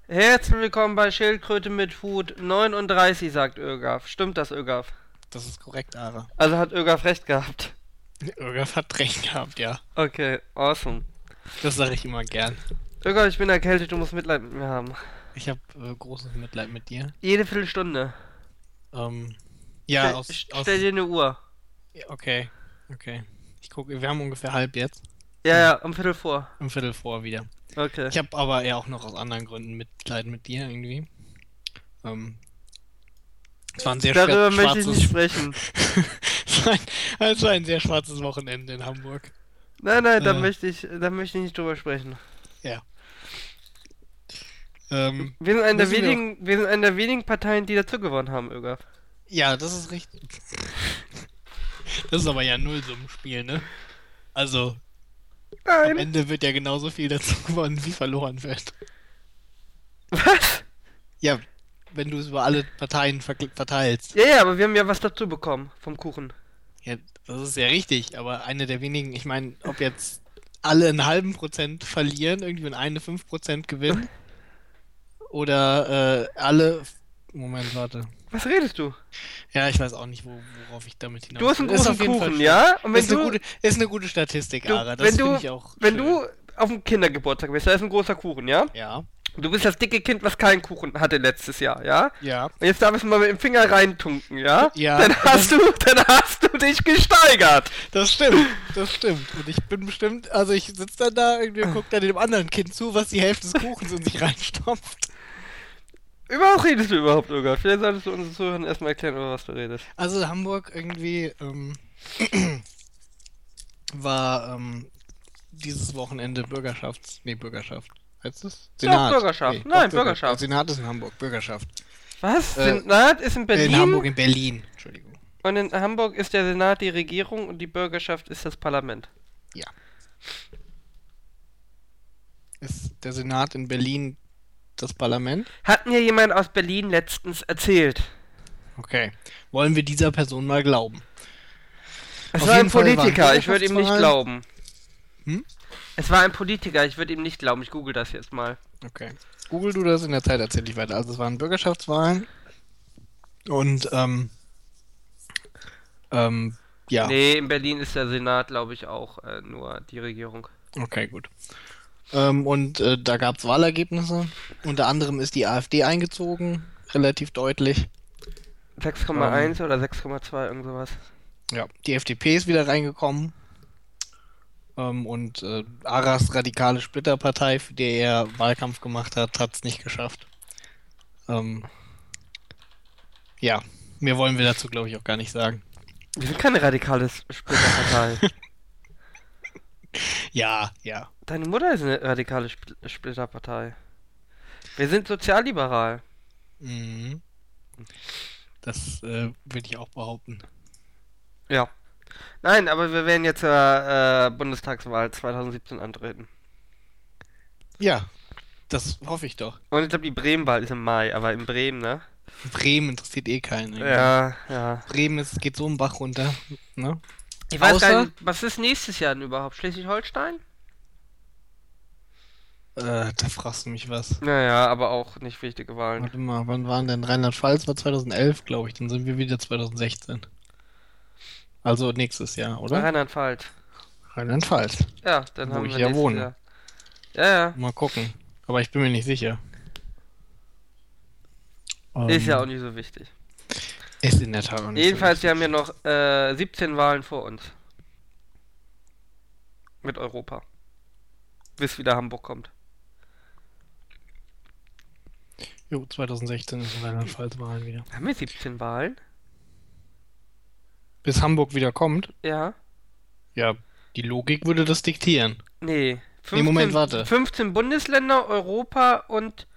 Herzlich willkommen bei Schildkröte mit Hut 39, sagt Ögaf. Stimmt das, Ögaf? Das ist korrekt, Ara. Also hat Ögaf recht gehabt. Irgaf hat recht gehabt, ja. Okay, awesome. Das sage ich immer gern. Ögaf, ich bin erkältet, du musst Mitleid mit mir haben. Ich habe großes Mitleid mit dir. Jede Viertelstunde. Ja, Stell dir eine Uhr. Ja, okay. Ich gucke, wir haben ungefähr halb jetzt. Ja, um Viertel vor. Um Viertel vor wieder. Okay. Ich habe aber eher auch noch aus anderen Gründen Mitleid mit dir irgendwie. Es war ein sehr Darüber möchte ich nicht sprechen. Es war ein sehr schwarzes Wochenende in Hamburg. Nein, da möchte ich nicht drüber sprechen. Ja. Wir sind eine der wenigen Parteien, die dazu gewonnen haben, Ögaf. Ja, das ist richtig. Das ist aber ja Nullsummenspiel, ne? Also, Nein. am Ende wird ja genauso viel dazu gewonnen, wie verloren wird. Was? Ja, wenn du es über alle Parteien verteilst. Ja, aber wir haben ja was dazu bekommen vom Kuchen. Ja, das ist ja richtig, aber eine der wenigen, ich meine, ob jetzt alle einen halben Prozent verlieren, irgendwie und eine 5% gewinnen, oder alle... Moment, warte. Was redest du? Ja, ich weiß auch nicht, worauf ich damit hinaus will. Du hast einen großen Kuchen, ja? Und wenn ist eine gute Statistik, Ara. Das finde ich auch Wenn schön. du auf dem Kindergeburtstag bist, da ist ein großer Kuchen, ja? Ja. Du bist das dicke Kind, was keinen Kuchen hatte letztes Jahr, ja? Ja. Und jetzt darfst du mal mit dem Finger reintunken, ja? Ja. Dann hast du dich gesteigert. Das stimmt. Und ich bin bestimmt, also ich sitze dann da irgendwie und gucke dann dem anderen Kind zu, was die Hälfte des Kuchens in sich reinstopft. Über was redest du überhaupt, Öger? Vielleicht solltest du unseren Zuhörern erstmal erklären, über was du redest. Also Hamburg irgendwie war dieses Wochenende Bürgerschaft. Heißt das? Senat. Doch, Bürgerschaft. Nee, Nein, doch, Bürgerschaft. Senat ist in Hamburg, Bürgerschaft. Was? Senat ist in Berlin? In Hamburg, in Berlin. Entschuldigung. Und in Hamburg ist der Senat die Regierung und die Bürgerschaft ist das Parlament. Ja. Ist der Senat in Berlin das Parlament? Hat mir jemand aus Berlin letztens erzählt. Okay. Wollen wir dieser Person mal glauben? Es war ein Politiker, ich würde ihm nicht glauben. Es war ein Politiker, ich würde ihm nicht glauben. Ich google das jetzt mal. Okay. Google du das, in der Zeit erzähl ich weiter. Also es waren Bürgerschaftswahlen und ja. Nee, in Berlin ist der Senat, glaube ich, auch nur die Regierung. Okay, gut. Und da gab es Wahlergebnisse. Unter anderem ist die AfD eingezogen, relativ deutlich. 6,1 oder 6,2, irgend sowas. Ja, die FDP ist wieder reingekommen. Und Aras radikale Splitterpartei, für die er Wahlkampf gemacht hat, hat es nicht geschafft. Ja, mehr wollen wir dazu, glaube ich, auch gar nicht sagen. Wir sind keine radikale Splitterpartei. Ja. Deine Mutter ist eine radikale Splitterpartei. Wir sind sozialliberal. Mhm. Das würde ich auch behaupten. Ja. Nein, aber wir werden jetzt zur Bundestagswahl 2017 antreten. Ja, das hoffe ich doch. Und ich glaube, die Bremen-Wahl ist im Mai, aber in Bremen, ne? Bremen interessiert eh keinen. Irgendwie. Ja. Bremen geht so einen Bach runter, ne? Ich weiß gar nicht, was ist nächstes Jahr denn überhaupt? Schleswig-Holstein? Da fragst du mich was. Naja, aber auch nicht wichtige Wahlen. Warte mal, wann waren denn Rheinland-Pfalz? War 2011, glaube ich. Dann sind wir wieder 2016. Also nächstes Jahr, oder? Rheinland-Pfalz. Rheinland-Pfalz. Ja, dann haben wir ich ja wohne. Ja. Mal gucken. Aber ich bin mir nicht sicher. Ist ja auch nicht so wichtig. Ist in der Tat auch nicht Jedenfalls, so wir haben ja noch 17 Wahlen vor uns. Mit Europa. Bis wieder Hamburg kommt. Jo, 2016 ist Rheinland-Pfalz Wahlen wieder. Haben wir 17 Wahlen? Bis Hamburg wieder kommt? Ja. Ja, die Logik würde das diktieren. Nee. 15, Moment, warte. 15 Bundesländer, Europa und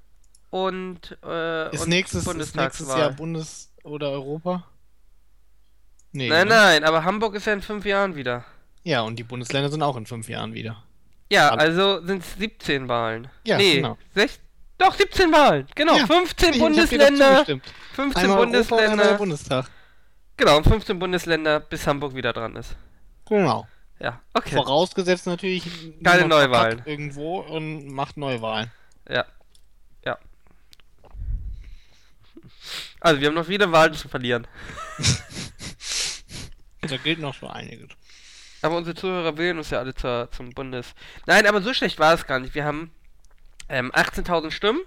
nächstes Jahr Bundes- oder Europa? Nee. Nein, aber Hamburg ist ja in 5 Jahren wieder. Ja, und die Bundesländer sind auch in 5 Jahren wieder. Ja, also sind es 17 Wahlen. Ja, nee, genau. Doch, 17 Wahlen. Genau, ja, 15 Bundesländer. 15 einmal Bundesländer. Europa, einmal Bundestag. Genau, 15 Bundesländer, bis Hamburg wieder dran ist. Genau. Ja, okay. Vorausgesetzt natürlich keine Neuwahlen. Irgendwo und macht Neuwahlen. Ja. Also, wir haben noch viele Wahlen zu verlieren. Da gilt noch so einiges. Aber unsere Zuhörer wählen uns ja alle zum Bundes... Nein, aber so schlecht war es gar nicht. Wir haben 18.000 Stimmen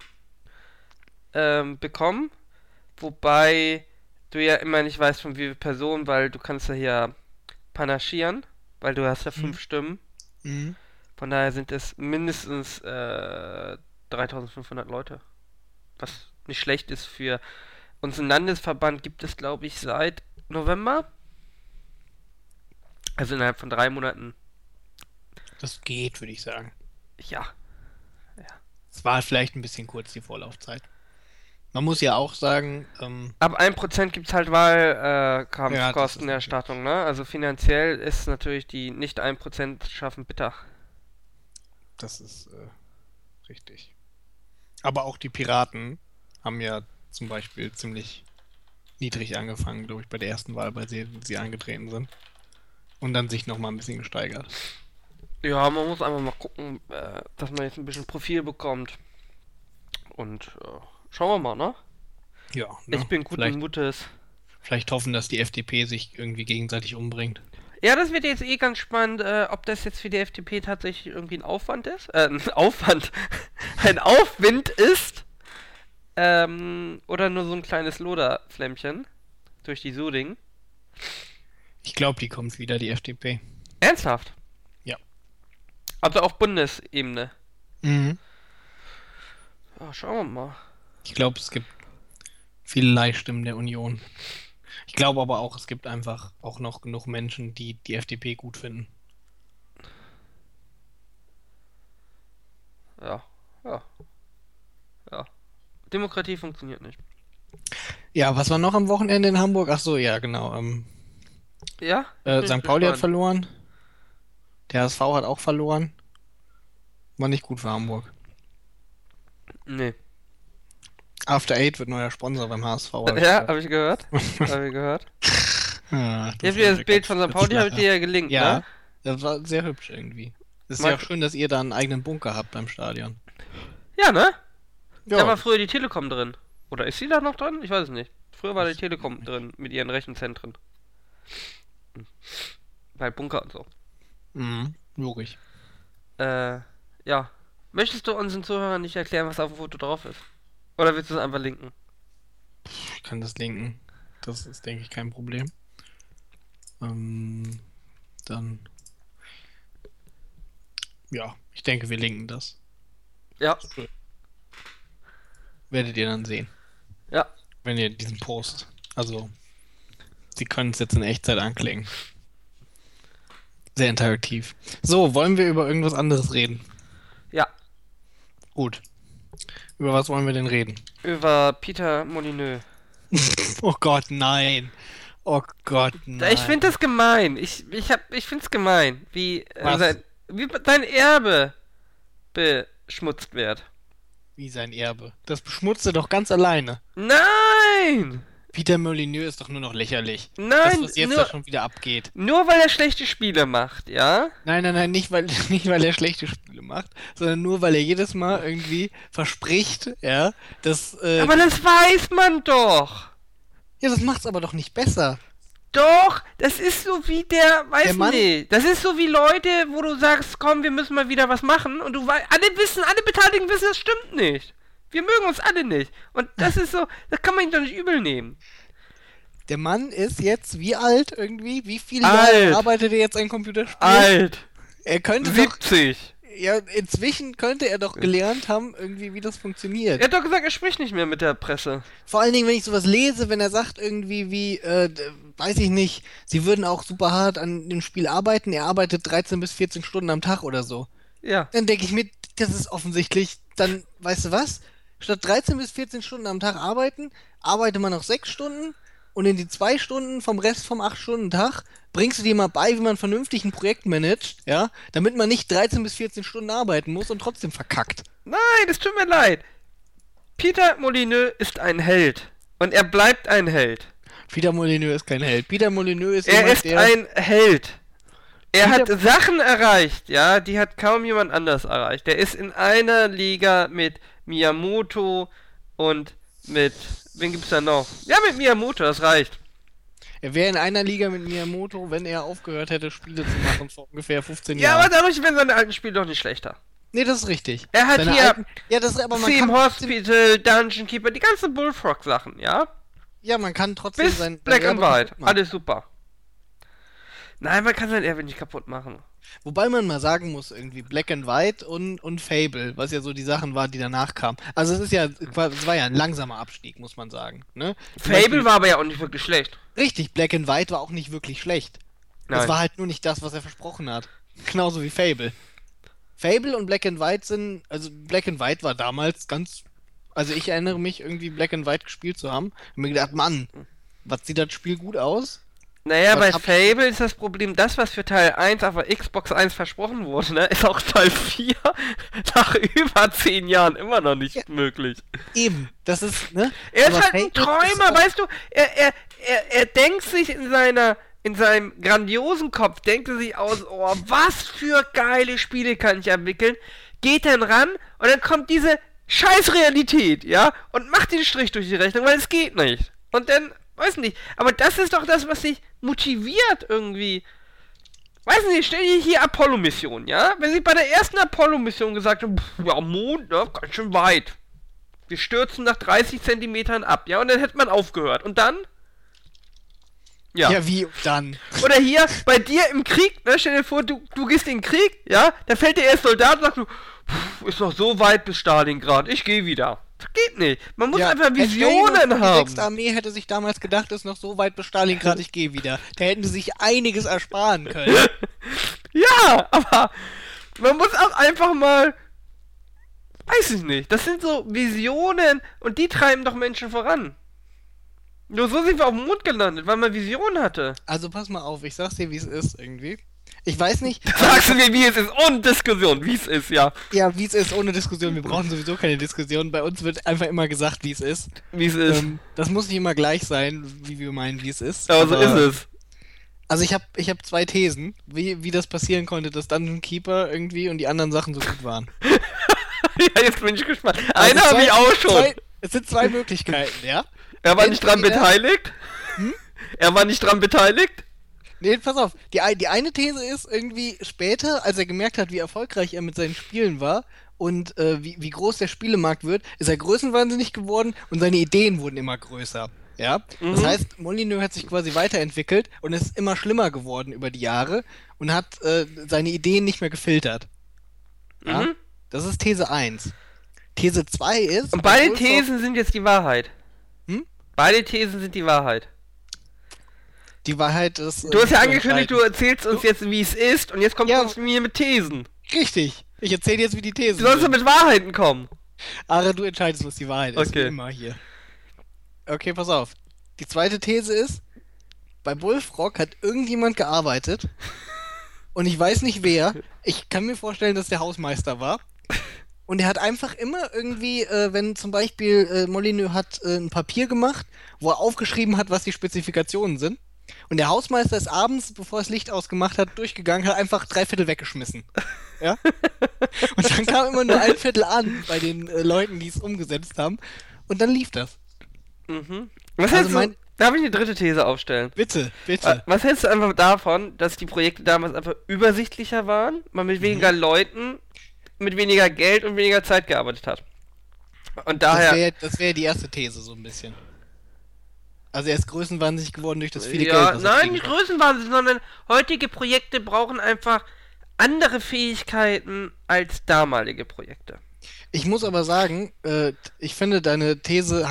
bekommen, wobei du ja immer nicht weißt, von wie viel Personen, weil du kannst ja hier panaschieren, weil du hast ja 5 Stimmen. Mhm. Von daher sind es mindestens 3.500 Leute. Was nicht schlecht ist für unseren Landesverband, gibt es, glaube ich, seit November. Also innerhalb von 3 Monaten. Das geht, würde ich sagen. Ja. Es war vielleicht ein bisschen kurz, die Vorlaufzeit. Man muss ja auch sagen, Ab 1% gibt es halt Wahlkampfkostenerstattung, ne? Also finanziell ist natürlich die nicht 1% schaffen bitter. das ist richtig. Aber auch die Piraten haben ja zum Beispiel ziemlich niedrig angefangen, glaube ich, bei der ersten Wahl, bei der sie angetreten sind. Und dann sich nochmal ein bisschen gesteigert. Ja, man muss einfach mal gucken, dass man jetzt ein bisschen Profil bekommt. Und schauen wir mal, ne? Ja, Ich bin guten Mutes. Vielleicht hoffen, dass die FDP sich irgendwie gegenseitig umbringt. Ja, das wird jetzt eh ganz spannend, ob das jetzt für die FDP tatsächlich irgendwie ein Aufwand ist. Ein Aufwand. Ein Aufwind ist. Oder nur so ein kleines Loderflämmchen. Durch die Suding. Ich glaube, die kommt wieder, die FDP. Ernsthaft? Ja. Also auf Bundesebene. Mhm. Ja, schauen wir mal. Ich glaube, es gibt viele Leihstimmen der Union. Ich glaube aber auch, es gibt einfach auch noch genug Menschen, die die FDP gut finden. Ja. Demokratie funktioniert nicht. Ja, was war noch am Wochenende in Hamburg? Ach so, ja, genau. Ja? St. Pauli hat verloren. Der HSV hat auch verloren. War nicht gut für Hamburg. Nee. After Eight wird neuer Sponsor beim HSV. Ja, habe ich gehört. Ja, Jetzt wieder das Bild von St. Pauli, habe ich dir ja gelinkt, ja, ne? Das war sehr hübsch irgendwie. Es ist ja auch schön, dass ihr da einen eigenen Bunker habt beim Stadion. Ja, ne? Ja. Da war früher die Telekom drin. Oder ist sie da noch drin? Ich weiß es nicht. Früher war die Telekom drin mit ihren Rechenzentren. Bei Bunker und so. Mhm, logisch. Ja. Möchtest du unseren Zuhörern nicht erklären, was auf dem Foto drauf ist? Oder willst du es einfach linken? Ich kann das linken. Das ist, denke ich, kein Problem. Dann. Ja, ich denke, wir linken das. Ja. Werdet ihr dann sehen. Ja. Wenn ihr diesen Post. Also, Sie können es jetzt in Echtzeit anklicken. Sehr interaktiv. So, wollen wir über irgendwas anderes reden? Ja. Gut. Über was wollen wir denn reden? Über Peter Molyneux. Oh Gott, nein. Oh Gott, nein. Ich finde das gemein. Ich finde es gemein, wie sein Erbe beschmutzt wird. Wie sein Erbe? Das beschmutzt er doch ganz alleine. Nein! Peter Molyneux ist doch nur noch lächerlich. Nein, das, was jetzt da schon wieder abgeht. Nur weil er schlechte Spiele macht, ja? Nein, nicht weil er schlechte Spiele macht, sondern nur weil er jedes Mal irgendwie verspricht, ja, dass... aber das weiß man doch! Ja, das macht's aber doch nicht besser. Doch, das ist so wie weiß nicht. Das ist so wie Leute, wo du sagst, komm, wir müssen mal wieder was machen und alle Beteiligten wissen, das stimmt nicht. Wir mögen uns alle nicht. Und das ist so, das kann man ihm doch nicht übel nehmen. Der Mann ist jetzt wie alt irgendwie? Wie viele Jahre arbeitet er jetzt an Computerspielen? Alt. Er könnte 70. Ja, inzwischen könnte er doch gelernt haben, irgendwie, wie das funktioniert. Er hat doch gesagt, er spricht nicht mehr mit der Presse. Vor allen Dingen, wenn ich sowas lese, wenn er sagt irgendwie wie, weiß ich nicht, sie würden auch super hart an dem Spiel arbeiten, er arbeitet 13 bis 14 Stunden am Tag oder so. Ja. Dann denke ich mir, das ist offensichtlich, dann, weißt du was? Statt 13 bis 14 Stunden am Tag arbeiten, arbeite man noch 6 Stunden und in die 2 Stunden vom Rest vom 8-Stunden-Tag bringst du dir mal bei, wie man vernünftig ein Projekt managt, ja, damit man nicht 13 bis 14 Stunden arbeiten muss und trotzdem verkackt. Nein, es tut mir leid. Peter Molyneux ist ein Held. Und er bleibt ein Held. Peter Molyneux ist kein Held. Peter Molyneux ist ein Held. Er hat Sachen erreicht, ja, die hat kaum jemand anders erreicht. Er ist in einer Liga mit Miyamoto und Mit, wen gibt's da noch? Ja, mit Miyamoto, das reicht. Er wäre in einer Liga mit Miyamoto, wenn er aufgehört hätte, Spiele zu machen vor ungefähr 15 Ja, Jahren. aber dadurch werden seine alten Spiele doch nicht schlechter. Nee, das ist richtig. Er hat Seine hier alten, ja, das ist aber man Theme kann trotzdem, Hospital, Dungeon Keeper, die ganzen Bullfrog-Sachen, ja? ja, man kann trotzdem Bis sein Black and Erbe White, kaputt machen. alles super. Nein, man kann sein Erbe nicht kaputt machen. Wobei man mal sagen muss, irgendwie Black and White und Fable, was ja so die Sachen waren, die danach kamen. Also es war ja ein langsamer Abstieg, muss man sagen. Ne? Fable war aber ja auch nicht wirklich schlecht. Richtig, Black and White war auch nicht wirklich schlecht. Nein. Es war halt nur nicht das, was er versprochen hat. Genauso wie Fable. Fable und Black and White also Black and White war damals also ich erinnere mich irgendwie Black and White gespielt zu haben und mir gedacht, Mann, was sieht das Spiel gut aus? Naja, bei Was Fable ist das Problem, das, was für Teil 1 auf der Xbox 1 versprochen wurde, ne, ist auch Teil 4 nach über 10 Jahren immer noch nicht möglich. Eben, das ist, ne? Er ist Aber halt ein Fable Träumer, ist weißt du, er denkt sich in seinem grandiosen Kopf, denkt er sich aus, oh, was für geile Spiele kann ich entwickeln, geht dann ran und dann kommt diese Scheißrealität, ja, und macht den Strich durch die Rechnung, weil es geht nicht. Und dann, weiß nicht, aber das ist doch das, was dich motiviert irgendwie. Weiß nicht, stell dir hier Apollo-Mission, ja? Wenn sie bei der ersten Apollo-Mission gesagt haben, ja, Mond, ne, ganz schön weit. Wir stürzen nach 30 Zentimetern ab, ja? Und dann hätte man aufgehört. Und dann? Ja. Ja, wie dann? Oder hier, bei dir im Krieg, ne, stell dir vor, du gehst in den Krieg, ja? Da fällt der erste Soldat und sagt du, ist noch so weit bis Stalingrad, ich gehe wieder. Das geht nicht. Man muss einfach Visionen Die haben. 6. Armee hätte sich damals gedacht, ist noch so weit bis Stalingrad, ich gehe wieder. Da hätten sie sich einiges ersparen können. Ja, aber man muss auch einfach mal, weiß ich nicht, das sind so Visionen und die treiben doch Menschen voran. Nur so sind wir auf dem Mond gelandet, weil man Visionen hatte. Also pass mal auf, ich sag's dir, wie es ist irgendwie. Ich weiß nicht. Sagst du mir, wie es ist, ohne Diskussion, wie es ist, ja. Ja, wie es ist, ohne Diskussion. Wir brauchen sowieso keine Diskussion. Bei uns wird einfach immer gesagt, wie es ist. Wie es ist. Das muss nicht immer gleich sein, wie wir meinen, wie es ist. Aber so ist es. Also ich hab zwei Thesen, wie das passieren konnte, dass Dungeon Keeper irgendwie und die anderen Sachen so gut waren. Ja, jetzt bin ich gespannt. Also Eine habe ich auch schon. Es sind zwei Möglichkeiten, ja? Er war nicht dran beteiligt? Er war nicht dran beteiligt? Nee, pass auf. Die eine These ist irgendwie später, als er gemerkt hat, wie erfolgreich er mit seinen Spielen war und wie groß der Spielemarkt wird, ist er größenwahnsinnig geworden und seine Ideen wurden immer größer. Ja? Das heißt, Molyneux hat sich quasi weiterentwickelt und ist immer schlimmer geworden über die Jahre und hat seine Ideen nicht mehr gefiltert. Ja? Das ist These 1. These 2 ist... Und beide Thesen sind jetzt die Wahrheit. Beide Thesen sind die Wahrheit. Die Wahrheit ist... Du hast ja angekündigt, du erzählst uns jetzt, wie es ist, und jetzt kommst du zu mir mit Thesen. Richtig. Ich erzähle jetzt, wie die Thesen Du sollst doch mit Wahrheiten kommen. Ara, du entscheidest, was die Wahrheit ist. Okay. Wie immer hier. Okay, pass auf. Die zweite These ist, bei Bullfrog hat irgendjemand gearbeitet und ich weiß nicht wer. Ich kann mir vorstellen, dass der Hausmeister war. Und er hat einfach immer irgendwie, wenn zum Beispiel Molyneux hat ein Papier gemacht, wo er aufgeschrieben hat, was die Spezifikationen sind. Und der Hausmeister ist abends, bevor er das Licht ausgemacht hat, durchgegangen, hat einfach 3/4 weggeschmissen. Ja? Und dann kam immer nur 1/4 an bei den Leuten, die es umgesetzt haben. Und dann lief das. Was Also hältst du? Darf ich eine dritte These aufstellen? Bitte, bitte. Was hältst du einfach davon, dass die Projekte damals einfach übersichtlicher waren, man mit weniger Leuten, mit weniger Geld und weniger Zeit gearbeitet hat? Und daher... Das wäre die erste These, so ein bisschen. Also er ist größenwahnsinnig geworden durch das viele Geld. Ja, was er nein, kriegen nicht konnte. Größenwahnsinn, sondern heutige Projekte brauchen einfach andere Fähigkeiten als damalige Projekte. Ich muss aber sagen, ich finde, deine These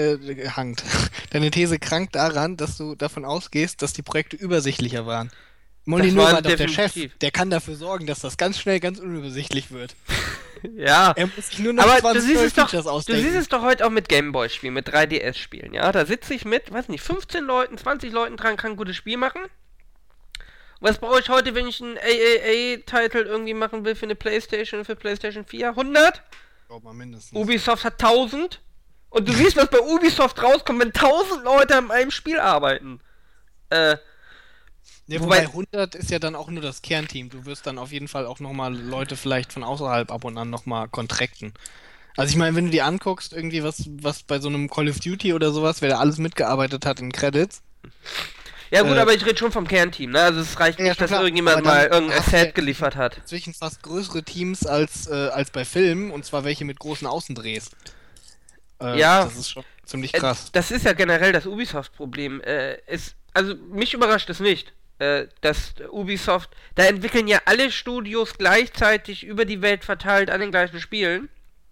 deine These krankt daran, dass du davon ausgehst, dass die Projekte übersichtlicher waren. Molyneux war doch der Chef, der kann dafür sorgen, dass das ganz schnell ganz unübersichtlich wird. Ja, Er muss sich nur noch aber 20 neue Features du ausdenken. siehst es doch heute auch mit Gameboy-Spielen, mit 3DS-Spielen, ja? Da sitze ich mit, weiß nicht, 15 Leuten, 20 Leuten dran, kann ein gutes Spiel machen. Was brauche ich heute, wenn ich einen AAA-Titel irgendwie machen will für eine Playstation, für Playstation 4? 100? Braucht man mindestens. Ubisoft hat 1000. Und du siehst, was bei Ubisoft rauskommt, wenn 1000 Leute an einem Spiel arbeiten. Ja, wobei 100 ist ja dann auch nur das Kernteam. Du wirst dann auf jeden Fall auch nochmal Leute vielleicht von außerhalb ab und an nochmal kontrakten. Also ich meine, wenn du dir anguckst, irgendwie was bei so einem Call of Duty oder sowas, wer da alles mitgearbeitet hat in Credits. Ja gut, aber ich rede schon vom Kernteam, ne? Also es reicht nicht, dass klar, irgendjemand mal irgendein Asset geliefert hat. Inzwischen fast größere Teams als bei Filmen, und zwar welche mit großen Außendrehs. Ja, Das ist schon ziemlich krass. das ist ja generell das Ubisoft-Problem. Also mich überrascht es nicht, dass Ubisoft, da entwickeln ja alle Studios gleichzeitig über die Welt verteilt an den gleichen Spielen.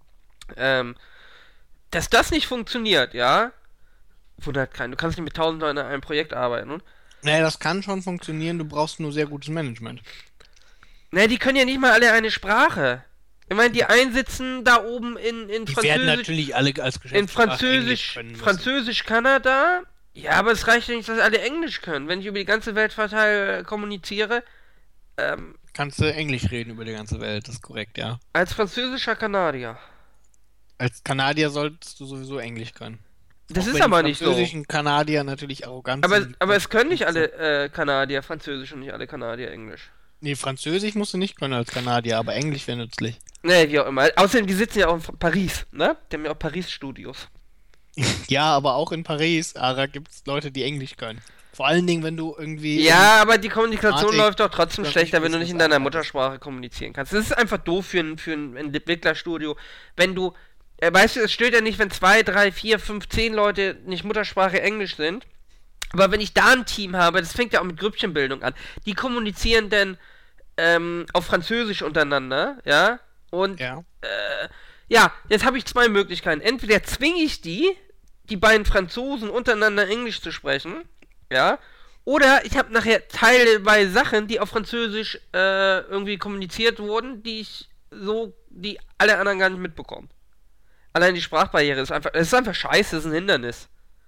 Dass das nicht funktioniert, ja, wundert keinen. Du kannst nicht mit 1000 Leuten an einem Projekt arbeiten, ne? Naja, das kann schon funktionieren, du brauchst nur sehr gutes Management. Naja, die können ja nicht mal alle eine Sprache. Ich meine, die einen sitzen da oben in Die Französisch. werden natürlich alle als In Geschäftssprache Englisch Französisch Kanada. Ja, aber es reicht ja nicht, dass alle Englisch können. Wenn ich über die ganze Welt verteile kommuniziere, kannst du Englisch reden über die ganze Welt, das ist korrekt, ja. als französischer Kanadier. Als Kanadier solltest du sowieso Englisch können. Das Auch ist wenn aber die nicht so. französischen Kanadier natürlich arrogant sind. Aber es können nicht alle Kanadier Französisch und nicht alle Kanadier Englisch. Nee, Französisch musst du nicht können als Kanadier, aber Englisch wäre nützlich. Nee, wie auch immer. Außerdem, die sitzen ja auch in Paris, ne? Die haben ja auch Paris-Studios. Ja, aber auch in Paris, Ara, gibt es Leute, die Englisch können. Vor allen Dingen, wenn du irgendwie... Ja, aber die Kommunikation Informatik- läuft doch trotzdem oder schlechter, wenn du nicht in deiner Business Muttersprache kommunizieren kannst. Das ist einfach doof für ein Entwicklerstudio. Wenn du, weißt du, es stört ja nicht, wenn 2, 3, 4, 5, 10 Leute nicht Muttersprache Englisch sind. Aber wenn ich da ein Team habe, das fängt ja auch mit Grüppchenbildung an, die kommunizieren dann auf Französisch untereinander, ja? Und Ja. ja, jetzt habe ich zwei Möglichkeiten. Entweder zwinge ich die beiden Franzosen untereinander Englisch zu sprechen, ja, oder ich habe nachher teilweise Sachen, die auf Französisch irgendwie kommuniziert wurden, die alle anderen gar nicht mitbekommen. Allein die Sprachbarriere ist einfach, es ist einfach scheiße, es ist ein Hindernis.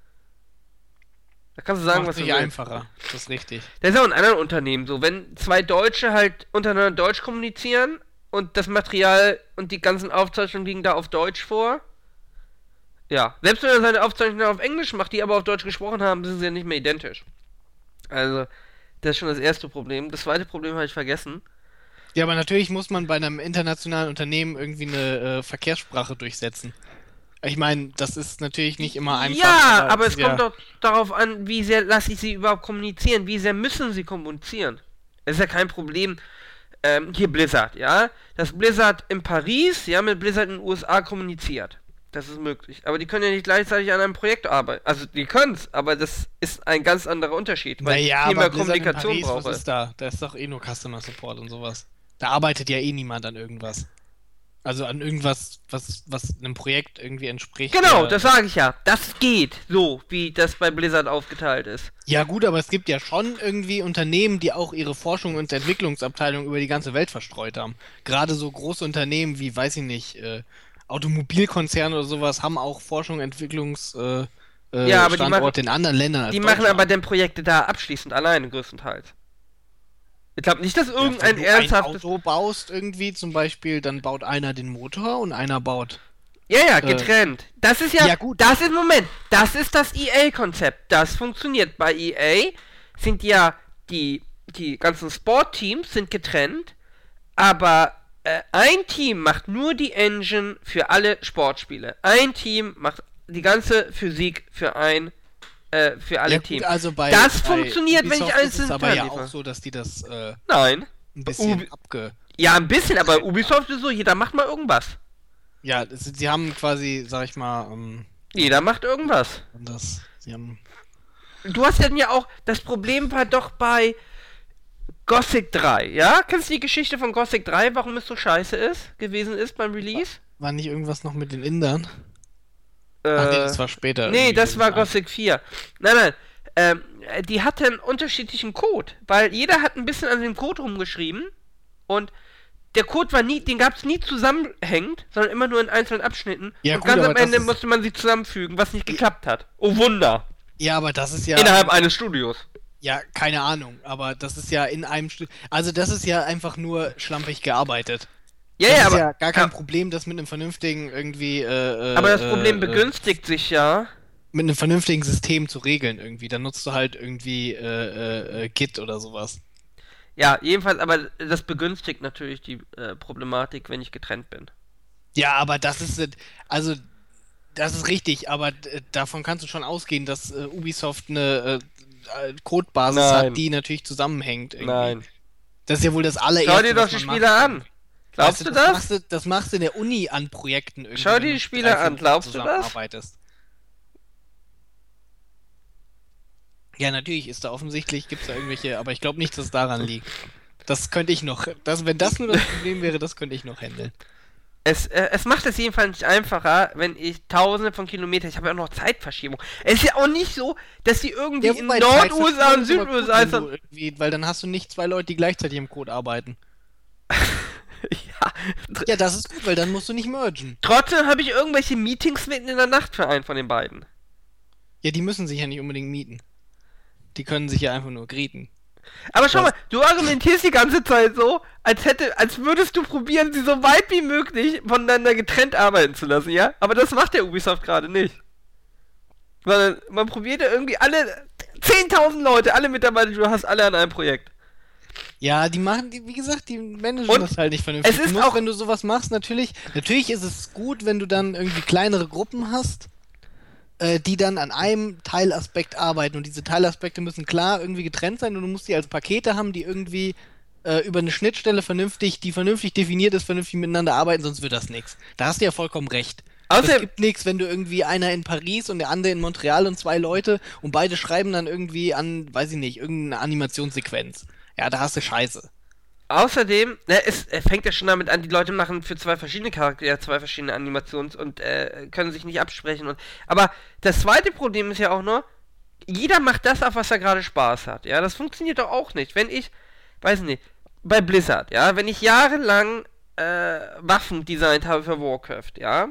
Da kannst du sagen, Macht was du nicht willst. einfacher, das ist richtig. Das ist auch in anderen Unternehmen so. Wenn zwei Deutsche halt untereinander Deutsch kommunizieren und das Material und die ganzen Aufzeichnungen liegen da auf Deutsch vor, ja. Selbst wenn er seine Aufzeichnungen auf Englisch macht, die aber auf Deutsch gesprochen haben, sind sie ja nicht mehr identisch. Also, das ist schon das erste Problem. Das zweite Problem habe ich vergessen. Ja, aber natürlich muss man bei einem internationalen Unternehmen irgendwie eine Verkehrssprache durchsetzen. Ich meine, das ist natürlich nicht immer einfach. Ja, aber es ja, kommt doch darauf an, wie sehr lasse ich sie überhaupt kommunizieren. Wie sehr müssen sie kommunizieren. Es ist ja kein Problem. Hier Blizzard, ja. Dass Blizzard in Paris, ja, mit Blizzard in den USA kommuniziert. Das ist möglich. Aber die können ja nicht gleichzeitig an einem Projekt arbeiten. Also, die können es, aber das ist ein ganz anderer Unterschied, weil ich naja, viel mehr aber Blizzard in Kommunikation Paris, brauche. was ist da? Da ist doch eh nur Customer Support und sowas. Da arbeitet ja eh niemand an irgendwas. Also an irgendwas, was einem Projekt irgendwie entspricht. Genau, das sage ich ja. Das geht so, wie das bei Blizzard aufgeteilt ist. Ja gut, aber es gibt ja schon irgendwie Unternehmen, die auch ihre Forschung und Entwicklungsabteilung über die ganze Welt verstreut haben. Gerade so große Unternehmen wie, weiß ich nicht, Automobilkonzerne oder sowas haben auch Forschung, Entwicklungs Ja, aber Standorte in anderen Ländern als Die machen Deutschland. aber dann Projekte da abschließend alleine größtenteils. Ich glaube nicht, dass Ja, irgendein wenn du ernsthaftes... ein Auto baust irgendwie zum Beispiel, dann baut einer den Motor und einer baut... Ja, getrennt. Das ist ja, Ja, gut. das ist, Moment, das ist das EA-Konzept. Das funktioniert. Bei EA sind ja die ganzen Sportteams sind getrennt, aber ein Team macht nur die Engine für alle Sportspiele. Ein Team macht die ganze Physik für alle Ja, gut, Teams. also bei Funktioniert, wenn ich Ubisoft ist einzeln es aber ja liefere. auch so, dass die das Nein. ein bisschen Ubi- Ja, ein bisschen, aber Ubisoft ist so, jeder macht mal irgendwas. Ja, sie haben quasi, sag ich mal, Jeder macht irgendwas. sie haben... Du hast ja auch, das Problem war doch bei Gothic 3, ja? Kennst du die Geschichte von Gothic 3, warum es so scheiße gewesen ist beim Release? War nicht irgendwas noch mit den Indern? Ach nee, das war später. Nee, irgendwie, das war würde ich Gothic 4. Nein, die hatten unterschiedlichen Code, weil jeder hat ein bisschen an dem Code rumgeschrieben und der Code war den gab es nie zusammenhängend, sondern immer nur in einzelnen Abschnitten. Ja, und gut, ganz am aber das Ende ist- musste man sie zusammenfügen, was nicht geklappt hat. Oh Wunder. Ja, aber das ist ja... Innerhalb eines Studios. Ja, keine Ahnung, aber das ist ja in einem Also das ist ja einfach nur schlampig gearbeitet. Ja, Das ja, ist aber ja gar kein Problem, das mit einem vernünftigen irgendwie... aber das Problem begünstigt sich ja. mit einem vernünftigen System zu regeln irgendwie. Dann nutzt du halt irgendwie Git oder sowas. Ja, jedenfalls, aber das begünstigt natürlich die Problematik, wenn ich getrennt bin. Ja, aber also das ist richtig, aber davon kannst du schon ausgehen, dass Ubisoft eine Codebasis hat, Nein, die natürlich zusammenhängt irgendwie. nein. Das ist ja wohl das Schau allererste, dir doch was die man Spiele macht. an. Weißt Glaubst du, du das? das machst du in der Uni an Projekten irgendwie, Schau wenn dir du die Spiele an. 3-5 Glaubst du das? zusammenarbeitest. Ja, natürlich ist da offensichtlich, gibt es da irgendwelche, aber ich glaube nicht, dass es daran liegt. Das könnte ich noch, wenn das nur das Problem wäre, das könnte ich noch handeln. Es macht es jedenfalls nicht einfacher, wenn ich tausende von Kilometern, ich habe ja auch noch Zeitverschiebung. Es ist ja auch nicht so, dass die irgendwie in wobei Nord-USA und Zeitverschiebung ist aber Süd-USA gut, wenn du irgendwie, weil dann hast du nicht zwei Leute, die gleichzeitig im Code arbeiten. Ja, Ja, das ist gut, weil dann musst du nicht mergen. trotzdem habe ich irgendwelche Meetings mitten in der Nacht für einen von den beiden. Ja, die müssen sich ja nicht unbedingt mieten. Die können sich ja einfach nur greeten. Aber schau Was? mal, du argumentierst die ganze Zeit so, als würdest du probieren, sie so weit wie möglich voneinander getrennt arbeiten zu lassen, ja? Aber das macht der Ubisoft gerade nicht. Weil man probiert ja irgendwie alle 10.000 Leute, alle Mitarbeiter, die du hast, alle an einem Projekt. Ja, wie gesagt, die managen Und das halt nicht vernünftig. es ist Du musst, auch- wenn du sowas machst, natürlich ist es gut, wenn du dann irgendwie kleinere Gruppen hast, die dann an einem Teilaspekt arbeiten. Und diese Teilaspekte müssen klar irgendwie getrennt sein und du musst die als Pakete haben, die irgendwie über eine Schnittstelle die vernünftig definiert ist, vernünftig miteinander arbeiten, sonst wird das nichts. Da hast du ja vollkommen recht. Es Außerdem, gibt nichts, wenn du irgendwie einer in Paris und der andere in Montreal und zwei Leute und beide schreiben dann irgendwie an, weiß ich nicht, irgendeine Animationssequenz. Ja, da hast du Scheiße. außerdem, es fängt ja schon damit an, die Leute machen für zwei verschiedene Charaktere zwei verschiedene Animations- und können sich nicht absprechen. Aber das zweite Problem ist ja auch nur, jeder macht das, auf was er gerade Spaß hat. Ja, das funktioniert doch auch nicht. Wenn ich, weiß nicht, bei Blizzard, ja, wenn ich jahrelang Waffen designt habe für Warcraft, ja,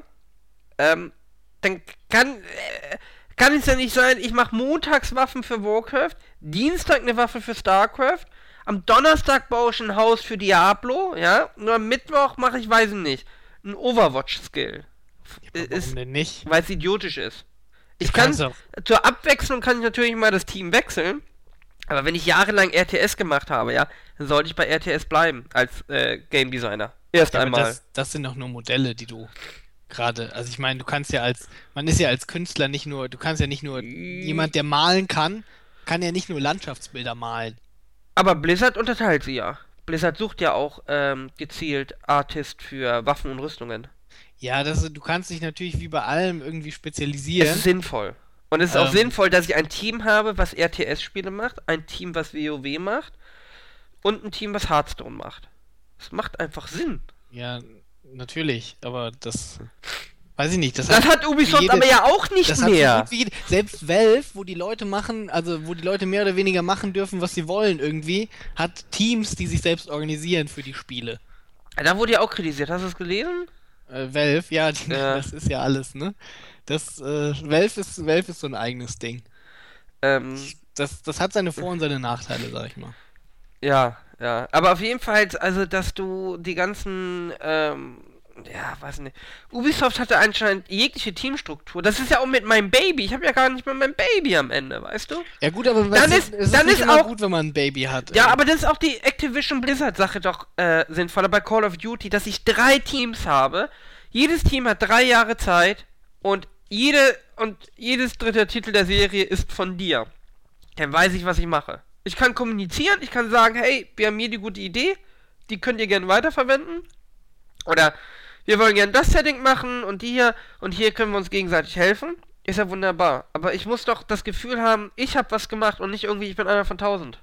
dann kann es ja nicht sein, ich mache montags Waffen für Warcraft, Dienstag eine Waffe für StarCraft, am Donnerstag baue ich ein Haus für Diablo, ja, und am Mittwoch mache ich, weiß ich nicht, ein Overwatch-Skill. Warum denn nicht? Weil es idiotisch ist. Ich Du kann, kannst auch- zur Abwechslung kann ich natürlich mal das Team wechseln, aber wenn ich jahrelang RTS gemacht habe, ja, dann sollte ich bei RTS bleiben, als Game Designer. Erst Ja, aber einmal. das sind doch nur Modelle, die du gerade, also ich meine, man ist ja als Künstler nicht nur, du kannst ja nicht nur, jemand, der malen kann ja nicht nur Landschaftsbilder malen. Aber Blizzard unterteilt sie ja. Blizzard sucht ja auch gezielt Artist für Waffen und Rüstungen. Ja, du kannst dich natürlich wie bei allem irgendwie Es spezialisieren. ist sinnvoll. Und es ist auch Ähm. sinnvoll, dass ich ein Team habe, was RTS-Spiele macht, ein Team, was WoW macht und ein Team, was Hearthstone macht. Das macht einfach Sinn. Ja, natürlich, aber das weiß ich nicht. Das hat Ubisoft jede- aber ja auch nicht Das hat so mehr. gut wie selbst Valve, wo die Leute machen, also wo die Leute mehr oder weniger machen dürfen, was sie wollen irgendwie, hat Teams, die sich selbst organisieren für die Spiele. Da wurde ja auch kritisiert. Hast du es gelesen? Valve, ja, Ja. das ist ja alles, ne? Valve ist so ein eigenes Ding. Ähm, Das hat seine Vor- und seine Nachteile, sag ich mal. ja, ja. Aber auf jeden Fall, also, dass du die ganzen, ja, weiß nicht. Ubisoft hatte anscheinend jegliche Teamstruktur. Das ist ja auch mit meinem Baby. Ich habe ja gar nicht mehr mein Baby am Ende, weißt du? Ja gut, aber Dann es ist dann nicht ist immer auch- gut, wenn man ein Baby hat. Ja, aber das ist auch die Activision Blizzard Sache doch sinnvoller bei Call of Duty, dass ich 3 Teams habe. Jedes Team hat 3 Jahre Zeit und jedes dritte Titel der Serie ist von dir. Dann weiß ich, was ich mache. Ich kann kommunizieren, ich kann sagen, hey, wir haben hier die gute Idee, die könnt ihr gerne weiterverwenden. Oder wir wollen gerne das Setting machen und hier können wir uns gegenseitig helfen. Ist ja wunderbar. Aber ich muss doch das Gefühl haben, ich habe was gemacht und nicht irgendwie, ich bin einer von 1000.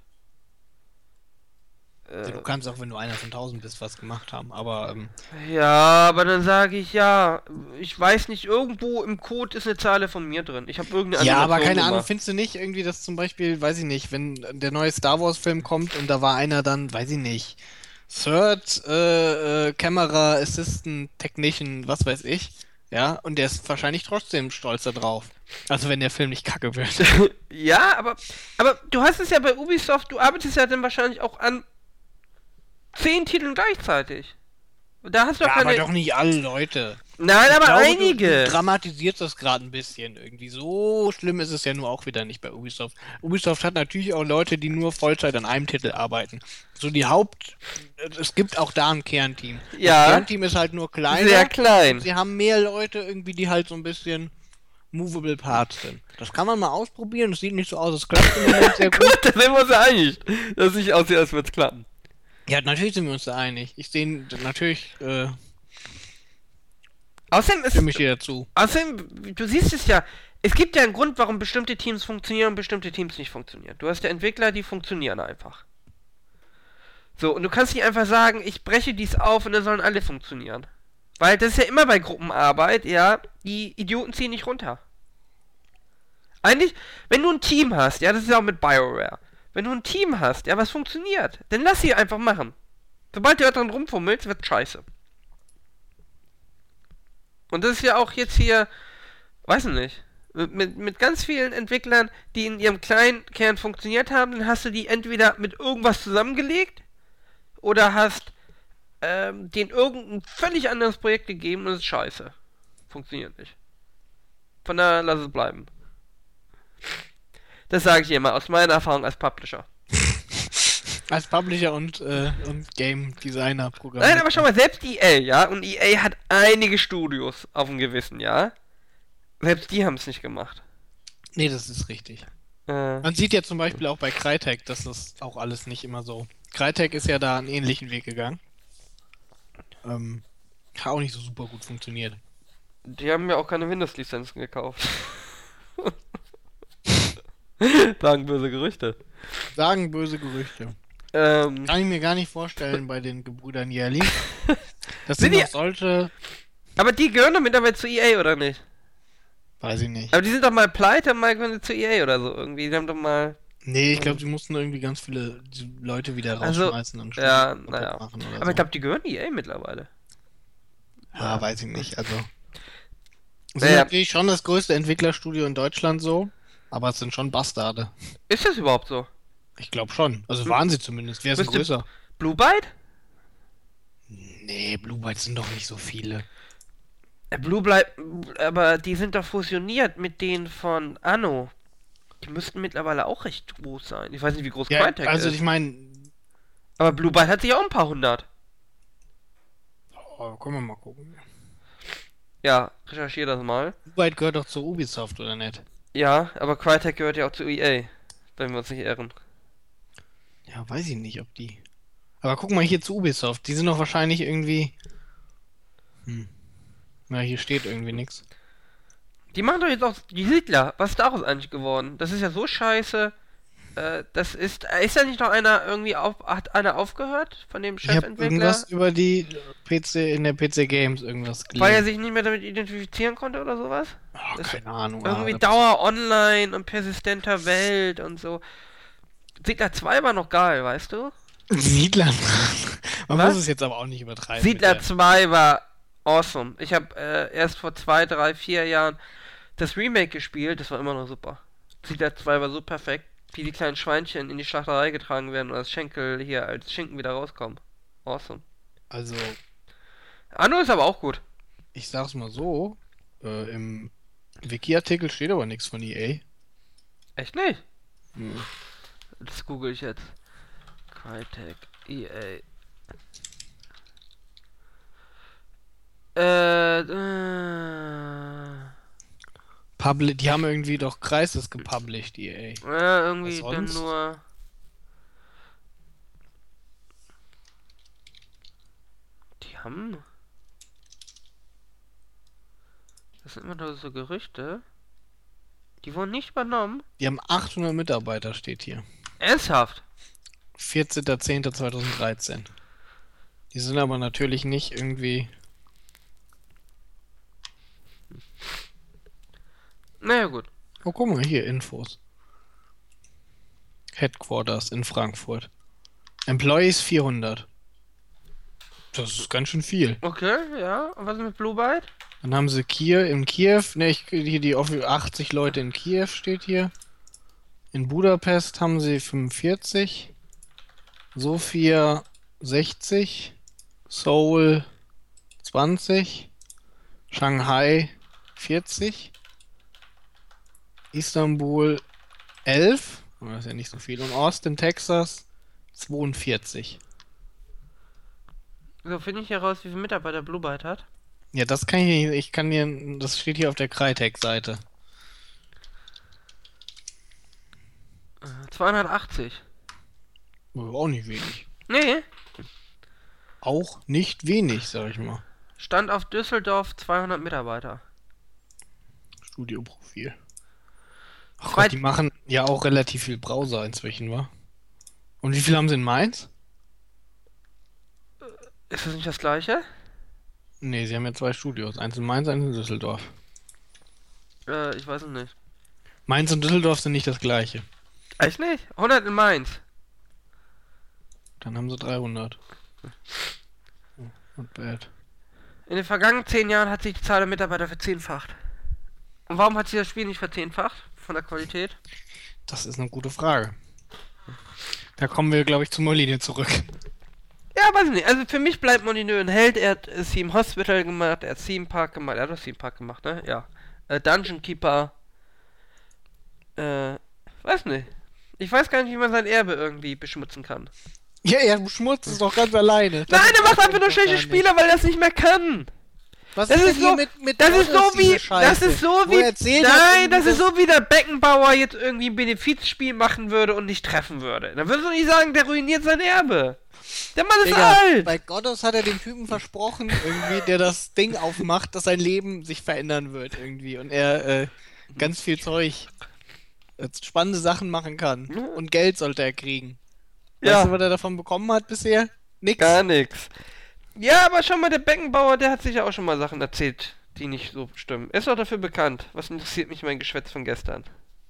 Du kannst auch, wenn du einer von 1000 bist, was gemacht haben, aber Ja, aber dann sage ich, ja, ich weiß nicht, irgendwo im Code ist eine Zahl von mir drin. Ich habe irgendeine ja, aber Animation keine Ahnung, gemacht. findest du nicht irgendwie, dass zum Beispiel, weiß ich nicht, wenn der neue Star Wars Film kommt und da war einer dann, weiß ich nicht, Third Camera Assistant Technician, was weiß ich, ja, und der ist wahrscheinlich trotzdem stolz da drauf. Also wenn der Film nicht kacke wird. Ja, aber du hast es ja bei Ubisoft, du arbeitest ja dann wahrscheinlich auch an 10 Titeln gleichzeitig. Da hast du Ja, doch aber keine... doch nicht alle Leute. Nein, Ich aber glaube, einige. du dramatisierst das gerade ein bisschen irgendwie. So schlimm ist es ja nur auch wieder nicht bei Ubisoft. Ubisoft hat natürlich auch Leute, die nur Vollzeit an einem Titel arbeiten. So die Haupt... Es gibt auch da ein Kernteam. Das Ja, Kernteam ist halt nur kleiner. sehr Und klein. sie haben mehr Leute irgendwie, die halt so ein bisschen movable Parts sind. Das kann man mal ausprobieren. Es sieht nicht so aus, es klappt im Moment sehr gut. Gut, da sind wir uns ja einig, dass es nicht aussieht, als würde es klappen. Ja, natürlich sind wir uns da einig. Ich sehe natürlich, Außerdem ist... stimme ich dir dazu. Außerdem, du siehst es ja, es gibt ja einen Grund, warum bestimmte Teams funktionieren und bestimmte Teams nicht funktionieren. Du hast ja Entwickler, die funktionieren einfach. So, und du kannst nicht einfach sagen, ich breche dies auf und dann sollen alle funktionieren. Weil das ist ja immer bei Gruppenarbeit, ja, die Idioten ziehen nicht runter. Eigentlich, wenn du ein Team hast, ja, das ist ja auch mit BioWare. Wenn du ein Team hast, ja, was funktioniert, dann lass sie einfach machen. Sobald du da dran rumfummelst, wird scheiße. Und das ist ja auch jetzt hier, weiß ich nicht, mit ganz vielen Entwicklern, die in ihrem kleinen Kern funktioniert haben, dann hast du die entweder mit irgendwas zusammengelegt oder hast denen irgendein völlig anderes Projekt gegeben und es ist scheiße. Funktioniert nicht. Von daher lass es bleiben. Das sage ich immer aus meiner Erfahrung als Publisher. Als Publisher und Game Designer Programm. Nein, aber schau mal, selbst EA, ja, und EA hat einige Studios auf dem Gewissen, ja. Selbst die haben es nicht gemacht. Nee, das ist richtig. Äh, Man sieht ja zum Beispiel auch bei Crytek, dass das auch alles nicht immer so. Crytek ist ja da einen ähnlichen Weg gegangen. Hat auch nicht so super gut funktioniert. Die haben ja auch keine Windows-Lizenzen gekauft. Sagen böse Gerüchte. Sagen böse Gerüchte. Ähm, Kann ich mir gar nicht vorstellen bei den Gebrüdern Jährli. Das Sind sind die- doch solche. aber die gehören doch mittlerweile zu EA, oder nicht? Weiß ich nicht. Aber die sind doch mal pleite, mal gehören sie zu EA oder so irgendwie. Die haben doch mal... Nee, ich glaube, sie mussten irgendwie ganz viele Leute wieder Also, rausschmeißen und ja, Studios naja. kaputt machen oder Aber so. ich glaube, die gehören EA mittlerweile. Ja, weiß ich nicht. Also. Sie sind Naja. natürlich schon das größte Entwicklerstudio in Deutschland so, aber es sind schon Bastarde. Ist das überhaupt so? Ich glaube schon. Also waren sie zumindest. Wer ist denn Müsste- größer? Blue Byte? Nee, Blue Byte sind doch nicht so viele. Blue Byte, aber die sind doch fusioniert mit denen von Anno. Die müssten mittlerweile auch recht groß sein. Ich weiß nicht, wie groß Ja, Crytek also ist. ich meine, Aber Blue Byte hat sich auch ein paar hundert. oh, können wir mal gucken. Ja, recherchiere das mal. Blue Byte gehört doch zu Ubisoft, oder nicht? Ja, aber Crytek gehört ja auch zu EA. Wenn wir uns nicht irren. Ja, weiß ich nicht, ob die. Aber guck mal hier zu Ubisoft. Die sind doch wahrscheinlich irgendwie. Na, hier steht irgendwie nichts. Die machen doch jetzt auch die Siedler. Was ist daraus eigentlich geworden? Das ist ja so scheiße. Das ist. Ist da nicht noch einer irgendwie hat einer aufgehört von dem Ich habe Chefentwickler? irgendwas über die PC in der PC Games irgendwas Weil er gelesen. sich nicht mehr damit identifizieren konnte oder sowas? Oh, das- keine Ahnung. Irgendwie aber- Dauer online und persistenter Welt und so. Siedler 2 war noch geil, weißt du? Siedler. Man Was? muss es jetzt aber auch nicht übertreiben. Siedler mit 2 war awesome. Ich habe erst vor 2, 3, 4 Jahren das Remake gespielt, das war immer noch super. Siedler 2 war so perfekt, wie die kleinen Schweinchen in die Schlachterei getragen werden und als Schenkel hier als Schinken wieder rauskommen. Awesome. Also, Anno ist aber auch gut. ich sag's mal so. Im Wiki-Artikel steht aber nichts von EA. Echt nicht? Hm. Das google ich jetzt. Crytek, EA. Die haben irgendwie doch Crysis gepublished, EA. Ja, irgendwie Was dann sonst? nur. Die haben. Das sind immer nur so Gerüchte. Die wurden nicht übernommen. Die haben 800 Mitarbeiter, steht hier. Ernsthaft? 14.10.2013. Die sind aber natürlich nicht irgendwie. Naja, gut. Oh, guck mal hier, Infos. Headquarters in Frankfurt. Employees 400. Das ist ganz schön viel. Okay, ja. Und was ist mit Blue Byte? Dann haben sie in Kiew, ne, hier die 80 Leute in Kiew steht hier. In Budapest haben sie 45. Sofia 60. Seoul 20, Shanghai 40, Istanbul 11, das ist ja nicht so viel, und Austin, Texas 42. So, finde ich heraus, wie viele Mitarbeiter Blue Byte hat. Ja, das kann ich nicht, das steht hier auf der Crytek-Seite. 280. Auch nicht wenig. Nee. Auch nicht wenig, sag ich mal. Stand auf Düsseldorf 200 Mitarbeiter. Studioprofil. Ach Gott, die machen ja auch relativ viel Browser inzwischen, wa? Und wie viel haben sie in Mainz? Ist das nicht das gleiche? Nee, sie haben ja 2 Studios. Eins in Mainz, eins in Düsseldorf. Ich weiß es nicht. Mainz und Düsseldorf sind nicht das gleiche. Echt nicht? 100 in Mainz. Dann haben sie 300. Not bad. In den vergangenen 10 Jahren hat sich die Zahl der Mitarbeiter verzehnfacht. Und warum hat sich das Spiel nicht verzehnfacht? Von der Qualität? Das ist eine gute Frage. Da kommen wir, glaube ich, zu Molyneux zurück. Ja, weiß nicht. Also für mich bleibt Molyneux ein Held. Er hat Theme Hospital gemacht, er hat Theme Park gemacht. Er hat doch Theme Park gemacht, ne? Ja. Dungeon Keeper. Weiß nicht. Ich weiß gar nicht, wie man sein Erbe irgendwie beschmutzen kann. Ja, er schmutzt es doch ganz alleine. Nein, er macht einfach nur schlechte Spieler, weil er das nicht mehr kann. Was das ist so, das ist so wie, das ist so wie der Beckenbauer jetzt irgendwie ein Benefizspiel machen würde und nicht treffen würde. Dann würdest du nicht sagen, der ruiniert sein Erbe. Der Mann ist alt. Bei Godos hat er dem Typen versprochen, irgendwie, der das Ding aufmacht, dass sein Leben sich verändern wird irgendwie und er ganz viel Zeug, spannende Sachen machen kann. Und Geld sollte er kriegen. Weißt du, was er davon bekommen hat bisher? Nix. Gar nix. Ja, aber schon mal der Beckenbauer, der hat sich ja auch schon mal Sachen erzählt, die nicht so stimmen. Er ist auch dafür bekannt. Was interessiert mich mein Geschwätz von gestern?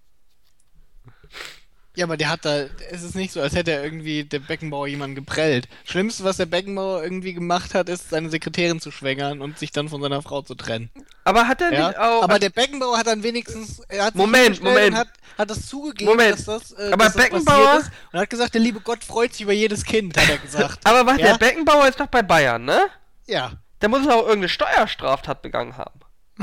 Ja, aber der hat da, es ist nicht so, als hätte er irgendwie der Beckenbauer jemanden geprellt. Schlimmste, was der Beckenbauer irgendwie gemacht hat, ist, seine Sekretärin zu schwängern und sich dann von seiner Frau zu trennen. Aber hat er nicht auch... Aber der Beckenbauer hat dann wenigstens... Er hat Moment. Hat das zugegeben, dass das Beckenbauer ist und hat gesagt, der liebe Gott freut sich über jedes Kind, hat er gesagt. Aber was, der Beckenbauer ist doch bei Bayern, ne? Ja. Der muss auch irgendeine Steuerstraftat begangen haben.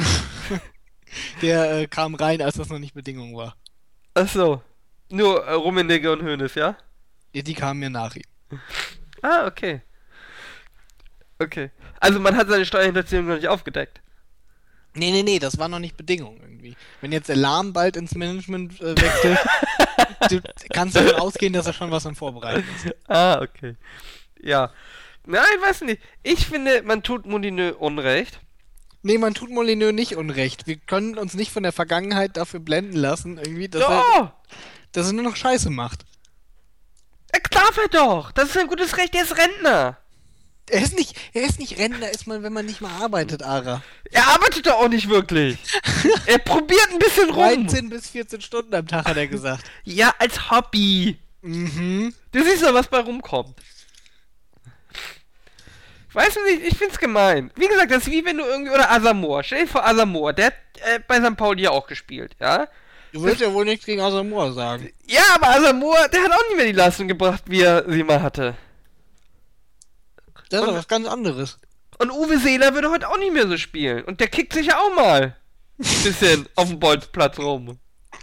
Der kam rein, als das noch nicht Bedingung war. Ach so. Nur Rummenigge und Hoeneß, ja? Ja, die kamen mir nach ihm. Ah, okay. Okay. Also man hat seine Steuerhinterziehung noch nicht aufgedeckt. Nee, das war noch nicht Bedingung irgendwie. Wenn jetzt der Lahm bald ins Management wechselt, du kannst davon ausgehen, dass er schon was am Vorbereiten ist. Ah, okay. Ja. Nein, weiß nicht. Ich finde, man tut Molyneux Unrecht. Nee, man tut Molyneux nicht Unrecht. Wir können uns nicht von der Vergangenheit dafür blenden lassen, irgendwie, dass er nur noch Scheiße macht. Darf er doch! Das ist ein gutes Recht, er ist Rentner! Er ist nicht Rentner, ist man, wenn man nicht mal arbeitet, Ara. Er arbeitet doch auch nicht wirklich. Er probiert ein bisschen rum. 13 bis 14 Stunden am Tag, hat er gesagt. Ja, als Hobby. Mhm. Du siehst doch, was bei rumkommt. Weißt du nicht, ich find's gemein. Wie gesagt, das ist wie wenn du irgendwie, oder Asamoah. Stell dir vor, Asamoah, der hat bei St. Pauli ja auch gespielt, ja? Du willst ja wohl nichts gegen Asamoah sagen. Ja, aber Asamoah, der hat auch nicht mehr die Leistung gebracht, wie er sie mal hatte. Das ist doch was ganz anderes. Und Uwe Seeler würde heute auch nicht mehr so spielen. Und der kickt sich ja auch mal ein bisschen auf dem Bolzplatz rum.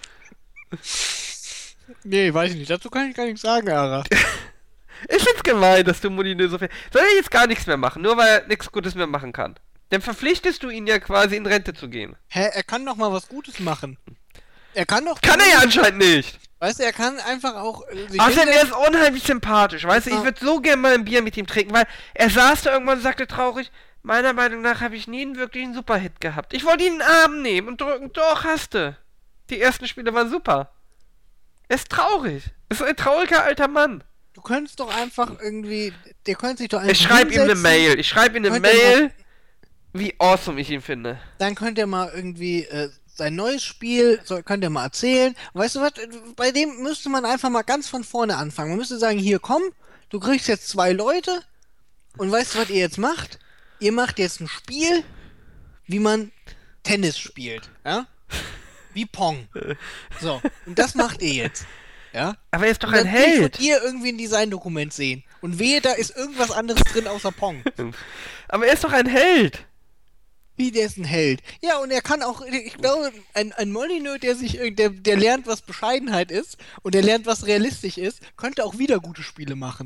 Nee, weiß ich nicht. Dazu kann ich gar nichts sagen, Ara. Ich find's gemein, dass du Molyneux so viel... Soll er jetzt gar nichts mehr machen, nur weil er nichts Gutes mehr machen kann? Dann verpflichtest du ihn ja quasi in Rente zu gehen. Hä, er kann doch mal was Gutes machen. Er kann doch... Kann er ja anscheinend nicht. Weißt du, er kann einfach auch... Außerdem, er ist unheimlich sympathisch, weißt du, ich würde so gerne mal ein Bier mit ihm trinken, weil er saß da irgendwann und sagte traurig, meiner Meinung nach habe ich nie einen wirklichen Superhit gehabt. Ich wollte ihn in den Arm nehmen und drücken, doch, hast du. Die ersten Spiele waren super. Er ist traurig. Er ist ein trauriger alter Mann. Du könntest doch einfach irgendwie... Der könnte sich doch einfach Ich schreibe ihm eine Mail. Wie awesome ich ihn finde. Dann könnt ihr mal irgendwie... sein neues Spiel, könnt ihr mal erzählen. Und weißt du was, bei dem müsste man einfach mal ganz von vorne anfangen. Man müsste sagen, hier komm, du kriegst jetzt 2 Leute und weißt du, was ihr jetzt macht? Ihr macht jetzt ein Spiel, wie man Tennis spielt, ja? Wie Pong. So, und das macht ihr jetzt, ja? Aber er ist doch ein Held. Und ihr irgendwie ein Designdokument sehen. Und wehe, da ist irgendwas anderes drin außer Pong. Aber er ist doch ein Held. Wie, der ist ein Held. Ja, und er kann auch, ich glaube, ein Molyneux, der lernt, was Bescheidenheit ist und der lernt, was realistisch ist, könnte auch wieder gute Spiele machen.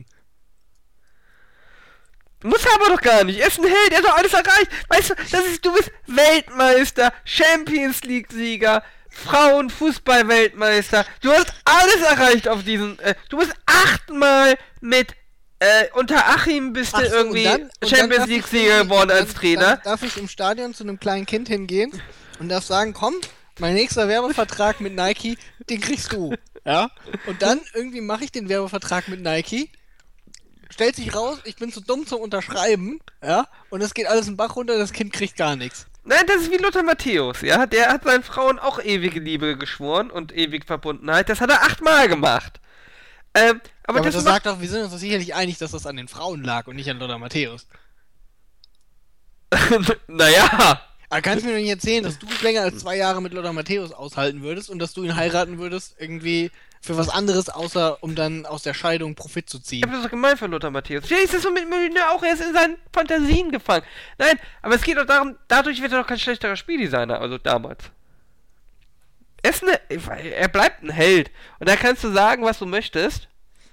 Muss er aber doch gar nicht. Er ist ein Held, er hat doch alles erreicht. Weißt du, du bist Weltmeister, Champions League-Sieger, Frauenfußball-Weltmeister. Du hast alles erreicht auf diesen. Du bist 8-mal mit unter Achim bist du irgendwie Champions League-Sieger geworden als Trainer. Dann darf ich im Stadion zu einem kleinen Kind hingehen und darf sagen, komm, mein nächster Werbevertrag mit Nike, den kriegst du. Ja? Und dann irgendwie mache ich den Werbevertrag mit Nike. Stellt sich raus, ich bin zu dumm zum Unterschreiben, ja, und es geht alles in den Bach runter, das Kind kriegt gar nichts. Nein, das ist wie Lothar Matthäus, ja, der hat seinen Frauen auch ewige Liebe geschworen und ewig Verbundenheit, das hat er 8-mal gemacht. Aber das sagt doch, wir sind uns doch sicherlich einig, dass das an den Frauen lag und nicht an Lothar Matthäus. Naja. Aber kannst du mir doch nicht erzählen, dass du länger als 2 Jahre mit Lothar Matthäus aushalten würdest und dass du ihn heiraten würdest, irgendwie für was anderes, außer um dann aus der Scheidung Profit zu ziehen. Ich hab das doch gemeint von Lothar Matthäus. Vielleicht ist es so mit Molyneux auch, er ist in seinen Fantasien gefangen. Nein, aber es geht doch darum, dadurch wird er doch kein schlechterer Spieldesigner, also damals. Er bleibt ein Held. Und da kannst du sagen, was du möchtest.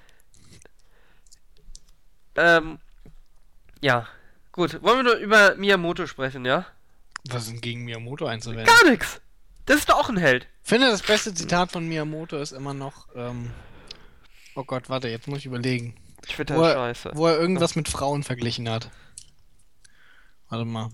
Ja. Gut, wollen wir nur über Miyamoto sprechen, ja? Was ist denn gegen Miyamoto einzuwenden? Gar nichts! Das ist doch auch ein Held. Ich finde, das beste Zitat von Miyamoto ist immer noch, oh Gott, warte, jetzt muss ich überlegen. Twitter ist scheiße. Wo er irgendwas mit Frauen verglichen hat. Warte mal.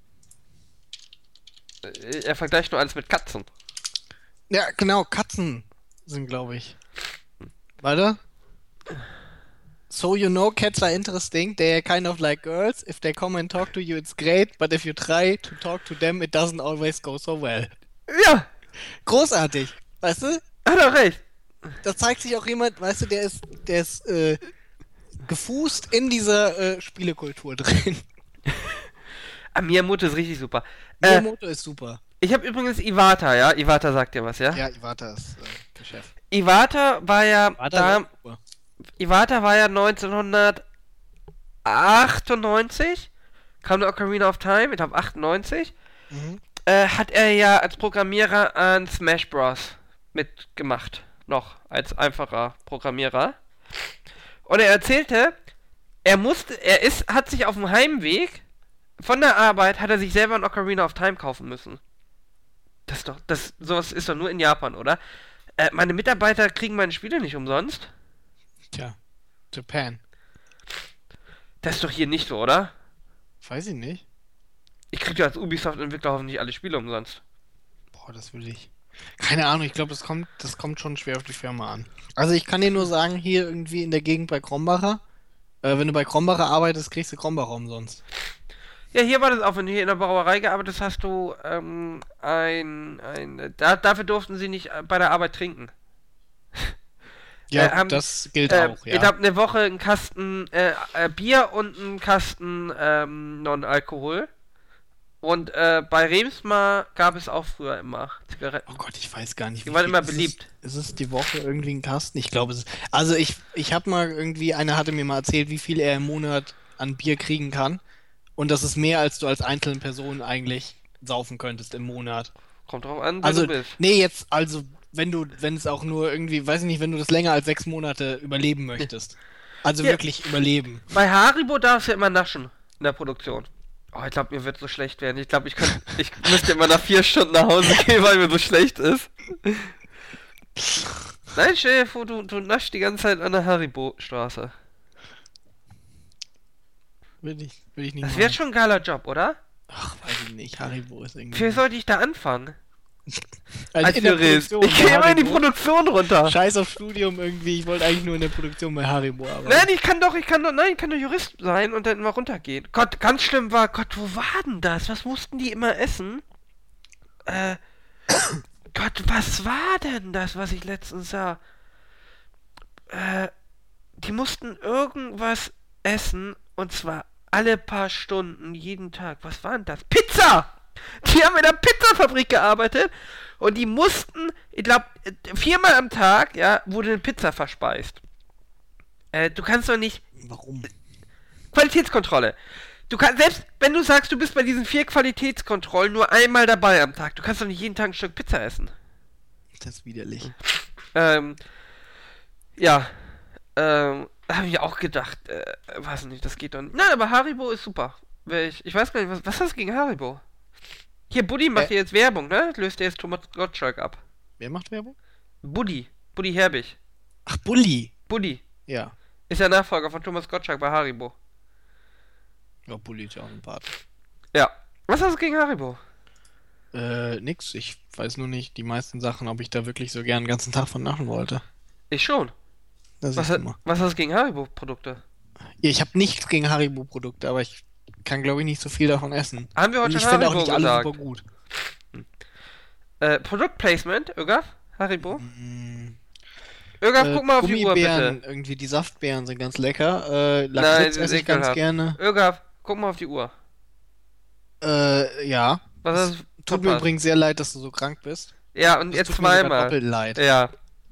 Er vergleicht nur alles mit Katzen. Ja, genau, Katzen sind, glaube ich. Warte. So you know cats are interesting, they are kind of like girls. If they come and talk to you, it's great, but if you try to talk to them, it doesn't always go so well. Ja! Großartig, weißt du? Hat er recht. Da zeigt sich auch jemand, weißt du, der ist gefußt in dieser Spielekultur drin. Miyamoto ist richtig super. Miyamoto ist super. Ich habe übrigens Iwata, ja? Iwata sagt dir was, ja? Ja, Iwata ist der Chef. Iwata war ja Iwata war ja 1998, kam der Ocarina of Time, ich glaube 98, hat er ja als Programmierer an Smash Bros. Mitgemacht, noch als einfacher Programmierer. Und er erzählte, hat sich auf dem Heimweg von der Arbeit, hat er sich selber ein Ocarina of Time kaufen müssen. Sowas ist doch nur in Japan, oder? Meine Mitarbeiter kriegen meine Spiele nicht umsonst. Tja, Japan. Das ist doch hier nicht so, oder? Weiß ich nicht. Ich krieg ja als Ubisoft-Entwickler hoffentlich alle Spiele umsonst. Boah, das will ich. Keine Ahnung, ich glaube, das kommt schon schwer auf die Firma an. Also ich kann dir nur sagen, hier irgendwie in der Gegend bei Krombacher, wenn du bei Krombacher arbeitest, kriegst du Krombacher umsonst. Ja, hier war das auch, wenn du hier in der Brauerei gearbeitet hast, hast du dafür durften sie nicht bei der Arbeit trinken. Ja, das gilt auch, ja. Ich habe eine Woche einen Kasten Bier und einen Kasten Non-Alkohol. Und bei Remsmar gab es auch früher immer Zigaretten. Oh Gott, ich weiß gar nicht, wie die waren immer beliebt. Ist es die Woche irgendwie ein Kasten? Ich glaube, also ich habe mal irgendwie, einer hatte mir mal erzählt, wie viel er im Monat an Bier kriegen kann. Und das ist mehr, als du als einzelne Person eigentlich saufen könntest im Monat. Kommt drauf an, wer du bist. Nee, jetzt, also, wenn es auch nur irgendwie, weiß ich nicht, wenn du das länger als 6 Monate überleben möchtest. Also ja, wirklich überleben. Bei Haribo darfst du ja immer naschen in der Produktion. Oh, ich glaube, mir wird so schlecht werden. Ich glaube, ich müsste immer nach 4 Stunden nach Hause gehen, weil mir so schlecht ist. Nein, stell dir vor, du naschst die ganze Zeit an der Haribo-Straße. Will ich nicht. Das wäre schon ein geiler Job, oder? Ach, weiß ich nicht. Haribo ist irgendwie... Wie sollte ich da anfangen? Also in der Produktion. Ich gehe immer in die Produktion runter. Scheiß auf Studium irgendwie. Ich wollte eigentlich nur in der Produktion bei Haribo arbeiten. Nein, ich kann doch Jurist sein und dann immer runtergehen. Gott, ganz schlimm war, wo war denn das? Was mussten die immer essen? Gott, was war denn das, was ich letztens sah? Die mussten irgendwas essen und zwar alle paar Stunden, jeden Tag. Was war denn das? Pizza! Die haben in der Pizzafabrik gearbeitet und die mussten, ich glaube, 4-mal am Tag, ja, wurde eine Pizza verspeist. Du kannst doch nicht... Warum? Qualitätskontrolle. Du kannst, selbst wenn du sagst, du bist bei diesen 4 Qualitätskontrollen nur einmal dabei am Tag, du kannst doch nicht jeden Tag ein Stück Pizza essen. Das ist widerlich. Ja, habe ich auch gedacht, weiß nicht, das geht doch nicht. Nein, aber Haribo ist super. Ich weiß gar nicht, was hast du gegen Haribo? Hier, Buddy macht hier jetzt Werbung, ne? Löst der jetzt Thomas Gottschalk ab. Wer macht Werbung? Buddy Herbig. Ach, Bulli. Buddy. Ja. Ist der Nachfolger von Thomas Gottschalk bei Haribo. Ja, Bulli ist ja auch ein Bart. Ja. Was hast du gegen Haribo? Nix. Ich weiß nur nicht die meisten Sachen, ob ich da wirklich so gern den ganzen Tag von naschen wollte. Ich schon. Das Was ist immer. hast du gegen Haribo-Produkte? Ja, ich habe nichts gegen Haribo-Produkte, aber ich kann, glaube ich, nicht so viel davon essen. Haben wir heute Und ich schon finde auch Haribo nicht alle gesagt? super gut. Produktplacement, Ögaf? Haribo? Ögaf, guck mal auf die Uhr, Gummibären, bitte. irgendwie die Saftbeeren sind ganz lecker. Lakritz Nein, esse ich ganz ekelhaft. gerne. Ögaf, guck mal auf die Uhr. Ja. Was ist Tut mir übrigens sehr leid, dass du so krank bist. Ja, und Das jetzt tut mir sogar zweimal. doppelt leid. Ja.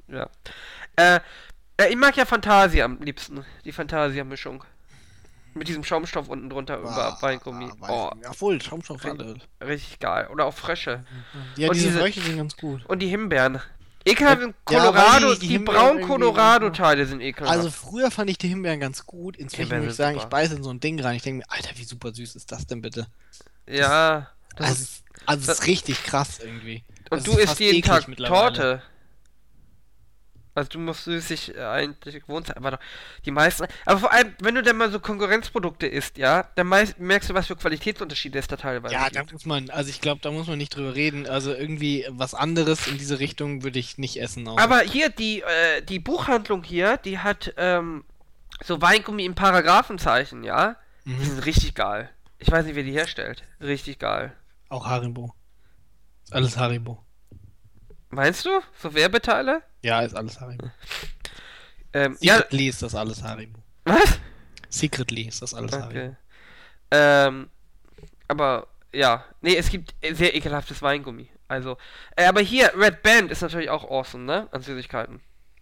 Ich mag ja Fantasia am liebsten. Die Fantasia-Mischung. Mit diesem Schaumstoff unten drunter über Weingummi. Oh, Obwohl, Schaumstoff alle. richtig geil. Oder auch Frösche. Ja, Und diese diese- Frösche sind ganz gut. Und die Himbeeren. Ekelhaft sind Ja, weil Colorado, die die Himbeeren braunen irgendwie- Colorado-Teile sind ekelhaft. Also früher fand ich die Himbeeren ganz gut. Inzwischen Himbeeren muss ich sind sagen, super. ich beiße in so ein Ding rein. Ich denke mir, Alter, wie super süß ist das denn bitte? ja. Also es ist richtig krass irgendwie. Und Das du ist isst fast jeden eklig Tag mittlerweile. Torte. Also du musst süßig eigentlich gewohnt sein, aber doch die meisten. Aber vor allem, wenn du dann mal so Konkurrenzprodukte isst, ja, dann merkst du, was für Qualitätsunterschiede es da teilweise Ja, da gibt. muss man, also ich glaube, da muss man nicht drüber reden. Also irgendwie was anderes in diese Richtung würde ich nicht essen. Aber hier, die Buchhandlung hier, die hat so Weingummi im Paragraphenzeichen, ja. Die sind richtig geil. Ich weiß nicht, wer die herstellt. Richtig geil. Auch Haribo. Ist alles Haribo. Meinst du? So Werbeteile? Ja, ist alles Haribo. Ja, Secretly ist das alles Haribo. was? Secretly ist das alles Haribo. Okay. Aber, ja. Nee, es gibt sehr ekelhaftes Weingummi. Also, aber hier, Red Band ist natürlich auch awesome, ne? An Süßigkeiten.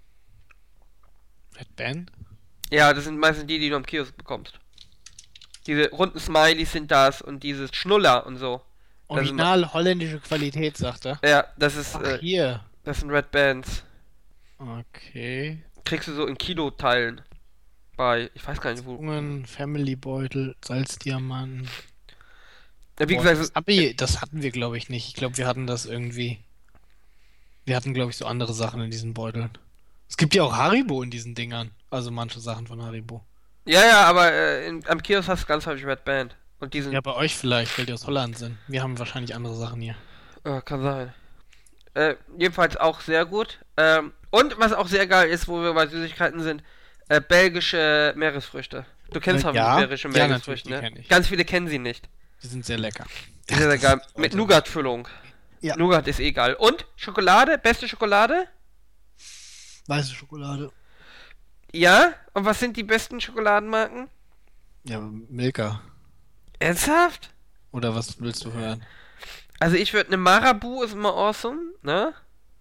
Red Band? Ja, das sind meistens die du am Kiosk bekommst. Diese runden Smileys sind das und dieses Schnuller und so. Das sind- Original holländische Qualität, sagt er. Ja, das ist, Ach, hier. das sind Red Bands. Okay. Kriegst du so in Kiloteilen. Bei, ich weiß gar nicht wo. Zungen, Family-Beutel, Salzdiamanten. Ja, wie Boah, gesagt, das hatten wir, glaube ich, nicht. Ich glaube, wir hatten das irgendwie. Wir hatten, glaube ich, so andere Sachen in diesen Beuteln. Es gibt ja auch Haribo in diesen Dingern. Also manche Sachen von Haribo. ja, aber am Kiosk hast du ganz häufig Red Band. Und die sind, Ja, bei euch vielleicht, weil die aus Holland sind. Wir haben wahrscheinlich andere Sachen hier. kann sein. Jedenfalls auch sehr gut. Und was auch sehr geil ist, wo wir bei Süßigkeiten sind, belgische Meeresfrüchte. Du kennst hoffentlich ja. belgische Ja, Meeresfrüchte, natürlich, die ne? kenn ich. Ganz viele kennen sie nicht. Die sind sehr lecker. Die sind sehr geil. ist Mit heute- Nougat-Füllung. Ja. Nougat ist eh geil. Und Schokolade? Beste Schokolade? Weiße Schokolade. Ja? Und was sind die besten Schokoladenmarken? Ja, Milka. Ernsthaft? Oder was willst du hören? Also ich würde eine Marabu ist immer awesome, ne?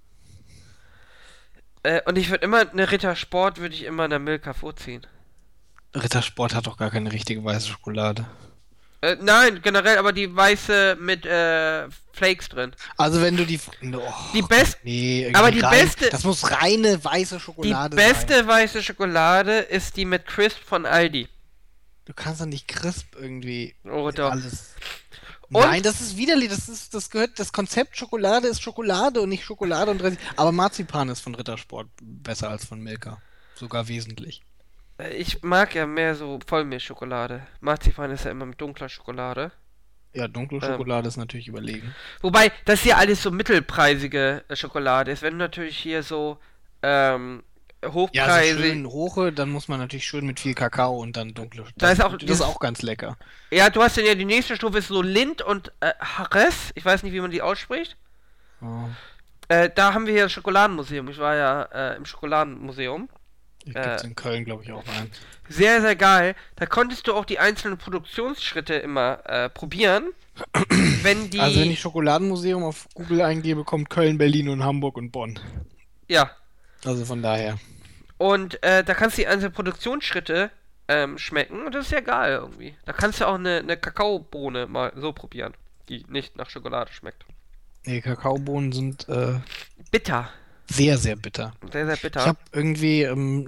Und ich würde immer eine Rittersport würde ich immer eine Milka vorziehen. Rittersport hat doch gar keine richtige weiße Schokolade. Nein, generell, aber die weiße mit Flakes drin. Also wenn du die... Oh, Die beste, nee, irgendwie aber die rein, beste- Das muss reine weiße die Schokolade beste sein. weiße Schokolade ist die mit Crisp von Aldi. Du kannst doch nicht crisp irgendwie Oh, doch. alles... Und- Nein, das ist widerlich. Das gehört... Das Konzept Schokolade ist Schokolade und nicht Schokolade und Dressing. Aber Marzipan ist von Rittersport besser als von Milka. Sogar wesentlich. Ich mag ja mehr so Vollmilchschokolade. Marzipan ist ja immer mit dunkler Schokolade. Ja, dunkle Schokolade ist natürlich überlegen. Wobei, das hier alles so mittelpreisige Schokolade ist. Wenn du natürlich hier so Ja, so hochpreisig... schön hoche, dann muss man natürlich schön mit viel Kakao und dann dunkle. Da ist auch das dieses- ist auch ganz lecker. Ja, du hast dann ja die nächste Stufe ist so Lind und Harres. Ich weiß nicht, wie man die ausspricht. Oh. Da haben wir hier das Schokoladenmuseum. Ich war ja im Schokoladenmuseum. Gibt's in Köln, glaube ich, auch ein. Sehr, sehr geil. Da konntest du auch die einzelnen Produktionsschritte immer probieren. Wenn die... Also wenn ich Schokoladenmuseum auf Google eingebe, kommt Köln, Berlin und Hamburg und Bonn. Ja. Also von daher. Und da kannst du die einzelnen Produktionsschritte schmecken und das ist ja geil irgendwie. Da kannst du auch eine Kakaobohne mal so probieren, die nicht nach Schokolade schmeckt. Nee, Kakaobohnen sind Bitter. sehr, sehr bitter. Sehr, sehr bitter. Ich habe irgendwie,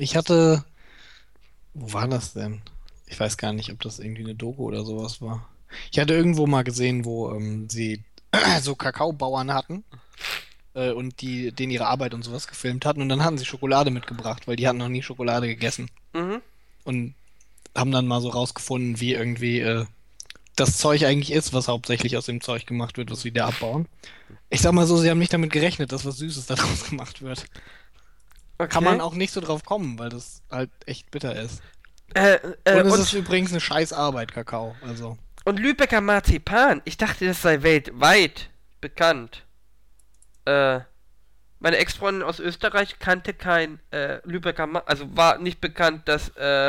wo war das denn? Ich weiß gar nicht, ob das irgendwie eine Doku oder sowas war. Ich hatte irgendwo mal gesehen, wo sie so Kakaobauern hatten und denen ihre Arbeit und sowas gefilmt hatten und dann hatten sie Schokolade mitgebracht, weil die hatten noch nie Schokolade gegessen. Mhm. Und haben dann mal so rausgefunden, wie irgendwie das Zeug eigentlich ist, was hauptsächlich aus dem Zeug gemacht wird, was sie da abbauen. Ich sag mal so, sie haben nicht damit gerechnet, dass was Süßes daraus gemacht wird. Okay. Kann man auch nicht so drauf kommen, weil das halt echt bitter ist. Und es ist übrigens eine scheiß Arbeit, Kakao. Also. Und Lübecker Marzipan, ich dachte, das sei weltweit bekannt. Meine Ex-Freundin aus Österreich kannte kein Lübecker Marzipan, also war nicht bekannt, dass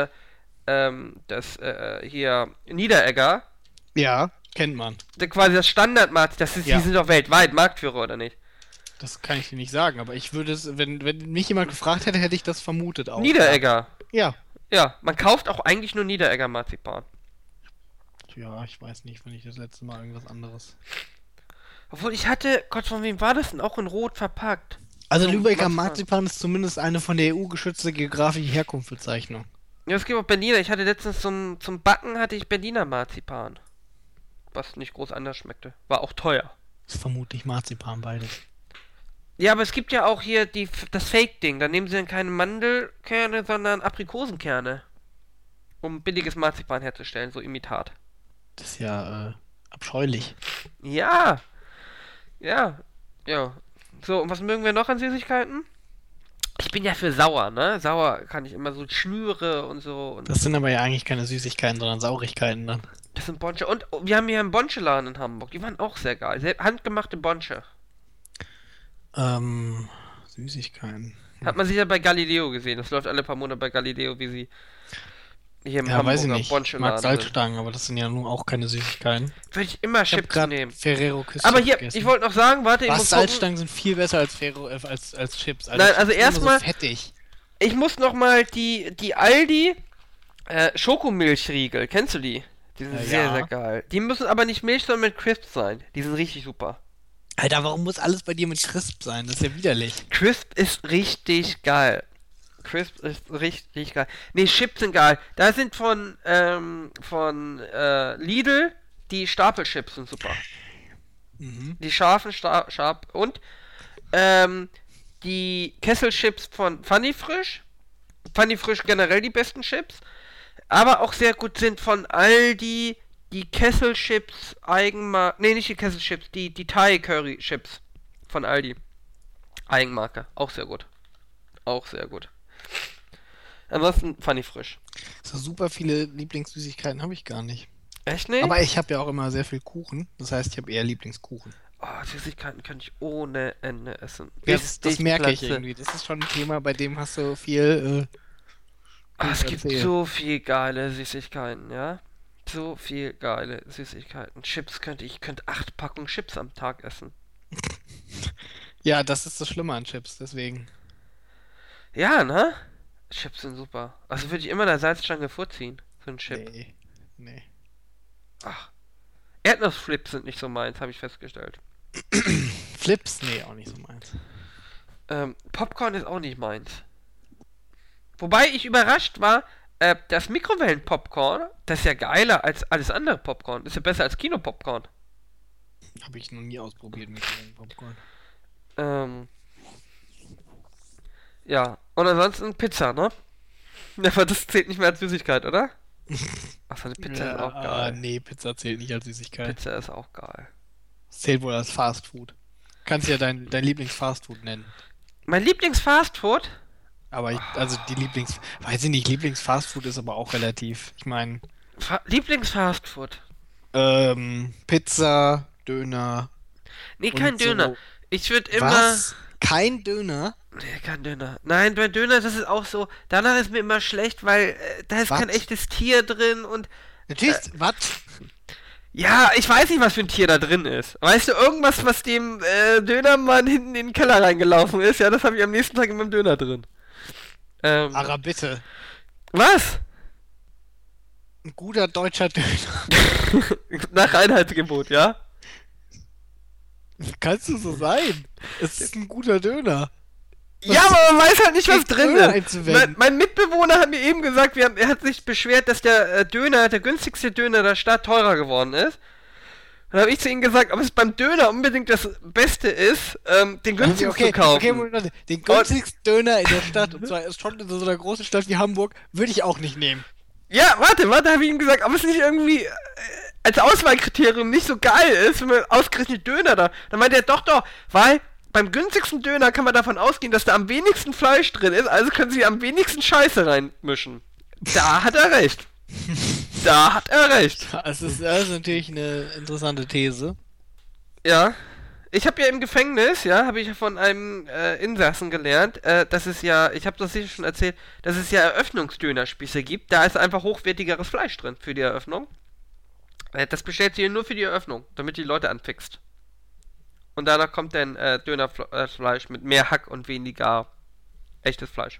hier Niederegger, Ja, kennt man. quasi das Standard-Marzipan, Ja. die sind doch weltweit Marktführer, oder nicht? Das kann ich dir nicht sagen, aber ich würde es, wenn mich jemand gefragt hätte, hätte ich das vermutet auch. Niederegger. Ja. Ja, man kauft auch eigentlich nur Niederegger Marzipan. Ja, ich weiß nicht, wenn ich das letzte Mal irgendwas anderes. Obwohl ich hatte, Gott, von wem war das denn? Auch in Rot verpackt. Also So, Lübecker Marzipan ist zumindest eine von der EU geschützte geografische Herkunftsbezeichnung. Ja, es gibt auch Berliner. Ich hatte letztens zum Backen hatte ich Berliner Marzipan. Was nicht groß anders schmeckte. War auch teuer. Ist vermutlich Marzipan beides. Ja, aber es gibt ja auch hier das Fake-Ding. Da nehmen sie dann keine Mandelkerne, sondern Aprikosenkerne. Um billiges Marzipan herzustellen, so Imitat. Das ist ja abscheulich. Ja. Ja. Ja. So, und was mögen wir noch an Süßigkeiten? Ich bin ja für sauer, ne? Sauer kann ich immer so Schnüre und so. Und Das sind aber ja eigentlich keine Süßigkeiten, sondern Saurigkeiten dann. das sind Bonche. Und wir haben hier einen Bonche-Laden in Hamburg. Die waren auch sehr geil. Handgemachte Bonche. Süßigkeiten. Hat man sicher bei Galileo gesehen. Das läuft alle paar Monate bei Galileo, wie sie hier im Ja, weiß ich Hamburger nicht. Ich mag Bonche-Laden sind. Salzstangen, aber das sind ja nun auch keine Süßigkeiten. Würde ich immer Ich hab Chips grad nehmen. Ferrero Küsse Aber hier, gegessen. ich wollte noch sagen, warte, ich Was, muss gucken. Salzstangen sind viel besser als als Chips. Nein, Chips also sind immer erstmal- so fettig. Ich muss noch mal die Aldi Schokomilchriegel, kennst du die? Die sind sehr, Ja. sehr geil. Die müssen aber nicht Milch, sondern mit Crisp sein. Die sind richtig super. Alter, warum muss alles bei dir mit Crisp sein? Das ist ja widerlich. Crisp ist richtig geil. Crisp ist richtig geil. Nee, Chips sind geil. Da sind von Lidl die Stapelchips sind super. Mhm. Die scharfen und die Kesselchips von Funny Frisch. Funny Frisch generell die besten Chips. Aber auch sehr gut sind von Aldi die Kesselchips Eigenmarke. Nee, nicht die Kesselchips, die Thai Curry Chips von Aldi. Eigenmarke. Auch sehr gut. Auch sehr gut. Ansonsten Funny Frisch. So super viele Lieblingssüßigkeiten habe ich gar nicht. Echt nicht? Aber ich habe ja auch immer sehr viel Kuchen. Das heißt, ich habe eher Lieblingskuchen. Oh, Süßigkeiten könnte ich ohne Ende essen. Ja, Bis das ich merke ich platze. irgendwie. Das ist schon ein Thema, bei dem hast du viel. Es gibt erzählen. so viel geile Süßigkeiten, ja? So viel geile Süßigkeiten. Chips ich könnte 8 Packungen Chips am Tag essen. Ja, das ist das Schlimme an Chips, deswegen. Ja, ne? Chips sind super. Also würde ich immer eine Salzstange vorziehen für einen Chip. Nee. Ach. Erdnussflips sind nicht so meins, habe ich festgestellt. Flips? Nee, auch nicht so meins. Popcorn ist auch nicht meins. Wobei ich überrascht war, das Mikrowellen-Popcorn, das ist ja geiler als alles andere Popcorn. Das ist ja besser als Kinopopcorn. Habe ich noch nie ausprobiert mit dem Popcorn. Ja, und ansonsten Pizza, ne? Ja, aber das zählt nicht mehr als Süßigkeit, oder? Achso, eine Pizza ist auch geil. Nee, Pizza zählt nicht als Süßigkeit. Pizza ist auch geil. Das zählt wohl als Fastfood. Kannst ja dein Lieblingsfastfood nennen. Mein Lieblingsfastfood? Aber weiß ich nicht, Lieblingsfastfood ist aber auch relativ. Ich meine, Lieblingsfastfood? Pizza, Döner. Nee, kein und Döner. So. Ich würde immer... Was? Kein Döner? Nee, kein Döner. Nein, bei Döner, das ist auch so... Danach ist mir immer schlecht, weil da ist Was? kein echtes Tier drin und... Natürlich, was? Ja, ich weiß nicht, was für ein Tier da drin ist. Weißt du, irgendwas, was dem Dönermann hinten in den Keller reingelaufen ist, ja, das habe ich am nächsten Tag in meinem Döner drin. Aber bitte. Was? Ein guter deutscher Döner. Nach Reinheitsgebot, ja? Kannst du so sein? Es ist ein guter Döner. Ja, aber man weiß halt nicht, was drin ist. einzuwenden? Mein Mitbewohner hat mir eben gesagt, er hat sich beschwert, dass der der günstigste Döner der Stadt teurer geworden ist. Dann habe ich zu ihm gesagt, ob es beim Döner unbedingt das Beste ist, den günstigsten zu kaufen. Okay, Moment, den günstigsten Döner in der Stadt, und zwar schon in so einer großen Stadt wie Hamburg, würde ich auch nicht nehmen. Ja, warte, habe ich ihm gesagt, ob es nicht irgendwie als Auswahlkriterium nicht so geil ist, wenn man ausgerechnet Döner da. Dann meinte er, doch, weil beim günstigsten Döner kann man davon ausgehen, dass da am wenigsten Fleisch drin ist, also können sie am wenigsten Scheiße reinmischen. Da hat er recht. Da hat er recht. Das ist natürlich eine interessante These. Ja. Ich habe ja im Gefängnis, habe ich ja von einem Insassen gelernt, dass es ja, ich habe das sicher schon erzählt, dass es ja Eröffnungsdönerspieße gibt. Da ist einfach hochwertigeres Fleisch drin für die Eröffnung. Das bestellt sie nur für die Eröffnung, damit die Leute anfixt. Und danach kommt dann Dönerfleisch mit mehr Hack und weniger echtes Fleisch.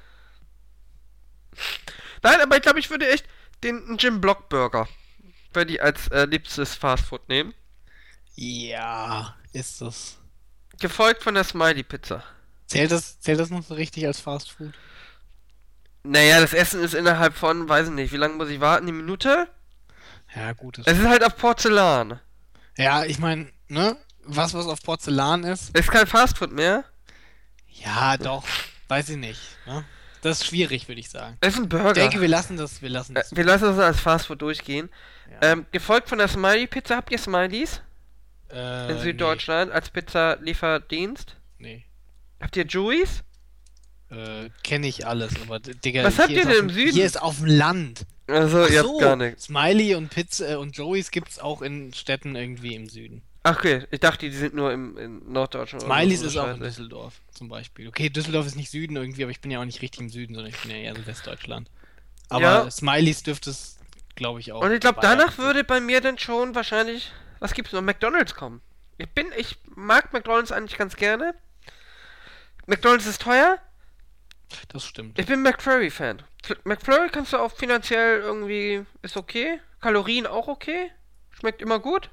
Nein, aber ich glaube, ich würde echt den Jim Block Burger würde ich als liebstes Fastfood nehmen. Ja, ist das. Gefolgt von der Smiley Pizza. Zählt das noch so richtig als Fastfood? Naja, das Essen ist innerhalb von, weiß ich nicht, wie lange muss ich warten? Eine Minute? Ja, gut. Es ist halt auf Porzellan. Ja, ich meine, ne? Was auf Porzellan ist. Ist kein Fastfood mehr? Ja, doch. Weiß ich nicht. Ne? Das ist schwierig, würde ich sagen. Es ist ein Burger. Ich denke, wir lassen das. Wir lassen das als Fastfood durchgehen. Ja. Gefolgt von der Smiley Pizza. Habt ihr Smileys? In Süddeutschland als Pizza-Lieferdienst? Nee. Habt ihr Joey's? Kenne ich alles, aber Digga. Was habt ihr denn im Süden? Hier ist auf dem Land. Also, ihr habt gar nichts. Smiley und Pizza und Joey's gibt's auch in Städten irgendwie im Süden. Ach, okay, ich dachte, die sind nur in Norddeutschland. Smileys ist auch in Düsseldorf, zum Beispiel. Okay, Düsseldorf ist nicht Süden irgendwie, aber ich bin ja auch nicht richtig im Süden, sondern ich bin ja eher so Westdeutschland. Aber ja. Smileys dürfte es, glaube ich, auch. Und ich glaube, danach würde bei mir dann schon wahrscheinlich, was gibt's noch, McDonald's kommen. Ich mag McDonald's eigentlich ganz gerne. McDonald's ist teuer. Das stimmt. Ich bin McFlurry-Fan. McFlurry kannst du auch finanziell irgendwie, ist okay. Kalorien auch okay. Schmeckt immer gut.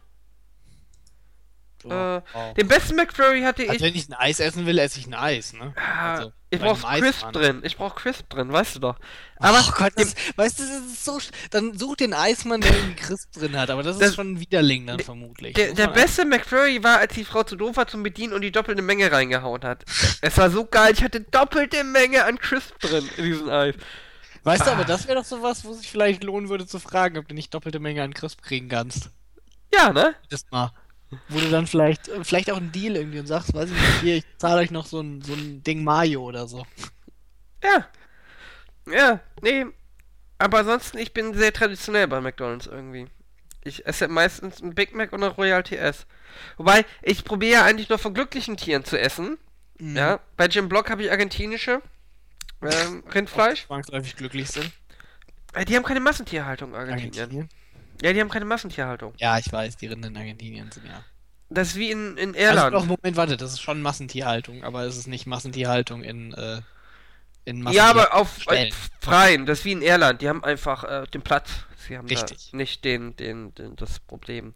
Den besten McFlurry hatte ich. Wenn ich ein Eis essen will, esse ich ein Eis, ne? Also, ich brauch Crisp drin. Weißt du doch. Aber Gott, weißt du, das ist so. Dann such den Eismann, der irgendwie Crisp drin hat, aber das ist schon ein Widerling dann vermutlich. Der beste McFlurry war, als die Frau zu doof war zum Bedienen und die doppelte Menge reingehauen hat. Es war so geil, ich hatte doppelte Menge an Crisp drin in diesem Eis. Weißt du, aber das wäre doch sowas, wo sich vielleicht lohnen würde zu fragen, ob du nicht doppelte Menge an Crisp kriegen kannst. Ja, ne? Das mal. Wo du dann vielleicht auch einen Deal irgendwie und sagst, weiß ich nicht, hier, ich zahle euch noch so ein Ding Mayo oder so. Ja. Ja, nee. Aber ansonsten, ich bin sehr traditionell bei McDonald's irgendwie. Ich esse meistens ein Big Mac und eine Royal TS. Wobei, ich probiere ja eigentlich nur von glücklichen Tieren zu essen. Mhm. Ja, bei Jim Block habe ich argentinische Rindfleisch. Zwangsläufig glücklich sind. Die haben keine Massentierhaltung, Argentinien. Ja, die haben keine Massentierhaltung. Ja, ich weiß, die Rinder in Argentinien sind ja. Das ist wie in Irland. Also, Moment, warte, das ist schon Massentierhaltung, aber es ist nicht Massentierhaltung in Massentierhaltung. Ja, aber auf freien, das ist wie in Irland, die haben einfach den Platz. Sie haben richtig. Da nicht das Problem.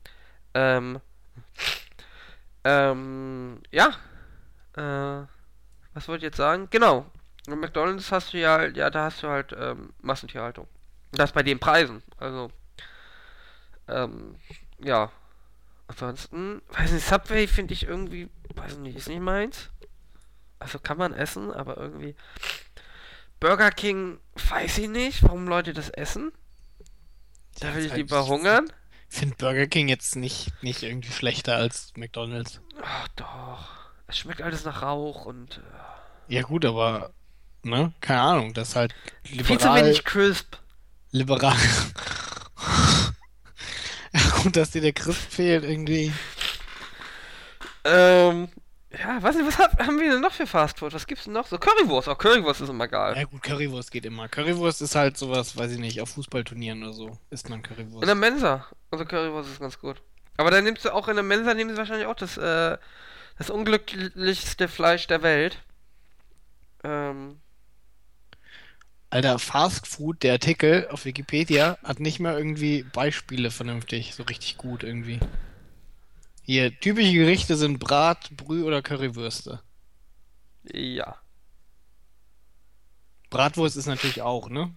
Was wollte ich jetzt sagen? Genau. Bei McDonald's hast du da hast du halt Massentierhaltung. Das bei den Preisen, also ja. Ansonsten, weiß nicht, Subway finde ich irgendwie, weiß nicht, ist nicht meins. Also kann man essen, aber irgendwie. Burger King, weiß ich nicht, warum Leute das essen. Da will ich lieber hungern. Ich finde Burger King jetzt nicht irgendwie schlechter als McDonald's. Ach doch. Es schmeckt alles nach Rauch und. Ja gut, aber, ne, keine Ahnung, das ist halt liberal. Viel zu wenig Crisp. Liberal. Ja gut, dass dir der Crisp fehlt irgendwie. Ja, weiß nicht, was haben wir denn noch für Fastfood? Was gibt's denn noch? So Currywurst. Auch Currywurst ist immer geil. Ja gut, Currywurst geht immer. Currywurst ist halt sowas, weiß ich nicht, auf Fußballturnieren oder so isst man Currywurst. In der Mensa. Also Currywurst ist ganz gut. Aber dann nimmst du auch in der Mensa, nehmen sie wahrscheinlich auch das unglücklichste Fleisch der Welt. Alter, Fast Food, der Artikel auf Wikipedia, hat nicht mal irgendwie Beispiele vernünftig, so richtig gut irgendwie. Hier, typische Gerichte sind Brat, Brüh oder Currywürste. Ja. Bratwurst ist natürlich auch, ne?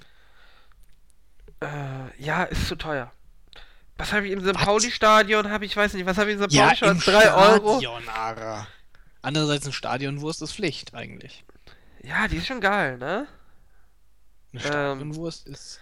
Ja, ist zu teuer. Was habe ich im St. Was? Pauli-Stadion? Ich weiß nicht, was habe ich im St. Ja, Pauli-Stadion? im 3 Euro? Stadion, Ara. Andererseits eine Stadionwurst ist Pflicht eigentlich. Ja, die ist schon geil, ne? Eine Ähm, Stadionwurst ist,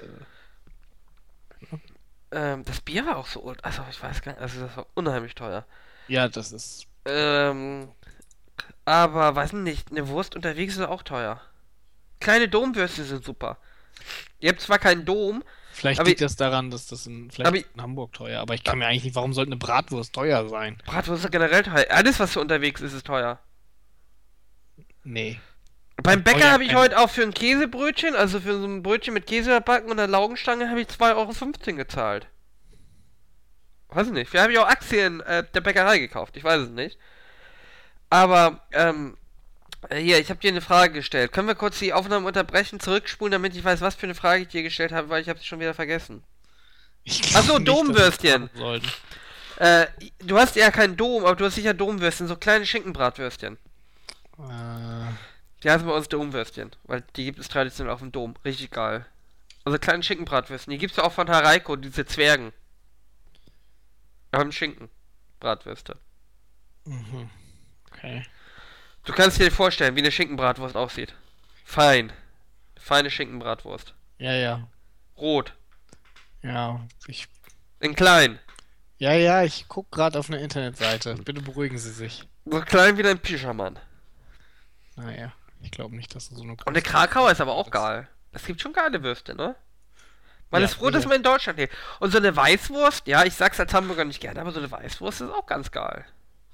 das Bier war auch so, also ich weiß gar nicht, also das war unheimlich teuer. ja, das ist. Ähm, aber weiß nicht, eine Wurst unterwegs ist auch teuer. Kleine Domwürste sind super. Ihr habt zwar keinen Dom, Vielleicht aber liegt das daran, dass das vielleicht aber in Hamburg teuer, aber ich kann mir eigentlich nicht, warum sollte eine Bratwurst teuer sein? Bratwurst ist generell teuer. Alles, was so unterwegs ist, ist teuer. Nee. Beim brauche Bäcker ja habe ich kein- heute auch für ein Käsebrötchen, also für so ein Brötchen mit Käse überbacken und einer Laugenstange, habe ich 2,15 € gezahlt. Weiß ich nicht. Vielleicht habe ich auch Aktien der Bäckerei gekauft. Ich weiß es nicht. Aber, hier, ich habe dir eine Frage gestellt. Können wir kurz die Aufnahme unterbrechen, zurückspulen, damit ich weiß, was für eine Frage ich dir gestellt habe, weil ich habe sie schon wieder vergessen. Ich Ach so, glaube nicht, dass wir Domwürstchen. das machen sollten. Du hast ja keinen Dom, aber du hast sicher Domwürstchen, so kleine Schinkenbratwürstchen. Äh, Die heißen bei uns Domwürstchen, weil die gibt es traditionell auf dem Dom. Richtig geil. Also kleine Schinkenbratwürstchen. Die gibt's ja auch von Hareiko, diese Zwergen. Wir haben Schinkenbratwürste. mhm. Okay. Du kannst dir vorstellen, wie eine Schinkenbratwurst aussieht. Fein. Feine Schinkenbratwurst. Ja, ja. Rot. Ja, In klein. ich guck gerade auf einer Internetseite. Bitte beruhigen Sie sich. So klein wie dein Pischermann. Naja, ich glaube nicht, dass du so eine Und der große Krakauer ist aber auch ist. geil. Es gibt schon geile Würste, ne? Man Ja, ist froh, dass sicher. man in Deutschland lebt. Und so eine Weißwurst, ja, ich sag's als Hamburger nicht gerne, aber so eine Weißwurst ist auch ganz geil.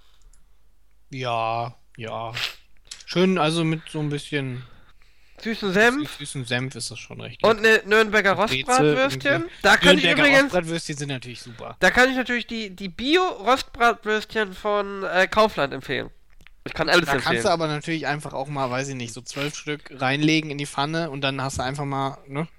Ja, ja. Schön, also mit so ein bisschen Süßen Senf süßen Senf ist das schon recht und lecker. eine Nürnberger Brezel Rostbratwürstchen. irgendwie. Da kann ich Nürnberger übrigens, Rostbratwürstchen sind natürlich super. da kann ich natürlich die Bio-Rostbratwürstchen von Kaufland empfehlen. Ich kann alles Da kannst empfehlen. du aber natürlich einfach auch mal, weiß ich nicht, so 12 Stück reinlegen in die Pfanne und dann hast du einfach mal, ne?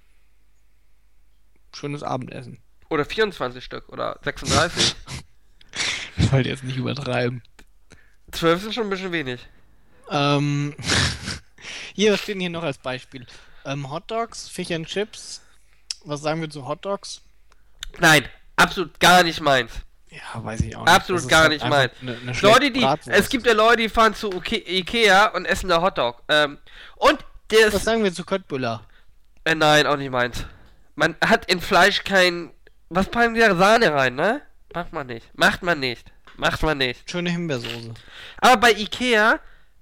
Schönes Abendessen. Oder 24 Stück oder 36. Ich wollte jetzt nicht übertreiben. 12 sind schon ein bisschen wenig. Ähm, hier, was steht denn hier noch als Beispiel? Hot Dogs, Fish and Chips. Was sagen wir zu Hot Dogs? Nein, absolut gar nicht meins. Ja, weiß ich auch nicht. Absolut Das ist gar halt nicht einfach meins. Eine Leute, schlechte Bratwurst. es gibt ja Leute, die fahren zu Ikea und essen da Hotdog. Und der Was ist, sagen wir zu Köttbullar? nein, auch nicht meins. Man hat in Fleisch kein, was packen die da Sahne rein, ne? Macht man nicht. Macht man nicht. Macht man nicht. Schöne Himbeersoße. Aber bei Ikea,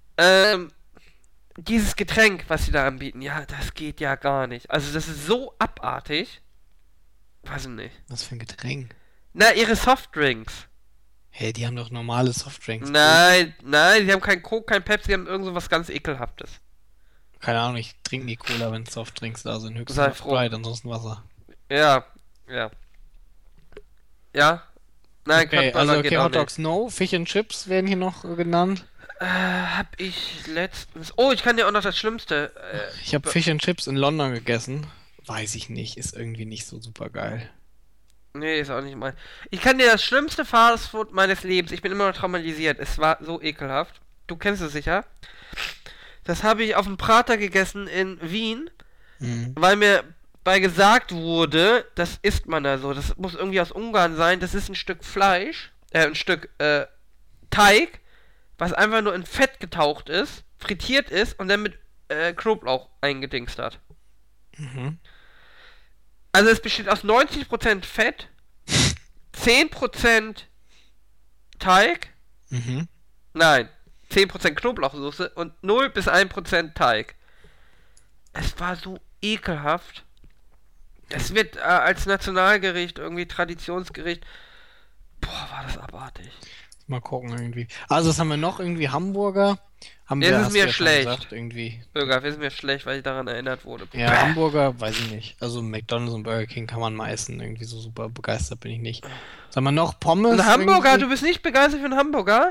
dieses Getränk, was sie da anbieten, ja, das geht ja gar nicht. Also das ist so abartig. Weiß ich nicht. Was für ein Getränk? Na, ihre Softdrinks. Hey, die haben doch normale Softdrinks. Nein, die haben kein Coke, kein Pepsi, die haben irgend so was ganz Ekelhaftes. Keine Ahnung, ich trinke nie Cola, wenn Softdrinks da sind. Höchstens Sei noch froh. Sprite, ansonsten Wasser. Ja, ja. Ja? Nein, Okay, Köttbullar also geht okay, auch Hot Dogs no. Fish and Chips werden hier noch genannt. Hab ich letztens... Oh, ich kann dir auch noch das Schlimmste... Ich habe Fish and Chips in London gegessen. Weiß ich nicht, ist irgendwie nicht so super geil. Nee, ist auch nicht mein... Ich kann dir das schlimmste Fastfood meines Lebens... Ich bin immer noch traumatisiert. Es war so ekelhaft. Du kennst es sicher. Das habe ich auf dem Prater gegessen in Wien, weil mir bei gesagt wurde, das isst man da so. Das muss irgendwie aus Ungarn sein. Das ist ein Stück Fleisch, ein Stück Teig, was einfach nur in Fett getaucht ist, frittiert ist und dann mit Knoblauch eingedingst hat. Mhm. Also es besteht aus 90% Fett, 10% Teig, Mhm. nein, 10% Knoblauchsoße und 0 bis 1% Teig. Es war so ekelhaft. Es wird als Nationalgericht, irgendwie Traditionsgericht. Boah, war das abartig. Mal gucken irgendwie. Also, was haben wir noch? Irgendwie Hamburger? Haben Das wir, ist hast mir du ja schon schlecht. gesagt, irgendwie. Bürger, ist mir schlecht, weil ich daran erinnert wurde. Ja, Bäh. Hamburger, weiß ich nicht. Also McDonald's und Burger King kann man mal essen. Irgendwie so super begeistert bin ich nicht. Was haben wir noch? Pommes? Ein Hamburger? irgendwie? Du bist nicht begeistert für einen Hamburger?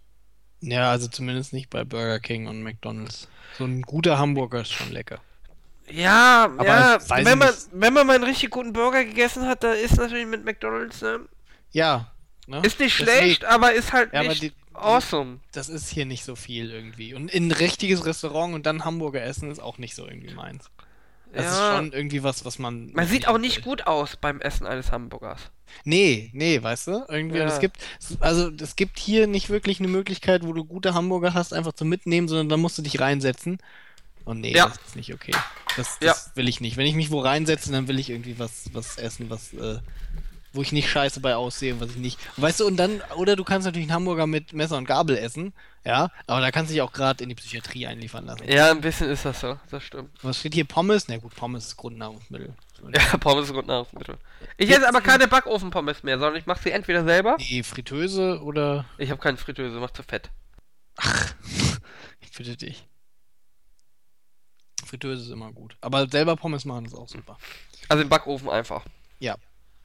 Ja, also zumindest nicht bei Burger King und McDonald's. So ein guter Hamburger ist schon lecker. Ja, Aber ja, weiß wenn ich man, nicht. wenn man mal einen richtig guten Burger gegessen hat, da ist natürlich mit McDonald's, ne? Ja, ne? Ist nicht Deswegen. schlecht, aber ist halt Ja, aber nicht awesome. das ist hier nicht so viel irgendwie. Und in ein richtiges Restaurant und dann Hamburger essen ist auch nicht so irgendwie meins. Das ist Ja, schon irgendwie was man man sieht auch mitnehmen nicht will. gut aus beim Essen eines Hamburgers. Nee, weißt du? Irgendwie, und Ja. es gibt hier nicht wirklich eine Möglichkeit, wo du gute Hamburger hast, einfach zum Mitnehmen, sondern da musst du dich reinsetzen. Und nee, Ja, das ist nicht okay. ja. Das will ich nicht. Wenn ich mich wo reinsetze, dann will ich irgendwie was essen, wo ich nicht scheiße bei aussehe und was ich nicht. Weißt du, und dann, oder du kannst natürlich einen Hamburger mit Messer und Gabel essen, ja, aber da kannst du dich auch gerade in die Psychiatrie einliefern lassen. Ja, ein bisschen ist das so, das stimmt. Was steht hier? Pommes? Na gut, Pommes ist Grundnahrungsmittel. Ja, Pommes ist Grundnahrungsmittel. Ich esse aber keine Backofen-Pommes mehr, sondern ich mache sie entweder selber. Die Fritteuse oder. Ich habe keine Fritteuse, macht zu fett. Ich bitte dich. Fritteuse ist immer gut. Aber selber Pommes machen ist auch super. Also im Backofen einfach. Ja.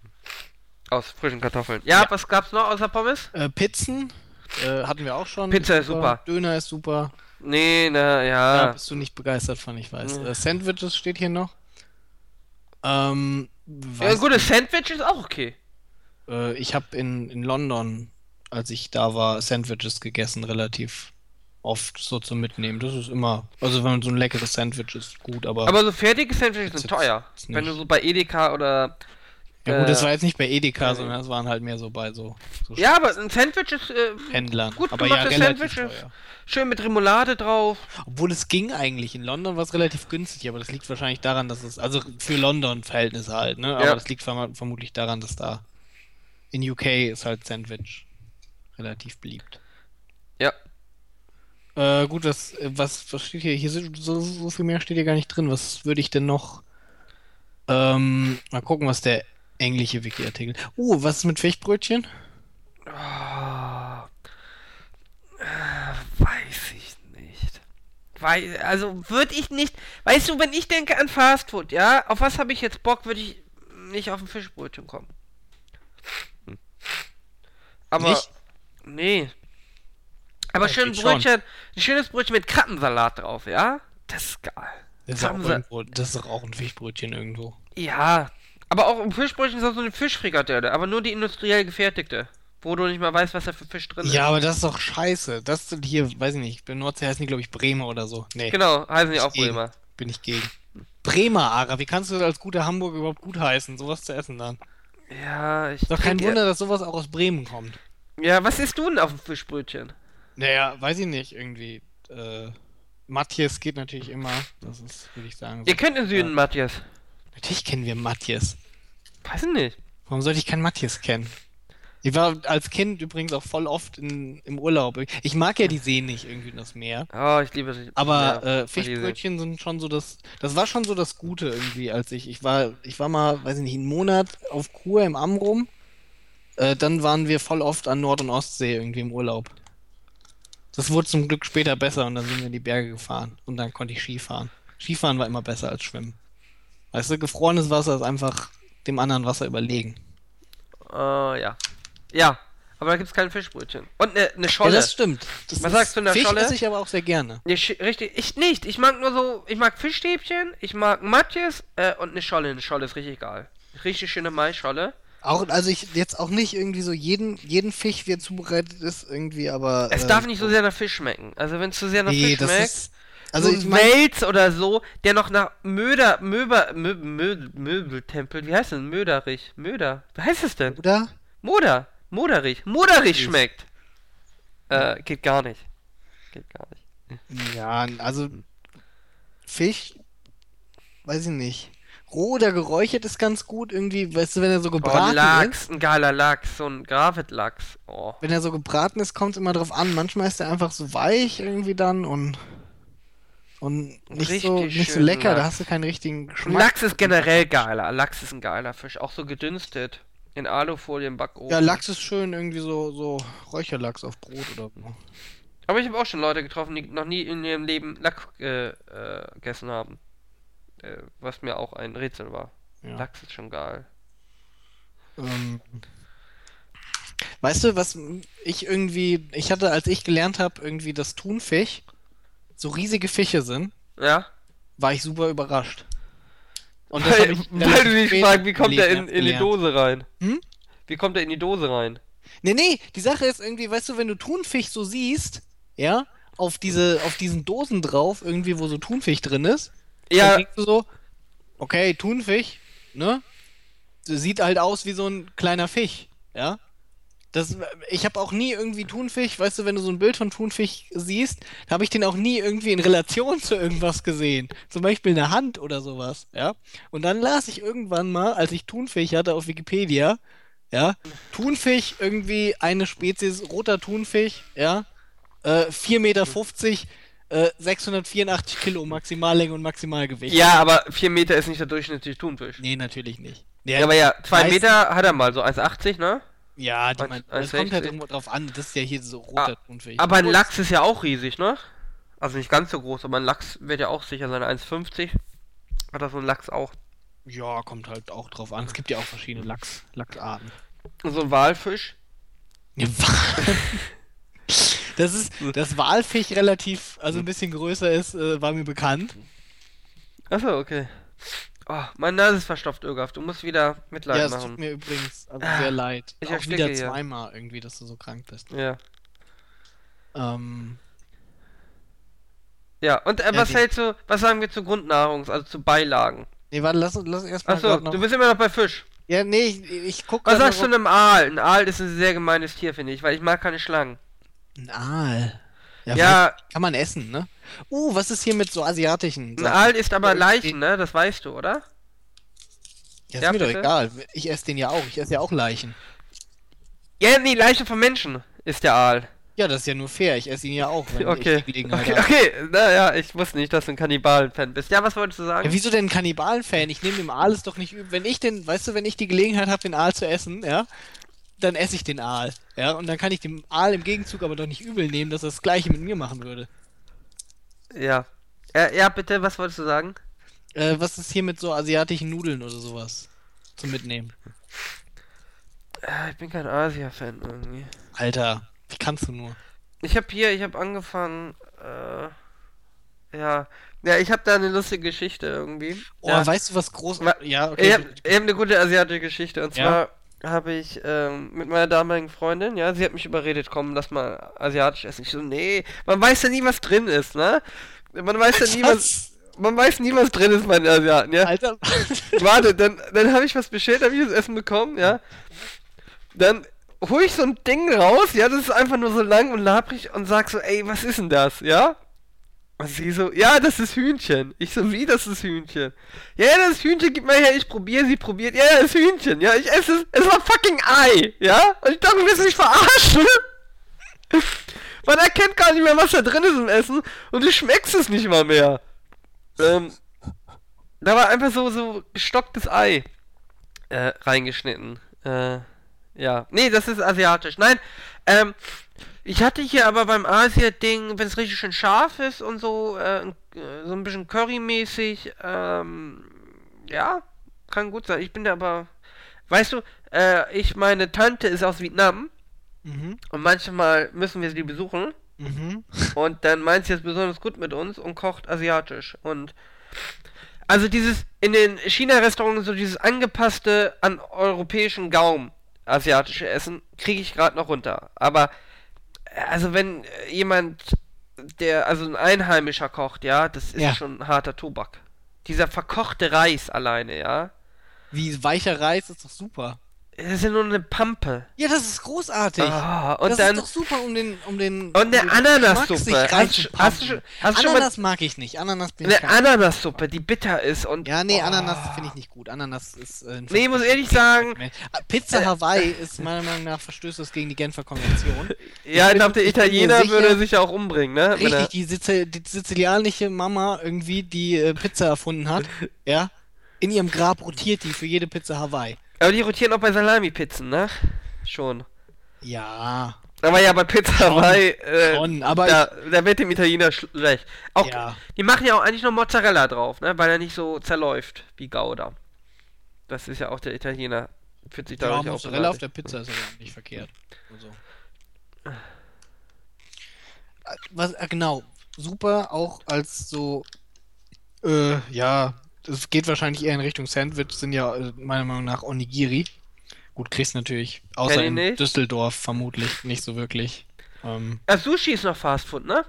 Aus frischen Kartoffeln. Ja, Ja. was gab's noch außer Pommes? Pizzen hatten wir auch schon. Pizza ist super. Döner ist super. Nee, Ja, na, ja. bist du nicht begeistert von, ich weiß. Nee. Sandwiches steht hier noch. Ja, ein Weiß gutes Sandwich ist auch okay. ich habe in London, als ich da war, Sandwiches gegessen, relativ oft so zum Mitnehmen. Das ist immer, also wenn man so ein leckeres Sandwich ist, gut, aber Aber so fertige Sandwiches sind jetzt- teuer. jetzt Wenn du nicht. so bei Edeka oder... ja gut, das äh, war jetzt nicht bei Edeka, sondern das waren halt mehr so bei so Ja, aber ein Sandwich ist Händlern. gut Aber ja, gemachtes relativ Sandwich ist teuer. schön mit Remoulade drauf. Obwohl es ging eigentlich. In London war es relativ günstig, aber das liegt wahrscheinlich daran, dass es, also für London-Verhältnisse halt, ne? Aber Ja. das liegt vermutlich daran, dass da in UK ist halt Sandwich relativ beliebt. Ja. Gut, was steht hier? Hier so viel mehr steht hier gar nicht drin. Was würde ich denn noch? Mal gucken, was der englische Wiki-Artikel. Was ist mit Fischbrötchen? Oh, weiß ich nicht. Also würde ich nicht. Weißt du, wenn ich denke an Fastfood, ja, auf was habe ich jetzt Bock, würde ich nicht auf ein Fischbrötchen kommen. Aber. Nicht? Nee. Aber Ja, schön geht schon. Brötchen, ein schönes Brötchen mit Krabbensalat drauf, ja? Das ist geil. Das ist, auch Krabbensa- irgendwo, das ist doch auch ein Fischbrötchen irgendwo. Ja. Aber auch ein Fischbrötchen ist auch so eine Fischfrikadelle, aber nur die industriell gefertigte. Wo du nicht mal weißt, was da für Fisch drin ist. Ja, aber das ist doch scheiße. Das sind hier, weiß ich nicht, bei Nordsee heißen die, glaube ich, Bremer oder so. Nee, Genau, heißen die auch gegen. Bremer. bin ich gegen. Bremer, Ara, wie kannst du das als guter Hamburger überhaupt gut heißen, sowas zu essen dann? Ja, ich Ist doch kein trinke- Wunder, dass sowas auch aus Bremen kommt. Ja, was isst du denn auf dem Fischbrötchen? Naja, weiß ich nicht, irgendwie. Matthias geht natürlich immer. Das ist, würde ich sagen. Ihr kennt den Süden, Matthias. Natürlich kennen wir Matthias. Weiß ich nicht. Warum sollte ich keinen Matthias kennen? Ich war als Kind übrigens auch voll oft im Urlaub. Ich mag ja die See nicht, irgendwie das Meer. Oh, ich liebe sie. Aber Ja, Fischbrötchen sind schon so das war schon so das Gute irgendwie, als ich war mal, weiß ich nicht, einen Monat auf Kur im Amrum. Dann waren wir voll oft an Nord- und Ostsee irgendwie im Urlaub. Das wurde zum Glück später besser und dann sind wir in die Berge gefahren und dann konnte ich Skifahren. Skifahren war immer besser als Schwimmen. Weißt du, gefrorenes Wasser ist einfach dem anderen Wasser überlegen. Ja. Ja, aber da gibt's kein Fischbrötchen. Und eine Ja, Scholle. das stimmt. Was sagst du in der Fisch Scholle? esse ich aber auch sehr gerne. Nee, richtig, ich nicht. Ich mag nur so, ich mag Fischstäbchen, ich mag Matjes und eine Scholle. Eine Scholle ist richtig geil. Richtig schöne Maischolle. Auch, also ich jetzt auch nicht irgendwie so jeden Fisch, wie er zubereitet ist, irgendwie, aber. Es darf nicht so sehr nach Fisch schmecken. Also wenn es zu sehr nach Nee, Fisch das schmeckt, ist. Also so ich ein meine. Wels oder so, der noch nach Möbeltempel, wie heißt denn? Möderich. Wie heißt es denn? Oder? Moderich Ist. schmeckt. Geht gar nicht. Geht gar nicht. Ja, also Fisch, weiß ich nicht. Roh oder geräuchert ist ganz gut, irgendwie, weißt du, wenn er so Oh, gebraten ist. Lachs, ein geiler Lachs, so ein Gravet-Lachs. Oh. Wenn er so gebraten ist, kommt es immer drauf an. Manchmal ist er einfach so weich irgendwie dann und nicht so Richtig schön lecker, da Lachs. hast du keinen richtigen Geschmack. Lachs ist generell geiler. Lachs ist ein geiler Fisch. Auch so gedünstet. In Alufolie im Backofen. Ja, Lachs ist schön, irgendwie so Räucherlachs auf Brot oder so. Aber ich habe auch schon Leute getroffen, die noch nie in ihrem Leben Lachs gegessen haben. Was mir auch ein Rätsel war. Ja. Lachs ist schon geil. Weißt du, was ich hatte, als ich gelernt habe, irgendwie, dass Thunfisch so riesige Fische sind, Ja? war ich super überrascht. Und das hab ich weil du dich spät fragst, wie kommt der in die gelernt. Dose rein? Hm? Wie kommt der in die Dose rein? Nee, die Sache ist irgendwie, weißt du, wenn du Thunfisch so siehst, ja, auf diesen Dosen drauf, irgendwie, wo so Thunfisch drin ist, dann Ja, denkst du so, okay, Thunfisch, ne? Sieht halt aus wie so ein kleiner Fisch, ja? Ich habe auch nie irgendwie Thunfisch, weißt du, wenn du so ein Bild von Thunfisch siehst, da habe ich den auch nie irgendwie in Relation zu irgendwas gesehen. Zum Beispiel eine Hand oder sowas, ja. Und dann las ich irgendwann mal, als ich Thunfisch hatte auf Wikipedia, ja, Thunfisch irgendwie eine Spezies, roter Thunfisch, ja, 4,50 Meter, 684 Kilo Maximallänge und Maximalgewicht. ja, aber 4 Meter ist nicht der durchschnittliche Thunfisch. Nee, natürlich nicht. Ja, aber ja, 2 meist- Meter hat er mal, so 1,80, ne? Ja, das kommt halt 1,60. irgendwo drauf an. Das ist ja hier so roter Thunfisch. Aber ein Lachs ist ja auch riesig, ne? Also nicht ganz so groß, aber ein Lachs wird ja auch sicher seine 1,50. Hat das so ein Lachs auch. Ja, kommt halt auch drauf an. Es gibt ja auch verschiedene Lachsarten. Und so ein Walfisch. Ja, dass Walfisch relativ, also ein bisschen größer ist, war mir bekannt. Achso, okay. Oh, meine Nase ist verstopft, Irgaf. Du musst wieder Mitleid Ja, es machen. tut mir übrigens sehr leid. Ich Auch ersticke wieder hier. zweimal irgendwie, dass du so krank bist. Ja. Ähm, Ja, und Ja, was sagen wir zu Grundnahrungs-, also zu Beilagen? nee, warte, lass erstmal Achso, grad noch. du bist immer noch bei Fisch. Ja, nee, ich guck Was grad sagst du noch, einem Aal? Ein Aal ist ein sehr gemeines Tier, finde ich, weil ich mag keine Schlangen. ein Aal. Ja, Kann man essen, ne? Was ist hier mit so asiatischen ein Sachen? Aal ist aber Ja, Leichen, ne? Das weißt du, oder? Ja, ist Ja, mir doch bitte? egal. Ich esse den ja auch. Ich esse ja auch Leichen. Ja, nee, Leichen von Menschen ist der Aal. Ja, das ist ja nur fair. Ich esse ihn ja auch, wenn Okay. ich die Gelegenheit Okay, habe. okay, naja, ich wusste nicht, dass du ein Kannibalen-Fan bist. Ja, was wolltest du Ja, sagen? wieso denn ein Kannibalen-Fan? Ich nehme dem Aal es doch nicht übel. Weißt du, wenn ich die Gelegenheit habe, den Aal zu essen, ja, dann esse ich den Aal. Ja, und dann kann ich dem Aal im Gegenzug aber doch nicht übel nehmen, dass er das Gleiche mit mir machen würde. Ja. Ja, bitte, was wolltest du sagen? Was ist hier mit so asiatischen Nudeln oder sowas zum Mitnehmen? Ich bin kein Asia-Fan irgendwie. Alter, wie kannst du nur? Ich habe angefangen, ja. Ja, ich habe da eine lustige Geschichte irgendwie. Oh, Ja. weißt du, was groß... Ma- Ja, Ich okay. habe eine gute asiatische Geschichte. Und Ja. zwar habe ich mit meiner damaligen Freundin, ja, sie hat mich überredet, komm, lass mal asiatisch essen. Ich so, nee, man weiß ja nie, was drin ist, ne? Man weiß ja nie, man weiß nie, was drin ist bei den Asiaten, ja? Alter. Warte, dann habe ich was bestellt, habe ich das Essen bekommen, ja? Dann hole ich so ein Ding raus, ja, das ist einfach nur so lang und labrig und sag so, ey, was ist denn das, ja? Und sie so, ja, das ist Hühnchen. Ich so, wie, das ist Hühnchen? Ja, das ist Hühnchen, gib mal her, ich probiere, sie probiert, ja, das ist Hühnchen, ja, ich esse es, es war fucking Ei, ja? Und ich dachte, du willst mich verarschen? Man erkennt gar nicht mehr, was da drin ist im Essen und du schmeckst es nicht mal mehr. Da war einfach so gestocktes Ei reingeschnitten. Ja. Nee, das ist asiatisch. Nein, ich hatte hier aber beim Asia-Ding, wenn es richtig schön scharf ist und so, so ein bisschen Curry-mäßig, ja, kann gut sein. Ich bin da aber, weißt du, meine Tante ist aus Vietnam Mhm, und manchmal müssen wir sie besuchen mhm. und dann meint sie es besonders gut mit uns und kocht asiatisch und also dieses, in den China-Restaurants so dieses angepasste an europäischen Gaumen asiatische Essen kriege ich gerade noch runter. Aber also wenn jemand, also ein Einheimischer kocht, ja, das ist Ja. schon harter Tobak. Dieser verkochte Reis alleine, ja, Wie weicher Reis ist doch super. das ist ja nur eine Pampe. Ja, das ist großartig. Ah, und das dann ist doch super, um den und den eine Geschmack Ananassuppe. sich Hast reinzupumpen. du schon mal Ananas mag ich nicht. Ananas bin ich eine kein... Ananassuppe, die bitter ist und Ja, nee, oh. Ananas finde ich nicht gut. Ananas ist Nee, ich muss ehrlich sagen, Pizza Hawaii ist meiner Meinung nach verstößt das gegen die Genfer Konvention. ja, ich glaube, der ich bin mir Italiener sicher- würde sich ja auch umbringen, ne? Wenn er- Richtig, die sizilianische Mama irgendwie, die Pizza erfunden hat, ja, in ihrem Grab rotiert die für jede Pizza Hawaii. Aber die rotieren auch bei Salami-Pizzen, ne? Schon. Ja, Aber ja, bei Pizza Hawaii, schon, aber da wird dem Italiener schlecht. Auch, ja. die machen ja auch eigentlich nur Mozzarella drauf, ne? Weil er nicht so zerläuft wie Gouda. Das ist ja auch der Italiener. Fühlt sich Ja, dadurch auch Mozzarella auf beleidigt. der Pizza ist aber auch nicht verkehrt. Also. Genau, super, auch als so, ja, es geht wahrscheinlich eher in Richtung Sandwich, sind ja meiner Meinung nach Onigiri. Gut, kriegst natürlich, außer in Düsseldorf vermutlich nicht so wirklich. Sushi ist noch Fastfood, ne?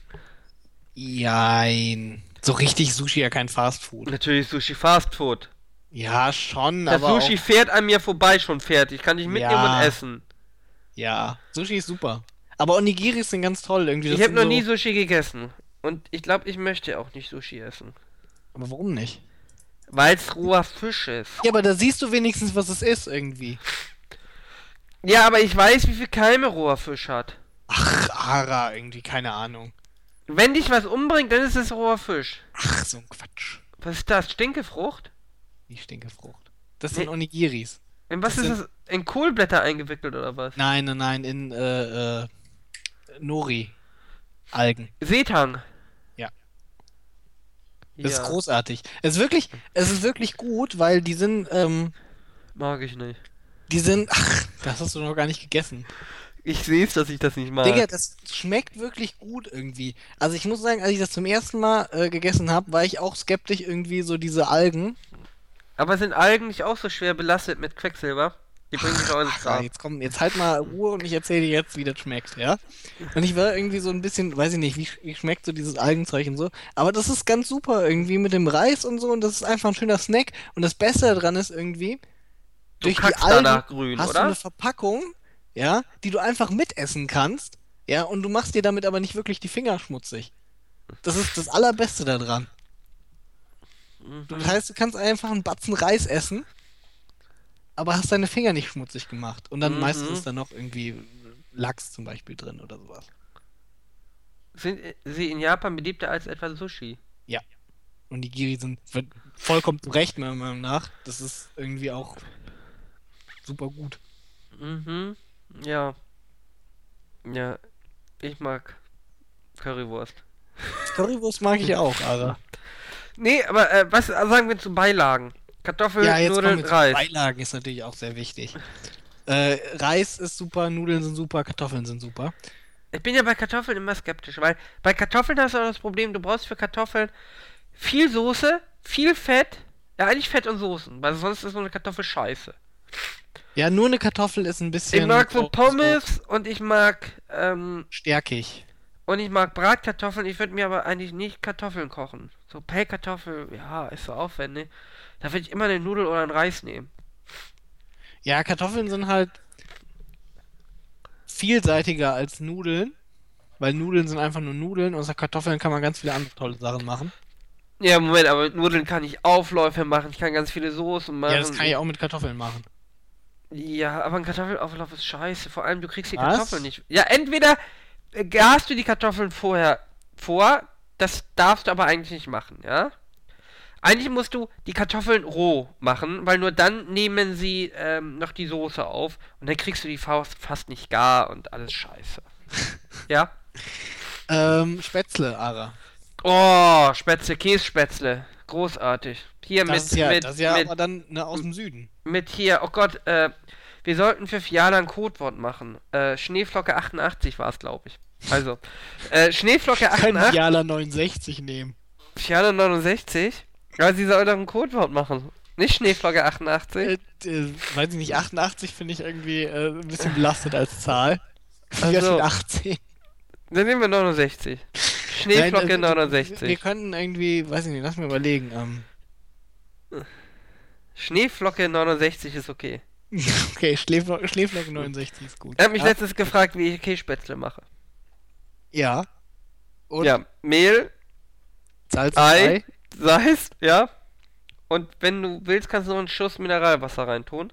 Jein. So richtig Sushi ja kein Fastfood. Natürlich ist Sushi Fastfood. Ja, schon, das aber Sushi fährt an mir vorbei schon fertig. Kann ich mitnehmen und essen. Ja, Sushi ist super. Aber Onigiris sind ganz toll irgendwie. Ich habe noch nie Sushi gegessen. Und ich glaube, ich möchte auch nicht Sushi essen. Aber warum nicht? Weil es roher Fisch ist. Ja, aber da siehst du wenigstens, was es ist irgendwie. Ja, aber ich weiß, wie viel Keime roher Fisch hat. Ach, Ara, irgendwie, keine Ahnung. Wenn dich was umbringt, dann ist es roher Fisch. Ach, so ein Quatsch. Was ist das? Stinkefrucht? Wie Stinkefrucht? Das sind Onigiris. In was ist das? In Kohlblätter eingewickelt oder was? Nein, in Nori-Algen. Seetang. Ja. Das ist großartig. Es ist wirklich gut, weil die sind, mag ich nicht. ach, das hast du noch gar nicht gegessen. Ich sehe es, dass ich das nicht mag. Digga, das schmeckt wirklich gut irgendwie. Also ich muss sagen, als ich das zum ersten Mal gegessen habe, war ich auch skeptisch irgendwie so diese Algen. Aber sind Algen nicht auch so schwer belastet mit Quecksilber? Die bringen mich auch ins Grab. Jetzt halt mal Ruhe und ich erzähle dir jetzt, wie das schmeckt, ja? Und ich war irgendwie so ein bisschen, weiß ich nicht, wie schmeckt so dieses Algenzeug und so. Aber das ist ganz super irgendwie mit dem Reis und so und das ist einfach ein schöner Snack. Und das Beste daran ist irgendwie, durch die Algen grün, hast oder? du eine Verpackung, ja, die du einfach mitessen kannst, ja, und du machst dir damit aber nicht wirklich die Finger schmutzig. Das ist das Allerbeste daran. Das heißt, du kannst einfach einen Batzen Reis essen, aber hast deine Finger nicht schmutzig gemacht. Und dann meistens ist da noch irgendwie Lachs zum Beispiel drin oder sowas. Sind sie in Japan beliebter als etwa Sushi? Ja. Und die Giri sind vollkommen zu Recht, meiner Meinung nach. Das ist irgendwie auch super gut. Mhm. Ja. Ja. Ich mag Currywurst. Currywurst mag ich auch, aber. Nee, aber was sagen wir zu Beilagen? Kartoffeln, Nudeln, Reis. Beilagen ist natürlich auch sehr wichtig. Reis ist super, Nudeln sind super, Kartoffeln sind super. Ich bin ja bei Kartoffeln immer skeptisch, weil bei Kartoffeln hast du auch das Problem, du brauchst für Kartoffeln viel Soße, viel Fett, ja eigentlich Fett und Soßen, weil sonst ist so eine Kartoffel scheiße. Ja, nur eine Kartoffel ist ein bisschen... Ich mag so Pommes und ich mag... stärkig. Und ich mag Bratkartoffeln, ich würde mir aber eigentlich nicht Kartoffeln kochen. So Pellkartoffel, ja, ist so aufwendig. Da würde ich immer eine Nudel oder einen Reis nehmen. Ja, Kartoffeln sind halt vielseitiger als Nudeln, weil Nudeln sind einfach nur Nudeln und aus Kartoffeln kann man ganz viele andere tolle Sachen machen. Ja, Moment, aber mit Nudeln kann ich Aufläufe machen, ich kann ganz viele Soßen machen. Ja, das kann ich auch mit Kartoffeln machen. Ja, aber ein Kartoffelauflauf ist scheiße, vor allem du kriegst die Kartoffeln nicht. Ja, entweder garst du die Kartoffeln vorher vor, das darfst du aber eigentlich nicht machen, ja? Eigentlich musst du die Kartoffeln roh machen, weil nur dann nehmen sie noch die Soße auf und dann kriegst du die fast nicht gar und alles scheiße. Ja? Spätzle, Ara. Oh, Spätzle, Kässpätzle. Großartig. Hier das ist ja aber dann aus dem Süden. Mit hier, oh Gott, wir sollten für Fiala ein Codewort machen. Schneeflocke 88 war es, glaube ich. Also, Schneeflocke 88. Können Fiala 69 nehmen. Fiala 69? Aber sie soll doch ein Codewort machen. Nicht Schneeflocke 88? Weiß ich nicht, 88 finde ich irgendwie ein bisschen belastet als Zahl. Also, 18. Dann nehmen wir 69. Schneeflocke 69. Wir könnten irgendwie, weiß ich nicht, lass mir überlegen. Schneeflocke 69 ist okay. Okay, Schneeflocke 69 ist gut. Er hat mich letztens gefragt, wie ich Kässpätzle mache. Ja. Und ja, Mehl, Salz, Ei, Salz, ja. Und wenn du willst, kannst du noch einen Schuss Mineralwasser reintun.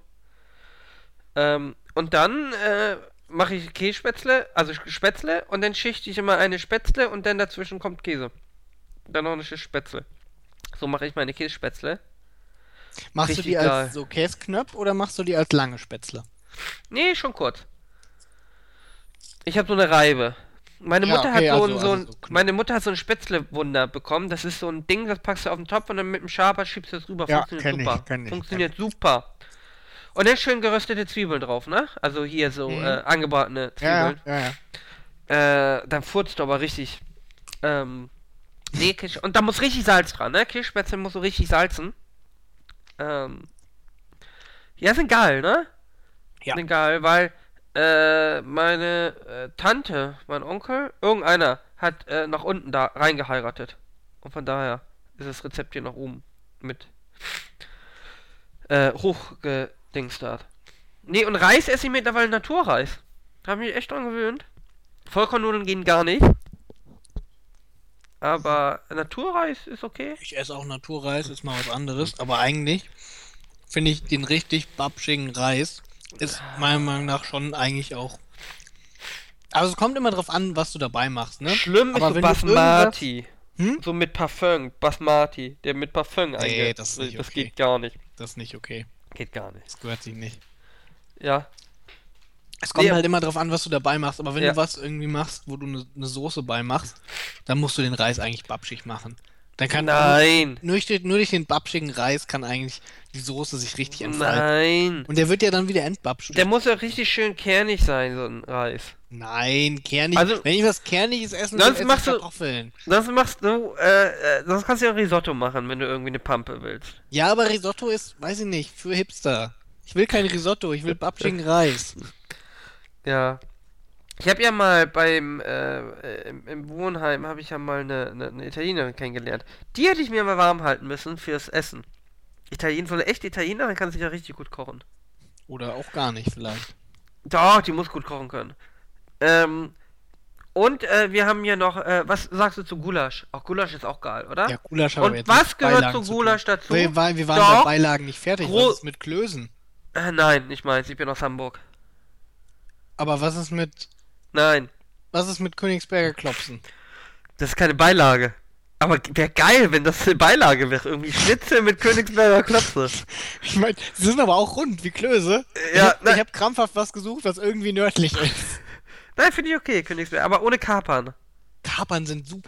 Und dann mache ich Kässpätzle, also Spätzle, und dann schichte ich immer eine Spätzle und dann dazwischen kommt Käse. Dann noch eine Schicht Spätzle. So mache ich meine Kässpätzle. Machst Richtig du die als geil. so Käsknöpf oder machst du die als lange Spätzle? Nee, schon kurz. Ich habe so eine Reibe. Meine Mutter hat meine Mutter hat so ein Spätzle-Wunder bekommen. Das ist so ein Ding, das packst du auf den Topf und dann mit dem Schaber schiebst du das rüber. Ja, Funktioniert super. Funktioniert super. Und dann schön geröstete Zwiebeln drauf, ne? Also hier so angebratene Zwiebeln. Ja. Dann furzt du aber richtig Nee, und da muss richtig Salz dran, ne? Kirschspätzle muss so richtig salzen. Ja, sind geil, ne? Ja. Sind geil, weil meine Tante, mein Onkel, irgendeiner hat nach unten da reingeheiratet. Und von daher ist das Rezept hier nach oben mit hochgedingstert. Nee, und Reis esse ich mittlerweile Naturreis. Hab mich echt dran gewöhnt. Vollkornnudeln gehen gar nicht. Aber Naturreis ist okay. Ich esse auch Naturreis, ist mal was anderes. Aber eigentlich finde ich den richtig babschigen Reis ist meiner Meinung nach schon eigentlich auch. Also es kommt immer drauf an, was du dabei machst, ne? Schlimm aber ist so Basmati. Hm? So mit Parfum. Basmati. Der mit Parfum eigentlich. das ist nicht Das okay. geht gar nicht. Das ist nicht okay. Geht gar nicht. Das gehört sich nicht. Ja. Es kommt Nee, halt immer drauf an, was du dabei machst. Aber wenn Ja. du was irgendwie machst, wo du eine Soße bei machst, dann musst du den Reis eigentlich babschig machen. Dann kann Nein. nur durch den babschigen Reis kann eigentlich die Soße sich richtig entfalten. Nein. Und der wird ja dann wieder entbabscht. Der muss ja richtig schön kernig sein, so ein Reis. Nein, kernig. Also- wenn ich was Kerniges essen Sonst will, esse machst ich du- Kartoffeln. Sonst kannst du ja Risotto machen, wenn du irgendwie eine Pampe willst. Ja, aber Risotto ist, weiß ich nicht, für Hipster. Ich will kein Risotto, ich will babschigen Reis. Ja. Ich habe ja mal im Wohnheim habe ich ja mal eine Italienerin kennengelernt. Die hätte ich mir mal warm halten müssen fürs Essen. So eine echte Italienerin kann sich ja richtig gut kochen. Oder auch gar nicht vielleicht. Doch, die muss gut kochen können. Und wir haben hier noch, was sagst du zu Gulasch? Auch Gulasch ist auch geil, oder? Ja, Gulasch haben wir Und jetzt was mit gehört Beilagen zu Gulasch tun. dazu? Wir waren Doch. bei Beilagen nicht fertig. Was ist mit Klößen? Nein, nicht meins, ich bin aus Hamburg. Aber was ist mit Königsberger Klopsen? Das ist keine Beilage. Aber wäre geil, wenn das eine Beilage wäre. Irgendwie Schnitzel mit Königsberger Klopse. Ich meine, sie sind aber auch rund wie Klöße. Ja, ich hab krampfhaft was gesucht, was irgendwie nördlich ist. Nein, finde ich okay, Königsberger, aber ohne Kapern. Kapern sind super.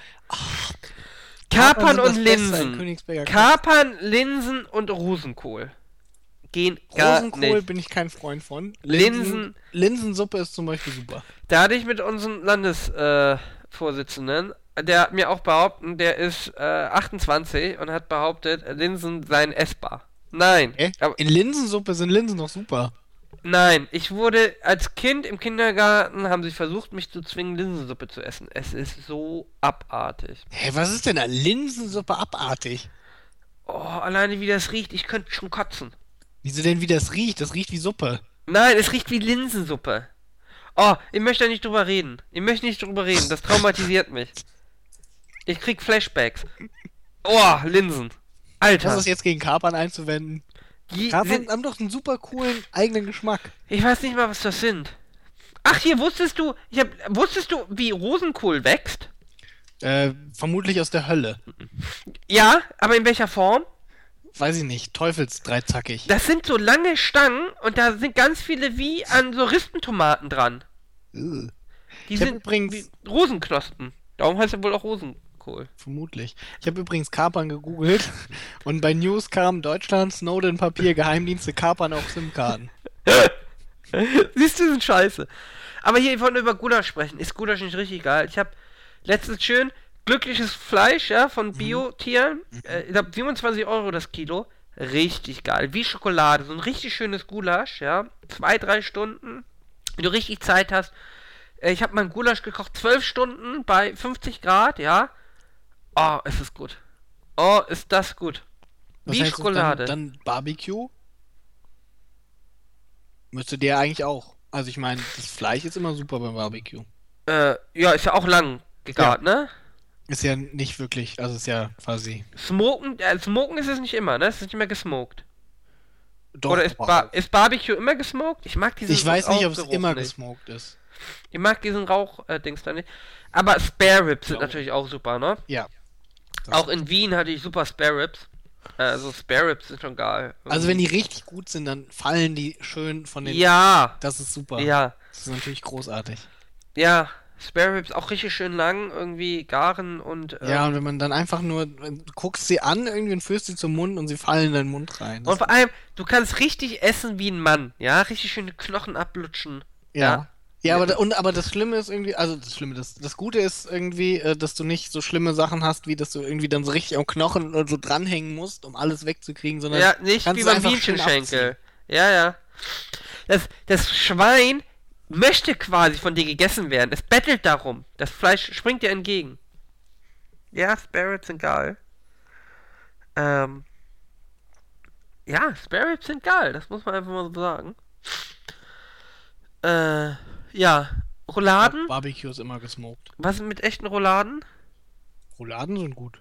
Kapern sind und das Beste an Linsen. Königsberger Kapern, Linsen und Rosenkohl. Gehen gar Rosenkohl nicht. bin ich kein Freund von. Linsensuppe ist zum Beispiel super. Da hatte ich mit unserem Landesvorsitzenden, der hat mir auch behauptet, der ist 28 und hat behauptet, Linsen seien essbar. Nein. Aber, In Linsensuppe sind Linsen doch super. nein, ich wurde als Kind im Kindergarten, haben sie versucht, mich zu zwingen, Linsensuppe zu essen. Es ist so abartig. Hä, was ist denn an Linsensuppe abartig? Oh, alleine wie das riecht, ich könnte schon kotzen. Wieso denn, wie das riecht? Das riecht wie Suppe. Nein, es riecht wie Linsensuppe. Oh, ich möchte da nicht drüber reden. Ich möchte nicht drüber reden, das traumatisiert mich. Ich krieg Flashbacks. Oh, Linsen. Alter. Was ist jetzt gegen Kapern einzuwenden? Die Kapern sind, haben doch einen super coolen eigenen Geschmack. ich weiß nicht mal, was das sind. Ach, hier, wusstest du, wie Rosenkohl wächst? Vermutlich aus der Hölle. Ja, aber in welcher Form? Weiß ich nicht, Teufelsdreizackig. Das sind so lange Stangen und da sind ganz viele wie an so Rispentomaten dran. Ugh. Die Ich hab sind übrigens- wie Rosenknospen. Darum heißt er wohl auch Rosenkohl. Vermutlich. Ich habe übrigens Kapern gegoogelt und bei News kam Deutschland, Snowden-Papier, Geheimdienste kapern auch SIM-Karten. Siehst du, sind scheiße. Aber hier, ich wollte nur über Gulasch sprechen. Ist Gulasch nicht richtig geil? Ich habe letztens schön glückliches Fleisch, ja, von Bio-Tieren. Ich glaube 27 Euro das Kilo. Richtig geil. Wie Schokolade. So ein richtig schönes Gulasch, ja. 2-3 Stunden. Wenn du richtig Zeit hast. Ich habe mein Gulasch gekocht 12 Stunden bei 50 Grad, ja. Oh, ist es gut. Oh, ist das gut. Was Wie heißt das Schokolade. Dann Barbecue? Müsste der eigentlich auch. Also ich meine, das Fleisch ist immer super beim Barbecue. Ja, ist ja auch lang gegart, ne? Ist ja nicht wirklich, also ist ja quasi. Smoken ist es nicht immer, ne? Es ist nicht immer gesmoked. Doch, Oder ist Barbecue immer gesmoked? Ich mag diesen ich weiß nicht, ob es Rauchgeruch immer nicht. gesmoked ist. Ich mag diesen Rauch-Dings da nicht. Aber Spare Ribs sind Glaube. natürlich auch super, ne? Ja. Das- Auch in Wien hatte ich super Spare Ribs. Also Spare Ribs sind schon geil. Also wenn die richtig gut sind, dann fallen die schön von den. Ja, Das ist super. ja, Das ist natürlich großartig. ja. Spare Ribs auch richtig schön lang, irgendwie garen und... Ja, und wenn man dann einfach nur, du guckst sie an, irgendwie und führst sie zum Mund und sie fallen in deinen Mund rein. und vor allem, du kannst richtig essen wie ein Mann, ja? Richtig schöne Knochen ablutschen. ja. Ja, aber das Schlimme ist irgendwie, also das Gute ist irgendwie, dass du nicht so schlimme Sachen hast, wie dass du irgendwie dann so richtig am Knochen oder so dranhängen musst, um alles wegzukriegen, sondern Ja, nicht kannst wie es beim einfach schön Hähnchenschenkel. abziehen. Ja, ja. Das Schwein möchte quasi von dir gegessen werden. Es bettelt darum. Das Fleisch springt dir entgegen. Ja, Sparrows sind geil. Ähm, ja, Sparrows sind geil. Das muss man einfach mal so sagen. Ja. Rouladen? Barbecue ist immer gesmoked. Was ist mit echten Rouladen? Rouladen sind gut.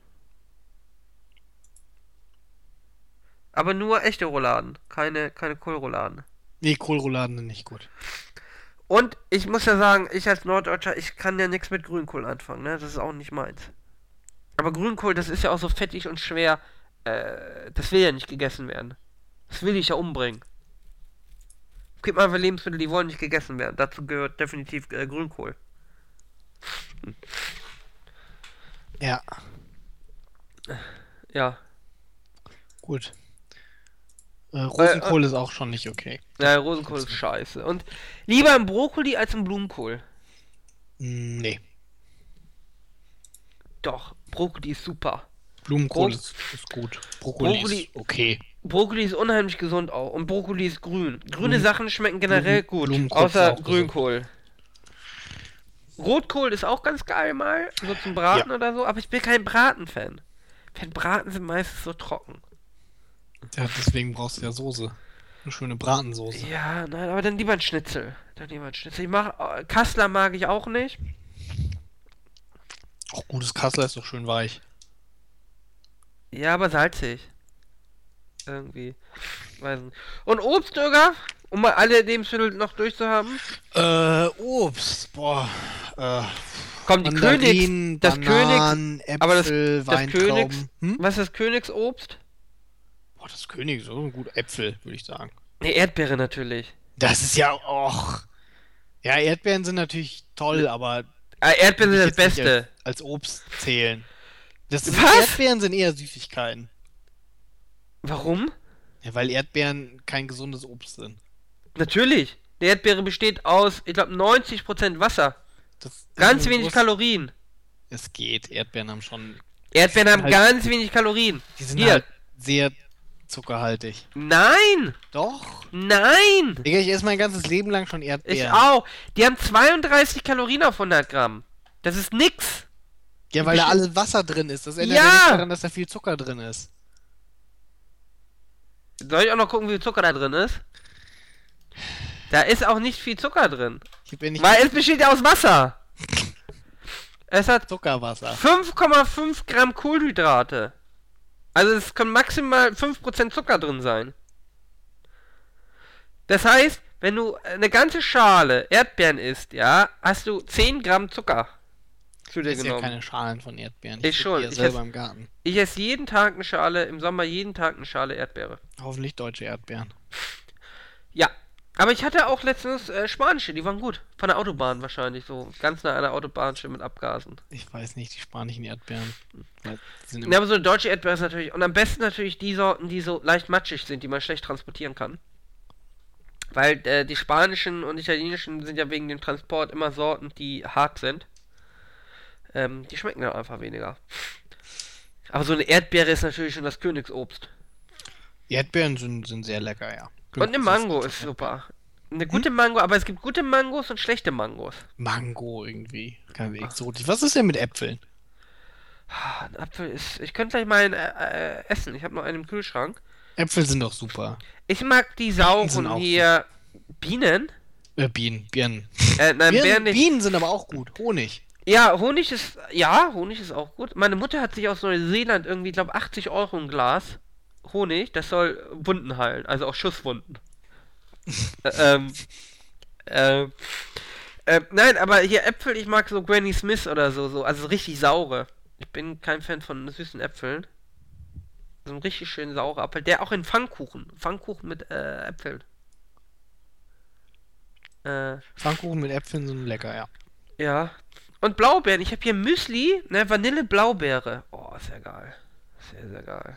Aber nur echte Rouladen. Keine Kohlrouladen. Nee, Kohlrouladen sind nicht gut. Und ich muss ja sagen, ich als Norddeutscher, ich kann ja nichts mit Grünkohl anfangen, ne? Das ist auch nicht meins. Aber Grünkohl, das ist ja auch so fettig und schwer. Das will ja nicht gegessen werden. Das will ich ja umbringen. Es gibt einfach Lebensmittel, die wollen nicht gegessen werden. Dazu gehört definitiv Grünkohl. Ja, Ja. gut. Rosenkohl ist auch schon nicht okay. Ja, Rosenkohl ist scheiße. Und lieber im Brokkoli als im Blumenkohl. Nee. Doch, Brokkoli ist super. Blumenkohl ist gut. Brokkoli ist okay. Brokkoli ist unheimlich gesund auch. Und Brokkoli ist grün. Grüne Sachen schmecken generell gut. Blumenkohl ist Außer auch Grünkohl. Rotkohl ist auch ganz geil mal. So zum Braten oder so. Aber ich bin kein Braten-Fan. Braten sind meistens so trocken. Ja, deswegen brauchst du ja Soße. Eine schöne Bratensoße. Ja, nein, aber dann lieber ein Schnitzel. Kassler mag ich auch nicht. Auch gutes Kassler ist doch schön weich. Ja, aber salzig. Irgendwie. Weiß nicht. Und Obstdöger, um mal alle Lebensmittel noch durchzuhaben. Obst. Boah. Komm, die Mandarinen, das Bananen, Königs... Aber Äpfel, das Königs... Weintrauben. Was ist das Königsobst? Boah, das König, so gut. Äpfel, würde ich sagen. Ne, Erdbeere natürlich. Das ist ja auch. Ja, Erdbeeren sind natürlich toll, aber Erdbeeren würde sind ich das jetzt nicht Beste. als Obst zählen. Was? Erdbeeren sind eher Süßigkeiten. Warum? Ja, weil Erdbeeren kein gesundes Obst sind. Natürlich. Die Erdbeere besteht aus, ich glaube, 90% Wasser. Ganz wenig Kalorien. Es geht. Erdbeeren haben schon. Erdbeeren haben halt, ganz wenig Kalorien. Die sind Hier. halt sehr zuckerhaltig. Nein! Doch. Nein! Digga, ich esse mein ganzes Leben lang schon Ich Erdbeeren. auch. Die haben 32 Kalorien auf 100 Gramm. Das ist nix. Ja, weil da alles Wasser drin ist. Das ändert Ja. ja nichts daran, dass da viel Zucker drin ist. Soll ich auch noch gucken, wie viel Zucker da drin ist? Da ist auch nicht viel Zucker drin. Ich bin nicht Weil es besteht ja aus Wasser. Es hat Zuckerwasser. 5,5 Gramm Kohlenhydrate. Also es können maximal 5% Zucker drin sein. Das heißt, wenn du eine ganze Schale Erdbeeren isst, ja, hast du 10 Gramm Zucker zu dir Ich esse ja genommen. keine Schalen von Erdbeeren. Ich schon. Ja Ich selber esse- im Garten. Ich esse jeden Tag eine Schale, im Sommer jeden Tag eine Schale Erdbeere. Hoffentlich deutsche Erdbeeren. Ja. Aber ich hatte auch letztens spanische, die waren gut. Von der Autobahn wahrscheinlich, so ganz nah an der Autobahn, schön mit Abgasen. Ich weiß nicht, die spanischen Erdbeeren. Weil die sind Ja, aber so eine deutsche Erdbeere ist natürlich. Und am besten natürlich die Sorten, die so leicht matschig sind, die man schlecht transportieren kann. Weil die spanischen und italienischen sind ja wegen dem Transport immer Sorten, die hart sind. Die schmecken dann einfach weniger. Aber so eine Erdbeere ist natürlich schon das Königsobst. Erdbeeren sind sehr lecker, ja. Und eine Mango ist super. Eine gute Mango, aber es gibt gute Mangos und schlechte Mangos. Mango irgendwie. Keine exotisch. Was ist denn mit Äpfeln? Ein Apfel ist. Ich könnte gleich mal einen essen. Ich habe noch einen im Kühlschrank. Äpfel sind doch super. Ich mag die sind sauren auch hier. Bienen? Birnen. Nein, Beeren nicht. Bienen sind aber auch gut. Honig. Ja, Honig ist. Ja, Honig ist auch gut. Meine Mutter hat sich aus Neuseeland irgendwie, ich glaube, 80 Euro ein Glas Honig. Das soll Wunden heilen. Also auch Schusswunden. Nein, aber hier Äpfel, ich mag so Granny Smith oder so, also richtig saure. Ich bin kein Fan von süßen Äpfeln. So ein richtig schön saurer Apfel, der auch in Pfannkuchen mit Äpfeln. Pfannkuchen mit Äpfeln sind lecker, ja. Ja. Und Blaubeeren, ich habe hier Müsli, ne, Vanille-Blaubeere. Oh, sehr geil. Sehr, sehr geil.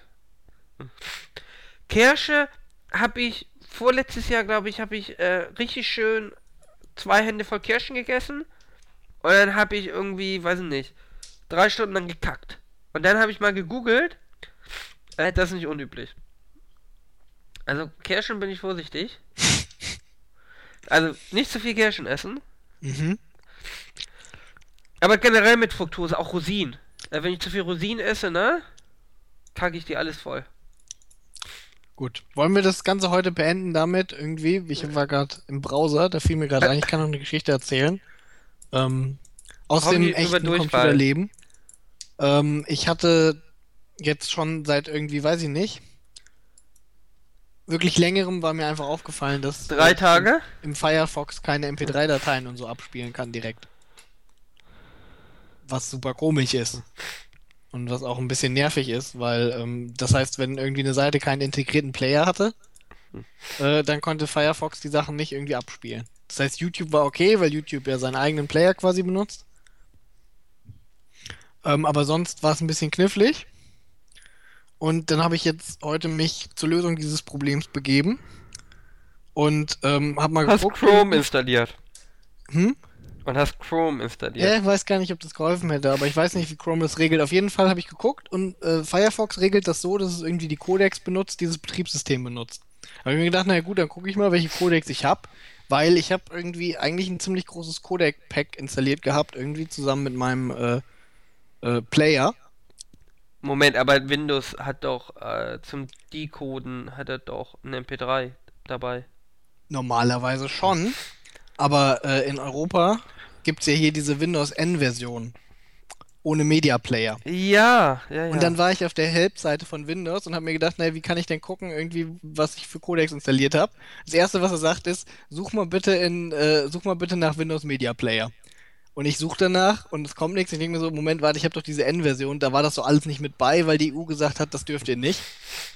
Kirsche habe ich, vorletztes Jahr, glaube ich, habe ich richtig schön 2 Hände voll Kirschen gegessen und dann habe ich irgendwie, weiß ich nicht, 3 Stunden lang gekackt. Und dann habe ich mal gegoogelt, das ist nicht unüblich. Also Kirschen bin ich vorsichtig. Also nicht zu viel Kirschen essen. Mhm. Aber generell mit Fructose, auch Rosinen. Wenn ich zu viel Rosinen esse, ne? Kacke ich die alles voll. Gut. Wollen wir das Ganze heute beenden damit irgendwie? Ich war gerade im Browser, da fiel mir gerade ein, ich kann noch eine Geschichte erzählen. Aus dem echten Computerleben. Ich hatte jetzt schon seit irgendwie, weiß ich nicht, wirklich längerem war mir einfach aufgefallen, dass 3 Tage? Im Firefox keine MP3-Dateien und so abspielen kann direkt. Was super komisch ist. Und was auch ein bisschen nervig ist, weil das heißt, wenn irgendwie eine Seite keinen integrierten Player hatte, dann konnte Firefox die Sachen nicht irgendwie abspielen. Das heißt, YouTube war okay, weil YouTube ja seinen eigenen Player quasi benutzt. Aber sonst war es ein bisschen knifflig. Und dann habe ich jetzt heute mich zur Lösung dieses Problems begeben und habe mal geguckt. Hast Chrome installiert. Hm? Und hast Chrome installiert. Ja, ich weiß gar nicht, ob das geholfen hätte, aber ich weiß nicht, wie Chrome das regelt. Auf jeden Fall habe ich geguckt und Firefox regelt das so, dass es irgendwie die Codecs benutzt, dieses Betriebssystem benutzt. Habe ich mir gedacht, naja gut, dann gucke ich mal, welche Codecs ich habe, weil ich habe irgendwie eigentlich ein ziemlich großes Codec-Pack installiert gehabt, irgendwie zusammen mit meinem Player. Moment, aber Windows hat doch zum Decoden hat er doch ein MP3 dabei. Normalerweise schon, aber in Europa gibt es ja hier diese Windows N-Version ohne Media Player. Ja. Und dann war ich auf der Help-Seite von Windows und habe mir gedacht, naja, wie kann ich denn gucken, irgendwie, was ich für Codecs installiert habe? Das erste, was er sagt, ist, such mal bitte nach Windows Media Player. Und ich suche danach und es kommt nichts. Ich denke mir so, Moment, warte, ich habe doch diese N-Version, da war das so alles nicht mit bei, weil die EU gesagt hat, das dürft ihr nicht.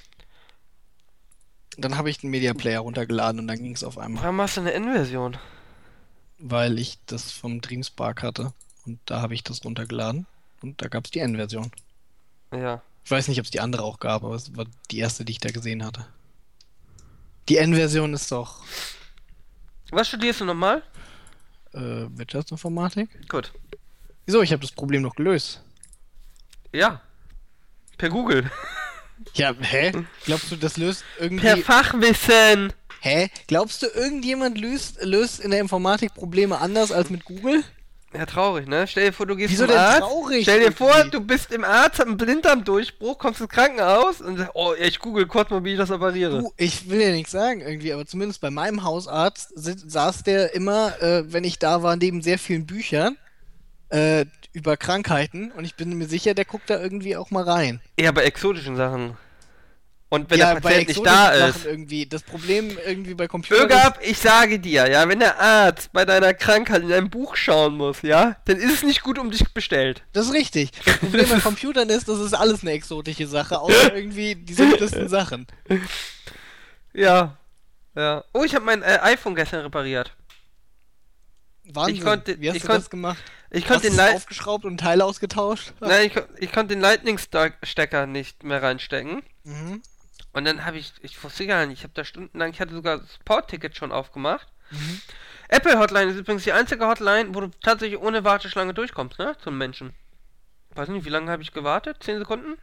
Dann habe ich den Media Player runtergeladen und dann ging es auf einmal. Warum hast du eine N-Version? Weil ich das vom Dreamspark hatte und da habe ich das runtergeladen und da gab es die N-Version. Ja. Ich weiß nicht, ob es die andere auch gab, aber es war die erste, die ich da gesehen hatte. Die N-Version ist doch Was studierst du nochmal? Wirtschaftsinformatik. Gut. Wieso? Ich habe das Problem noch gelöst. Ja. Per Google. Ja, hä? Glaubst du, das löst irgendwie... Per Fachwissen. Hä? Glaubst du, irgendjemand löst in der Informatik Probleme anders als mit Google? Ja, traurig, ne? Stell dir vor, du gehst Wieso zum denn Arzt. traurig? Stell dir irgendwie? vor, du bist im Arzt, hast einen Blinddarmdurchbruch, kommst ins Krankenhaus und sagst, oh, ich google kurz mal, wie ich das operiere. Du, ich will ja nichts sagen irgendwie, aber zumindest bei meinem Hausarzt saß der immer, wenn ich da war, neben sehr vielen Büchern über Krankheiten und ich bin mir sicher, der guckt da irgendwie auch mal rein. Ja, bei exotischen Sachen. Und wenn Ja, der bei Patient nicht exotischen da Sachen ist. irgendwie. Das Problem irgendwie bei Computern Ögab, ich sage dir, ja, wenn der Arzt bei deiner Krankheit in dein Buch schauen muss, ja, dann ist es nicht gut um dich bestellt. das ist richtig. Das Problem bei Computern ist, das ist alles eine exotische Sache, außer irgendwie die simplesten Sachen. Ja. Ja. Oh, ich habe mein iPhone gestern repariert. Wahnsinn. Wie hast du konnt- das gemacht? Ich Hast konnte du den, es aufgeschraubt und Teile ausgetauscht? Nein, ich konnte den Lightning-Stecker nicht mehr reinstecken. Mhm. Und dann habe ich wusste gar nicht, ich habe da stundenlang, ich hatte sogar das Support-Ticket schon aufgemacht. Mhm. Apple Hotline ist übrigens die einzige Hotline, wo du tatsächlich ohne Warteschlange durchkommst, ne, zum Menschen. Weiß nicht, wie lange habe ich gewartet? 10 Sekunden?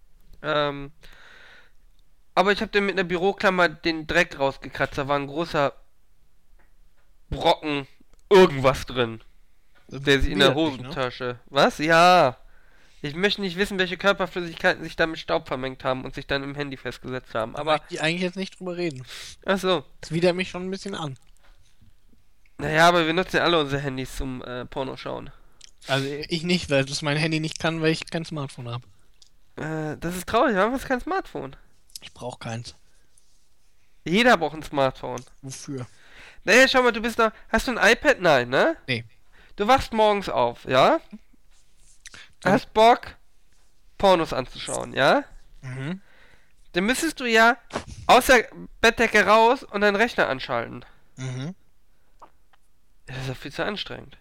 Aber ich habe dann mit einer Büroklammer den Dreck rausgekratzt, da war ein großer Brocken irgendwas drin, der sich in der Widerlich, ne? Hosentasche. Was? Ja. Ich möchte nicht wissen, welche Körperflüssigkeiten sich da mit Staub vermengt haben und sich dann im Handy festgesetzt haben. Aber Aber, ich eigentlich jetzt nicht drüber reden. ach so. Das widert mich schon ein bisschen an. Naja, aber wir nutzen ja alle unsere Handys zum Porno schauen. Also ich nicht, weil das mein Handy nicht kann, weil ich kein Smartphone habe. Das ist traurig, wir haben jetzt kein Smartphone. Ich brauche keins. Jeder braucht ein Smartphone. Wofür? Naja, schau mal, du bist da. Hast du ein iPad? Nein, ne? Nee. Du wachst morgens auf, ja? Hast Bock, Pornos anzuschauen, ja? Mhm. Dann müsstest du ja aus der Bettdecke raus und deinen Rechner anschalten. Mhm. Das ist ja viel zu anstrengend.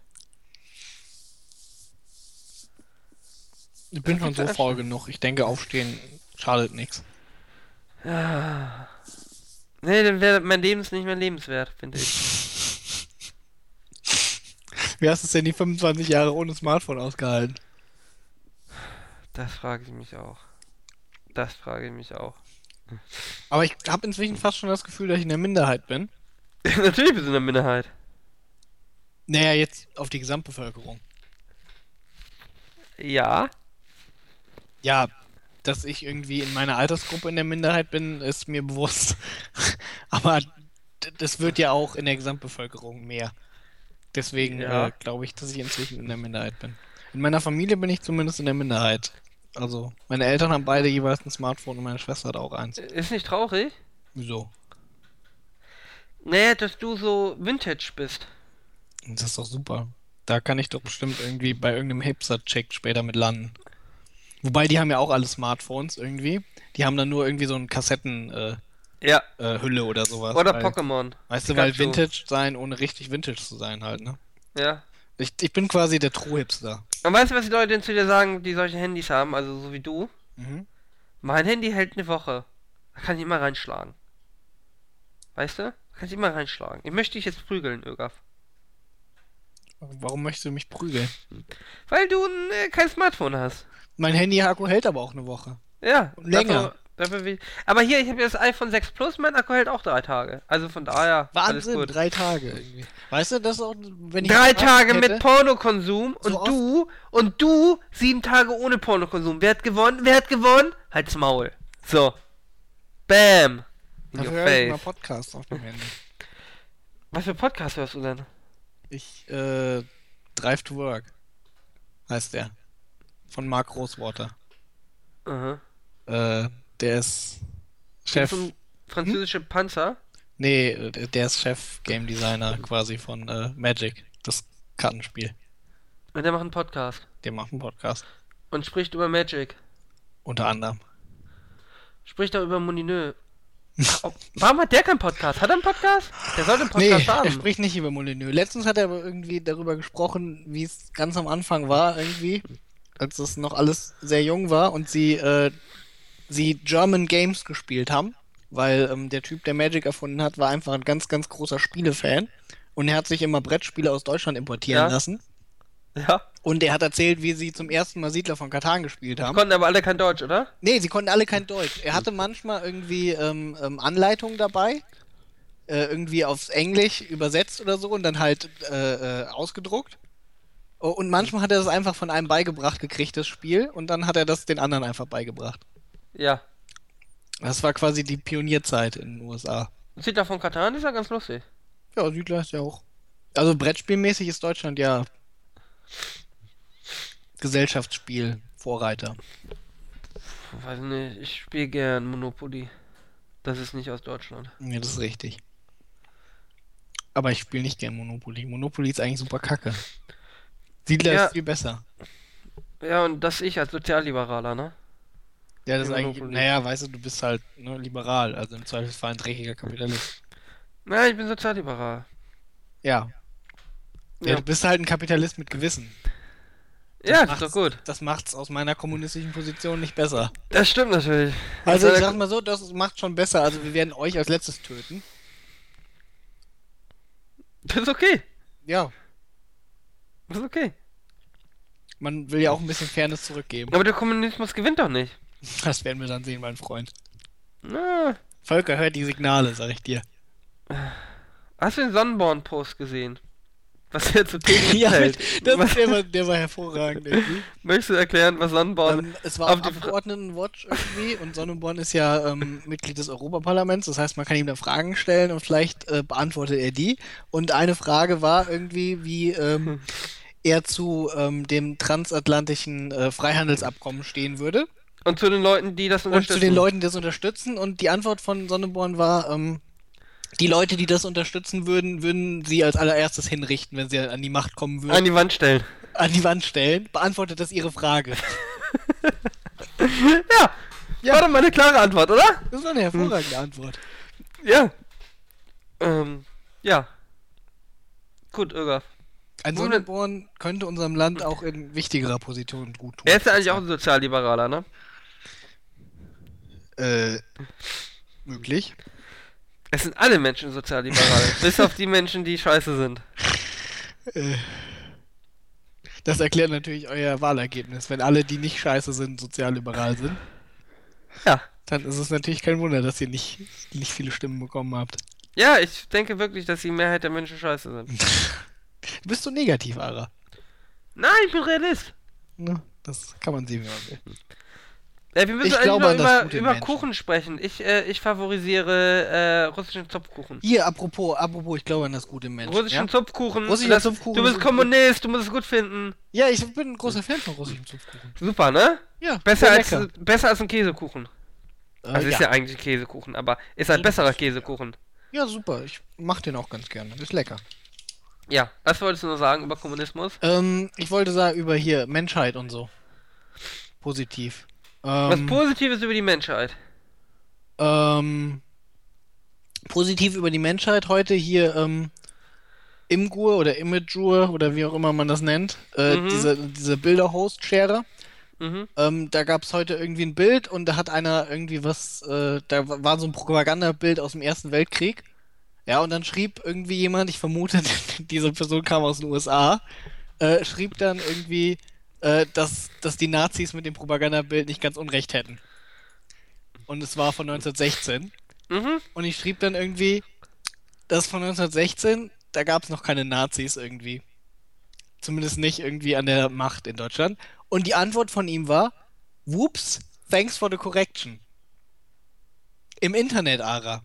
Ich bin Das schon ist so zu faul anstrengend. genug. Ich denke, aufstehen schadet nichts. Ja. Nee, dann wäre mein Leben nicht mehr lebenswert, finde ich. Wie hast du es denn die 25 Jahre ohne Smartphone ausgehalten? Das frage ich mich auch. Das frage ich mich auch. Aber ich habe inzwischen fast schon das Gefühl, dass ich in der Minderheit bin. Natürlich bist du in der Minderheit. Naja, jetzt auf die Gesamtbevölkerung. Ja. Ja, dass ich irgendwie in meiner Altersgruppe in der Minderheit bin, ist mir bewusst. Aber das wird ja auch in der Gesamtbevölkerung mehr. Deswegen Ja. glaube ich, dass ich inzwischen in der Minderheit bin. In meiner Familie bin ich zumindest in der Minderheit. Also, meine Eltern haben beide jeweils ein Smartphone und meine Schwester hat auch eins. Ist nicht traurig? Wieso? Naja, dass du so Vintage bist. Das ist doch super. Da kann ich doch bestimmt irgendwie bei irgendeinem Hipster-Check später mit landen. Wobei, die haben ja auch alle Smartphones irgendwie. Die haben dann nur irgendwie so eine Kassettenhülle Ja. oder sowas. Oder weil, Pokémon. Weißt du, weil Pikachu. Vintage sein, ohne richtig Vintage zu sein halt, ne? Ja. Ich bin quasi der True-Hipster. Und weißt du, was die Leute denn zu dir sagen, die solche Handys haben, also so wie du? Mhm. Mein Handy hält eine Woche. Da kann ich immer reinschlagen. Weißt du? Da kann ich immer reinschlagen. Ich möchte dich jetzt prügeln, Ögaf. Warum möchtest du mich prügeln? Weil du kein Smartphone hast. Mein Handy-Akku hält aber auch eine Woche. Ja. Länger. Aber hier, ich habe ja das iPhone 6 Plus, mein Akku hält auch 3 Tage. Also von daher, alles Wahnsinn, gut. 3 Tage irgendwie. Weißt du, das ist auch, wenn ich 3 gefragt Tage hätte, mit Pornokonsum So und du 7 Tage ohne Pornokonsum. Wer hat gewonnen? Wer hat gewonnen? Halt's Maul. So. Bam. In Dafür your höre ich mal face. Podcasts auf dem Handy. Was für Podcast hörst du denn? Drive to Work heißt der. Von Mark Rosewater. Aha. Der ist Chef. Chef. So ein französische Panzer. Nee, der ist Chef Game Designer quasi von Magic, das Kartenspiel. Und der macht einen Podcast. Der macht einen Podcast. Und spricht über Magic. Unter anderem. Spricht auch über Molineux. Warum hat der keinen Podcast? Hat er einen Podcast? Der sollte einen Nee, Podcast er haben. spricht nicht über Molyneux. Letztens hat er aber irgendwie darüber gesprochen, wie es ganz am Anfang war, irgendwie, als das noch alles sehr jung war und sie German Games gespielt haben, weil der Typ, der Magic erfunden hat, war einfach ein ganz, ganz großer Spielefan und er hat sich immer Brettspiele aus Deutschland importieren Ja. lassen Ja. und er hat erzählt, wie sie zum ersten Mal Siedler von Catan gespielt haben. Konnten aber alle kein Deutsch, oder? Nee, sie konnten alle kein Deutsch. Er hatte manchmal irgendwie Anleitungen dabei, irgendwie aufs Englisch übersetzt oder so und dann halt ausgedruckt. Und manchmal hat er das einfach von einem beigebracht gekriegt, das Spiel, und dann hat er das den anderen einfach beigebracht. Ja. Das war quasi die Pionierzeit in den USA. Siedler von Catan ist ja ganz lustig. Ja, Siedler ist ja auch. Also Brettspielmäßig ist Deutschland ja Gesellschaftsspiel Vorreiter. Weiß nicht, ich spiele gern Monopoly. Das ist nicht aus Deutschland. Ja, das ist richtig. Aber ich spiele nicht gern Monopoly. Monopoly ist eigentlich super kacke. Siedler Ja. ist viel besser. Ja, und das ich als Sozialliberaler, ne? Ja, das ist eigentlich, Monopoly. naja, weißt du bist halt liberal, also im Zweifelsfall ein dreckiger Kapitalist. Ja, ich bin sozialliberal. Ja. Ja, Ja, du bist halt ein Kapitalist mit Gewissen. ja, ist doch gut. Das macht's aus meiner kommunistischen Position nicht besser. Das stimmt natürlich. Also ich Aus sag mal so, das macht schon besser. Also wir werden euch als letztes töten. Das ist okay. Ja, Das ist okay. man will ja auch ein bisschen Fairness zurückgeben. Aber der Kommunismus gewinnt doch nicht. Das werden wir dann sehen, mein Freund. Na, Volker hört die Signale, sag ich dir. hast du den Sonnenborn-Post gesehen? Was er zu Themen Ja, hält. der war hervorragend irgendwie. Möchtest du erklären, was Sonnenborn... Es war auf auf die Abgeordnetenwatch irgendwie und Sonneborn ist ja Mitglied des Europaparlaments, das heißt, man kann ihm da Fragen stellen und vielleicht beantwortet er die. Und eine Frage war irgendwie, wie er zu dem transatlantischen Freihandelsabkommen stehen würde. Und zu den Leuten, die das Und unterstützen. zu den Leuten, die das unterstützen. Und die Antwort von Sonneborn war, die Leute, die das unterstützen würden sie als allererstes hinrichten, wenn sie an die Macht kommen würden. An die Wand stellen. An die Wand stellen. Beantwortet das Ihre Frage? Ja, war doch mal eine klare Antwort, oder? Das war eine hervorragende Antwort. Ja. Ja. Gut, Irga. Ein Wo Sonneborn könnte unserem Land auch in wichtigerer Position gut tun. Er ist ja eigentlich auch ein Sozialliberaler, ne? Möglich. Es sind alle Menschen sozialliberal. Bis auf die Menschen, die scheiße sind. Das erklärt natürlich euer Wahlergebnis. Wenn alle, die nicht scheiße sind, sozialliberal sind, Ja. dann ist es natürlich kein Wunder, dass ihr nicht viele Stimmen bekommen habt. Ja, ich denke wirklich, dass die Mehrheit der Menschen scheiße sind. Bist du negativ, Ara? Nein, ich bin Realist. Ne? Das kann man sehen, wie man will. Ja, wir müssen Ich eigentlich glaube noch an das gute über Menschen. Kuchen sprechen. Ich favorisiere russischen Zupfkuchen. Hier, apropos, ich glaube an das gute Mensch. Russischen Zupfkuchen. Russischer Zupfkuchen Du bist ist Kommunist, du musst es gut finden. Ja, ich bin ein großer Fan von russischem Zupfkuchen. Super, ne? Ja, Besser sehr als ein Käsekuchen. Also ist ja eigentlich ein Käsekuchen, aber ist ein besserer Käsekuchen. Ja, super. Ich mach den auch ganz gerne. Ist lecker. Ja, was wolltest du noch sagen über Kommunismus? Ich wollte sagen, über hier Menschheit und so. Positiv. Was Positives über die Menschheit. Positiv über die Menschheit heute hier, Imgur oder Imgur oder wie auch immer man das nennt. Diese Bilder-Host-Share. Da gab es heute irgendwie ein Bild und da hat einer irgendwie was, da war so ein Propagandabild aus dem Ersten Weltkrieg. Ja, und dann schrieb irgendwie jemand, ich vermute, diese Person kam aus den USA, schrieb dann irgendwie, dass die Nazis mit dem Propagandabild nicht ganz unrecht hätten. Und es war von 1916. Und ich schrieb dann irgendwie, dass von 1916, da gab es noch keine Nazis irgendwie. Zumindest nicht irgendwie an der Macht in Deutschland. Und die Antwort von ihm war, whoops, thanks for the correction. Im Internet, Ara.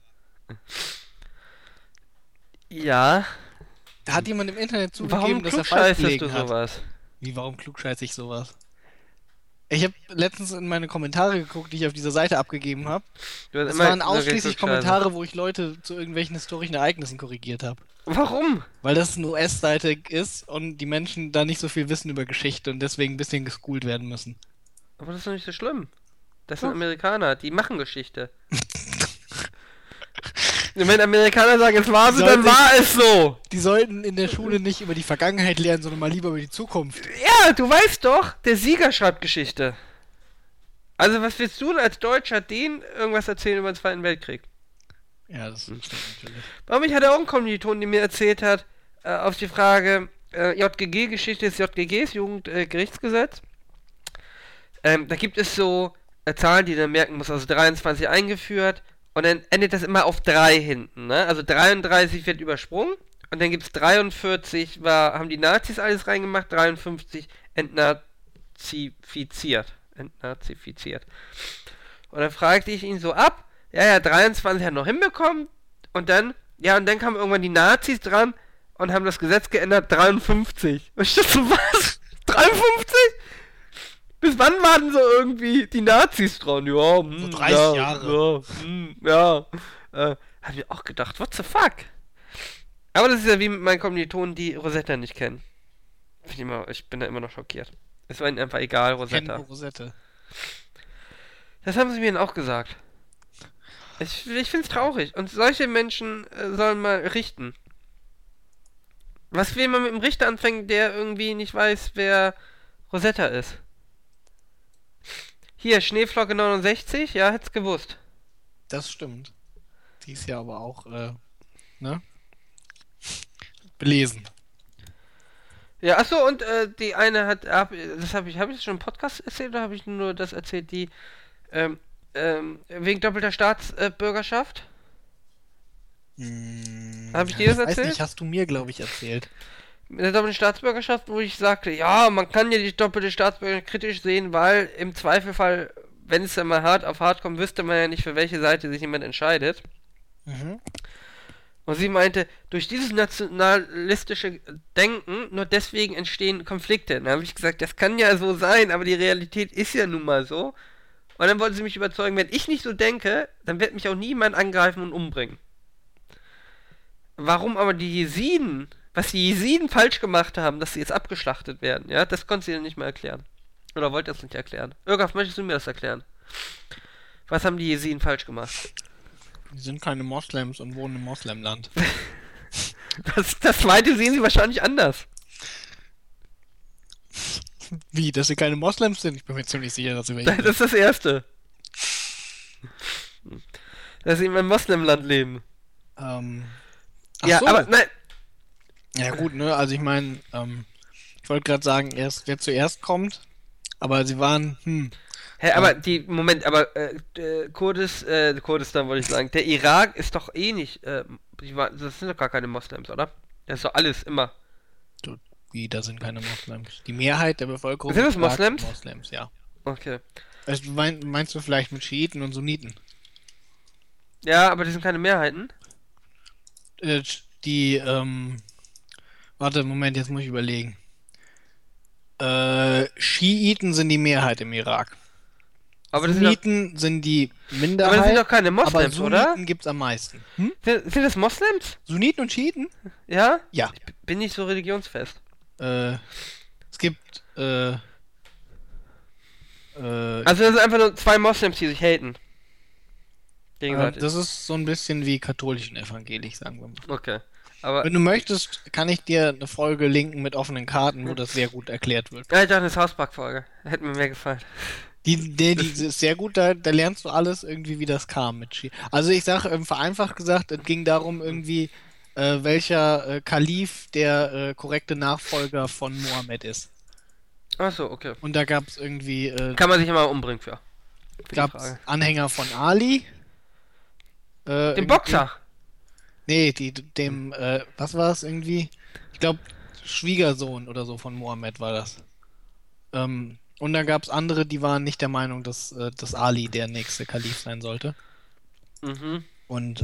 Ja. Da hat jemand im Internet Warum zugegeben, dass er falsch klugscheißest gelegen du hat. sowas? Wie, warum klugscheiße ich sowas? Ich habe letztens in meine Kommentare geguckt, die ich auf dieser Seite abgegeben habe. Es waren ausschließlich Kommentare, wo ich Leute zu irgendwelchen historischen Ereignissen korrigiert habe. Warum? Weil das eine US-Seite ist und die Menschen da nicht so viel wissen über Geschichte und deswegen ein bisschen geschoolt werden müssen. Aber das ist doch nicht so schlimm. Das sind Amerikaner, die machen Geschichte. Wenn Amerikaner sagen, es war so, dann war es so. Die sollten in der Schule nicht über die Vergangenheit lernen, sondern mal lieber über die Zukunft. Ja, du weißt doch, der Sieger schreibt Geschichte. Also was willst du denn als Deutscher denen irgendwas erzählen über den Zweiten Weltkrieg? Ja, das stimmt natürlich. Warum? Ich hatte auch einen Kommiliton, der mir erzählt hat, auf die Frage, JGG-Geschichte ist JGGs, Jugendgerichtsgesetz. Da gibt es so Zahlen, die du merken musst, also 23 eingeführt. Und dann endet das immer auf 3 hinten, ne? Also 33 wird übersprungen und dann gibt's 43, haben die Nazis alles reingemacht, 53 entnazifiziert. Und dann fragte ich ihn so ab, ja, 23 hat noch hinbekommen und dann kamen irgendwann die Nazis dran und haben das Gesetz geändert, 53. Und ich dachte so, was? 53? Bis wann waren so irgendwie die Nazis dran? Ja, so 30 Jahre. Hab ich auch gedacht, what the fuck? Aber das ist ja wie mit meinen Kommilitonen, die Rosetta nicht kennen. Ich bin da immer noch schockiert. Es war ihnen einfach egal, Rosetta. Rosette. Das haben sie mir dann auch gesagt. Ich find's traurig. Und solche Menschen sollen mal richten. Was will man mit einem Richter anfangen, der irgendwie nicht weiß, wer Rosetta ist? Hier, Schneeflocke 69, ja, hätt's gewusst. Das stimmt. Die ist ja aber auch, ne? Belesen. Ja, achso, und die eine habe ich das schon im Podcast erzählt oder habe ich nur das erzählt, die, wegen doppelter Staatsbürgerschaft? Habe ich dir das erzählt? Weiß nicht, hast du mir, glaube ich, erzählt. Mit der doppelten Staatsbürgerschaft, wo ich sagte, ja, man kann ja die doppelte Staatsbürgerschaft kritisch sehen, weil im Zweifelfall, wenn es dann mal hart auf hart kommt, wüsste man ja nicht, für welche Seite sich jemand entscheidet. Und sie meinte, durch dieses nationalistische Denken, nur deswegen entstehen Konflikte. Dann habe ich gesagt, das kann ja so sein, aber die Realität ist ja nun mal so. Und dann wollte sie mich überzeugen, wenn ich nicht so denke, dann wird mich auch niemand angreifen und umbringen. Warum aber die Jesiden, was die Jesiden falsch gemacht haben, dass sie jetzt abgeschlachtet werden, ja, das konnte sie dann nicht mehr erklären. Oder wollte das nicht erklären. Irgaf, möchtest du mir das erklären? Was haben die Jesiden falsch gemacht? Die sind keine Moslems und wohnen im Moslemland. Das zweite sehen sie wahrscheinlich anders. Wie, dass sie keine Moslems sind? Ich bin mir ziemlich sicher, dass sie welche Das ist das Erste. Dass sie in einem Moslemland leben. Ach ja, so. aber nein. Ja gut, ne, also ich meine, Ich wollte gerade sagen, wer zuerst kommt, aber sie waren, Hä, aber Kurdistan wollte ich sagen, der Irak ist doch eh nicht, das sind doch gar keine Moslems, oder? Das ist doch alles immer. Wie, da sind keine Moslems. Die Mehrheit der Bevölkerung Sind das ist Moslems? Moslems, ja. Okay. Also, meinst du vielleicht mit Schiiten und Sunniten? Ja, aber die sind keine Mehrheiten. Die, warte, Moment, jetzt muss ich überlegen. Schiiten sind die Mehrheit im Irak. Aber das sind doch, Sunniten sind die aber Minderheit, das sind doch keine aber Moslems, oder? Sunniten gibt's am meisten. Sind das Moslems? Sunniten und Schiiten? Ja? Ja. Ich bin nicht so religionsfest. Es gibt, Also das sind einfach nur zwei Moslems, die sich haten. Gegenseitig. das ist so ein bisschen wie katholisch und evangelisch, sagen wir mal. Okay. Aber Wenn du möchtest, kann ich dir eine Folge linken mit offenen Karten, wo das sehr gut erklärt wird. ja, ich dachte, eine South Park-Folge. Hätte mir mehr gefallen. Die ist sehr gut, da lernst du alles irgendwie, wie das kam mit Ski. Also ich sage, vereinfacht gesagt, es ging darum irgendwie, welcher Kalif der korrekte Nachfolger von Mohammed ist. Achso, okay. Und da gab es irgendwie, Kann man sich immer umbringen für die gab Frage. Anhänger von Ali. Den Boxer! Nee, was war es irgendwie? Ich glaube, Schwiegersohn oder so von Mohammed war das. Und dann gab es andere, die waren nicht der Meinung, dass Ali der nächste Kalif sein sollte. Mhm. Und,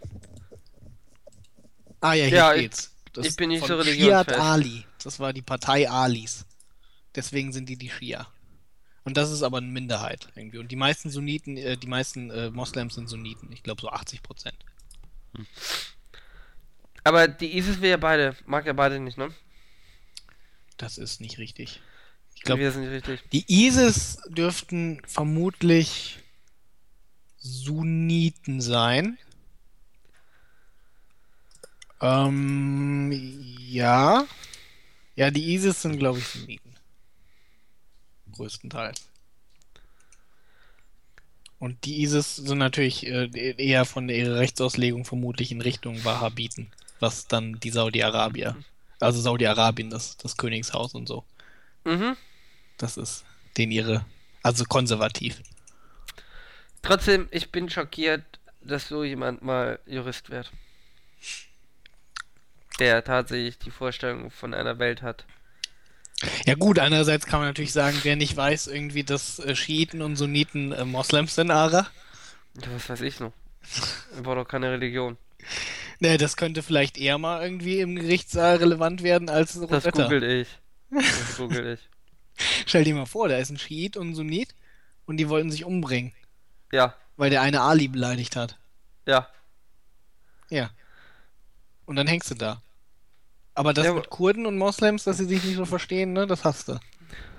ja, hier Ja, steht's. ich bin nicht von so Shiat religionsfest. Ali. Das war die Partei Alis. Deswegen sind die Schia. Und das ist aber eine Minderheit irgendwie. Und die meisten Sunniten, die meisten Moslems sind Sunniten. Ich glaube so 80%. Aber die ISIS will ja beide. Mag ja beide nicht, ne? Das ist nicht richtig. Ich Wir glaube, sind nicht richtig. die ISIS dürften vermutlich Sunniten sein. Ja. Ja, die ISIS sind, glaube ich, Sunniten. Größtenteils. Und die ISIS sind natürlich eher von ihrer Rechtsauslegung vermutlich in Richtung Wahhabiten, was dann die Saudi-Arabier, also Saudi-Arabien, das Königshaus und so. Mhm. Das ist also konservativ. Trotzdem, ich bin schockiert, dass so jemand mal Jurist wird. Der tatsächlich die Vorstellung von einer Welt hat. Ja gut, einerseits kann man natürlich sagen, wer nicht weiß irgendwie, dass Schiiten und Sunniten Moslems sind, Ara. Ja, was weiß ich noch. War doch keine Religion. Ne, das könnte vielleicht eher mal irgendwie im Gerichtssaal relevant werden als Das Rosetta. google ich. Das google ich. Stell dir mal vor, da ist ein Schiit und ein Sunnit und die wollten sich umbringen, Ja, weil der eine Ali beleidigt hat. ja. Ja. Und dann hängst du da. Aber das Ja, mit Kurden und Moslems, dass sie sich nicht so verstehen, ne, das hast du.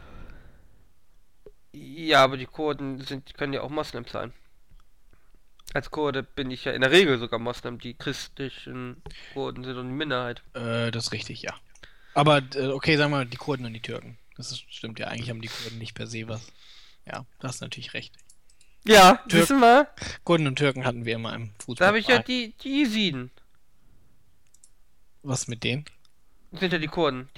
Ja, aber die Kurden können ja auch Moslems sein. Als Kurde bin ich ja in der Regel sogar Moslem. Die christlichen Kurden sind doch eine Minderheit. Das ist richtig, ja. Aber, okay, sagen wir mal, die Kurden und die Türken. Stimmt ja, eigentlich haben die Kurden nicht per se was. Ja, da hast du natürlich recht. Ja, wissen wir. Kurden und Türken hatten wir immer im Fußball. Da habe ich ja die Jesiden. Was mit denen? Das sind ja die Kurden.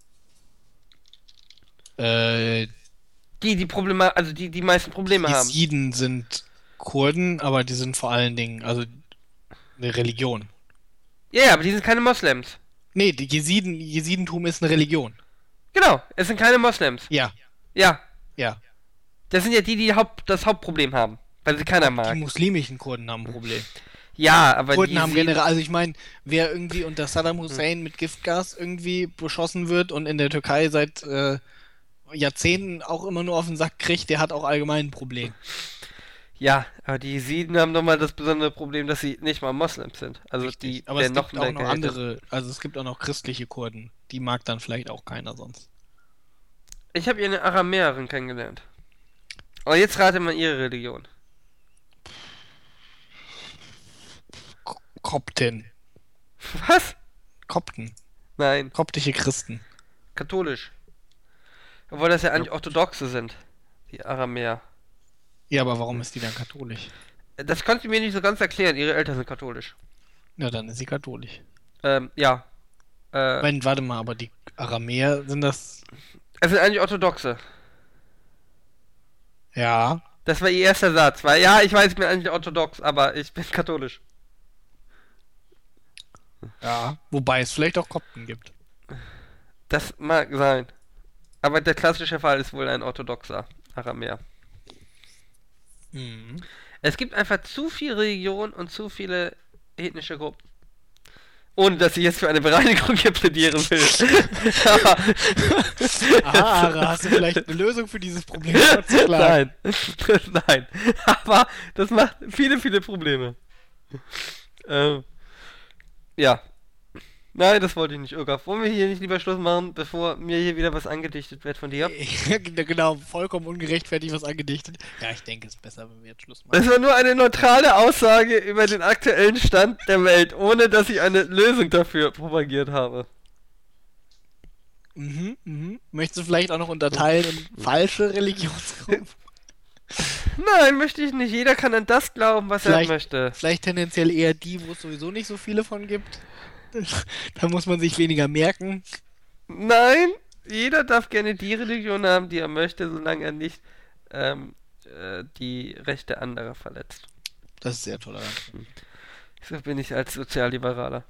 Die Die Probleme, also die meisten Probleme haben. Jesiden sind Kurden, aber die sind vor allen Dingen, also eine Religion. Ja, aber die sind keine Moslems. Nee, Jesidentum ist eine Religion. Genau, es sind keine Moslems. Ja, Ja, ja. das sind ja die das Hauptproblem haben. Weil sie keiner mag. Die muslimischen Kurden haben ein Problem. Ja, aber Kurden die haben generell, also ich meine, wer irgendwie unter Saddam Hussein mit Giftgas irgendwie beschossen wird und in der Türkei seit Jahrzehnten auch immer nur auf den Sack kriegt, der hat auch allgemein ein Problem. Ja, aber die Jesiden haben doch mal das besondere Problem, dass sie nicht mal Moslems sind. Also Richtig. die Aber es noch gibt auch noch gehatet. andere, also es gibt auch noch christliche Kurden. Die mag dann vielleicht auch keiner sonst. Ich habe hier eine Aramäerin kennengelernt. Aber jetzt rate mal ihre Religion. Kopten. Was? Kopten. Nein, Koptische Christen. katholisch. Obwohl das ja eigentlich Orthodoxe sind, die Aramäer. Ja, aber warum ist die dann katholisch? Das konnte ich mir nicht so ganz erklären. Ihre Eltern sind katholisch. Ja, dann ist sie katholisch. Ja. Warte mal, aber die Aramäer sind das... Es sind eigentlich Orthodoxe. Ja. Das war ihr erster Satz, weil ja, ich weiß, ich bin eigentlich orthodox, aber ich bin katholisch. Ja. Wobei es vielleicht auch Kopten gibt. Das mag sein. Aber der klassische Fall ist wohl ein orthodoxer Aramäer. Mhm. Es gibt einfach zu viele Religionen und zu viele ethnische Gruppen. Ohne, dass ich jetzt für eine Bereinigung hier plädieren will. Aha, hast du vielleicht eine Lösung für dieses Problem vorzuschlagen? Nein. Nein. Aber das macht viele, viele Probleme. Ja. Nein, das wollte ich nicht, Irga. Wollen wir hier nicht lieber Schluss machen, bevor mir hier wieder was angedichtet wird von dir? Ja, genau, vollkommen ungerechtfertigt was angedichtet. Ja, ich denke, es ist besser, wenn wir jetzt Schluss machen. Das war nur eine neutrale Aussage über den aktuellen Stand der Welt, ohne dass ich eine Lösung dafür propagiert habe. Möchtest du vielleicht auch noch unterteilen in falsche Religionsgruppen? Nein, möchte ich nicht. Jeder kann an das glauben, was er möchte. Vielleicht tendenziell eher die, wo es sowieso nicht so viele von gibt. Da muss man sich weniger merken. Nein, jeder darf gerne die Religion haben, die er möchte, solange er nicht die Rechte anderer verletzt. Das ist sehr tolerant. So bin ich als Sozialliberaler.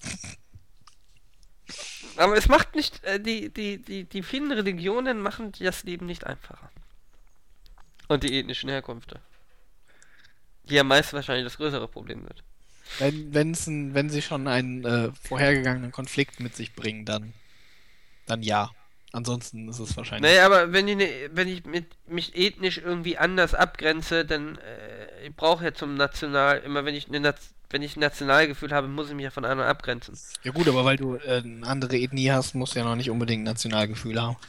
Aber es macht nicht, die vielen Religionen machen das Leben nicht einfacher. Und die ethnischen Herkünfte. Die ja meist wahrscheinlich das größere Problem sind. Wenn sie schon einen vorhergegangenen Konflikt mit sich bringen, dann ja. Ansonsten ist es wahrscheinlich... Nee, aber wenn ich mich ethnisch irgendwie anders abgrenze, dann ich brauche ja zum immer wenn ich ein Nationalgefühl habe, muss ich mich ja von anderen abgrenzen. Ja gut, aber weil du eine andere Ethnie hast, musst du ja noch nicht unbedingt ein Nationalgefühl haben.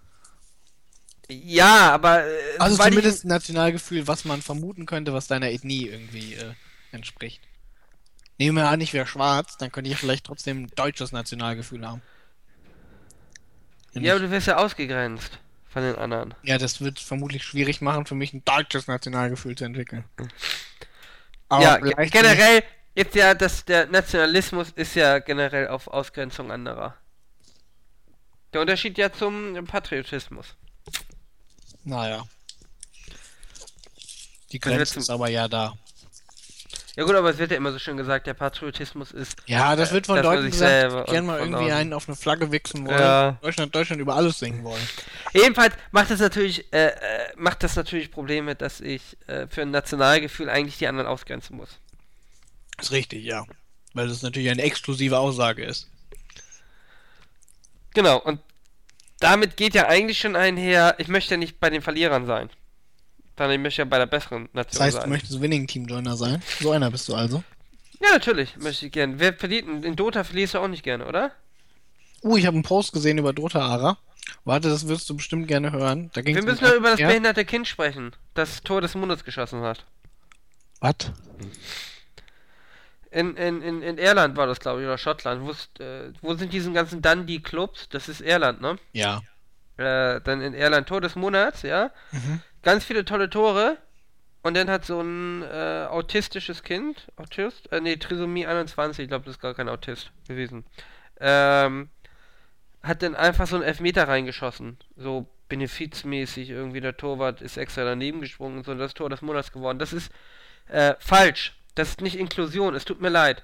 Ja, aber... also zumindest ein Nationalgefühl, was man vermuten könnte, was deiner Ethnie irgendwie entspricht. Nehmen wir an, ich wäre schwarz, dann könnte ich vielleicht trotzdem ein deutsches Nationalgefühl haben. Ja, aber du wirst ja ausgegrenzt von den anderen. Ja, das wird vermutlich schwierig machen, für mich ein deutsches Nationalgefühl zu entwickeln. Aber ja, generell, jetzt ja, der Nationalismus ist ja generell auf Ausgrenzung anderer. Der Unterschied ja zum Patriotismus. Naja. Die Grenze ist aber ja da. Ja gut, aber es wird ja immer so schön gesagt, der Patriotismus ist... Ja, das wird von Leuten gesagt, die gerne mal irgendwie einen auf eine Flagge wichsen wollen, ja. Deutschland über alles singen wollen. Jedenfalls macht das natürlich Probleme, dass ich für ein Nationalgefühl eigentlich die anderen ausgrenzen muss. Ist richtig, ja. Weil das natürlich eine exklusive Aussage ist. Genau, und damit geht ja eigentlich schon einher, ich möchte ja nicht bei den Verlierern sein. Sondern ich möchte ja bei der besseren Nation sein. Das heißt, du möchtest Winning Team Joiner sein? So einer bist du also? Ja, natürlich, möchte ich gerne. Wer verliert? In Dota verlierst du auch nicht gerne, oder? Ich habe einen Post gesehen über Dota, Ara. Warte, das wirst du bestimmt gerne hören. Wir müssen nur über das behinderte Kind sprechen, das Tor des Monats geschossen hat. Was? In Irland war das, glaube ich, oder Schottland. Wo sind diese ganzen Dundee-Clubs? Das ist Irland, ne? Ja. Dann in Irland Tor des Monats, ja? Ganz viele tolle Tore. Und dann hat so ein autistisches Kind, Trisomie 21, ich glaube, das ist gar kein Autist gewesen, hat dann einfach so einen Elfmeter reingeschossen. So benefizmäßig irgendwie, der Torwart ist extra daneben gesprungen und so, das Tor des Monats geworden. Das ist falsch. Das ist nicht Inklusion, es tut mir leid.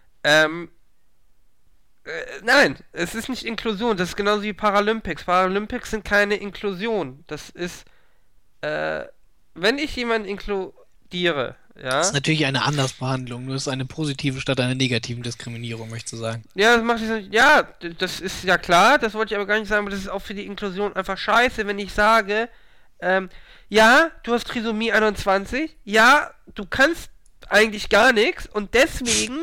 Nein, es ist nicht Inklusion, das ist genauso wie Paralympics. Paralympics sind keine Inklusion. Das ist, wenn ich jemanden inkludiere, ja... Das ist natürlich eine Andersbehandlung, nur ist eine positive statt einer negativen Diskriminierung, möchte ich sagen. Ja, das macht es, ja, das ist ja klar, das wollte ich aber gar nicht sagen, aber das ist auch für die Inklusion einfach scheiße, wenn ich sage, ja, du hast Trisomie 21, ja, du kannst eigentlich gar nichts und deswegen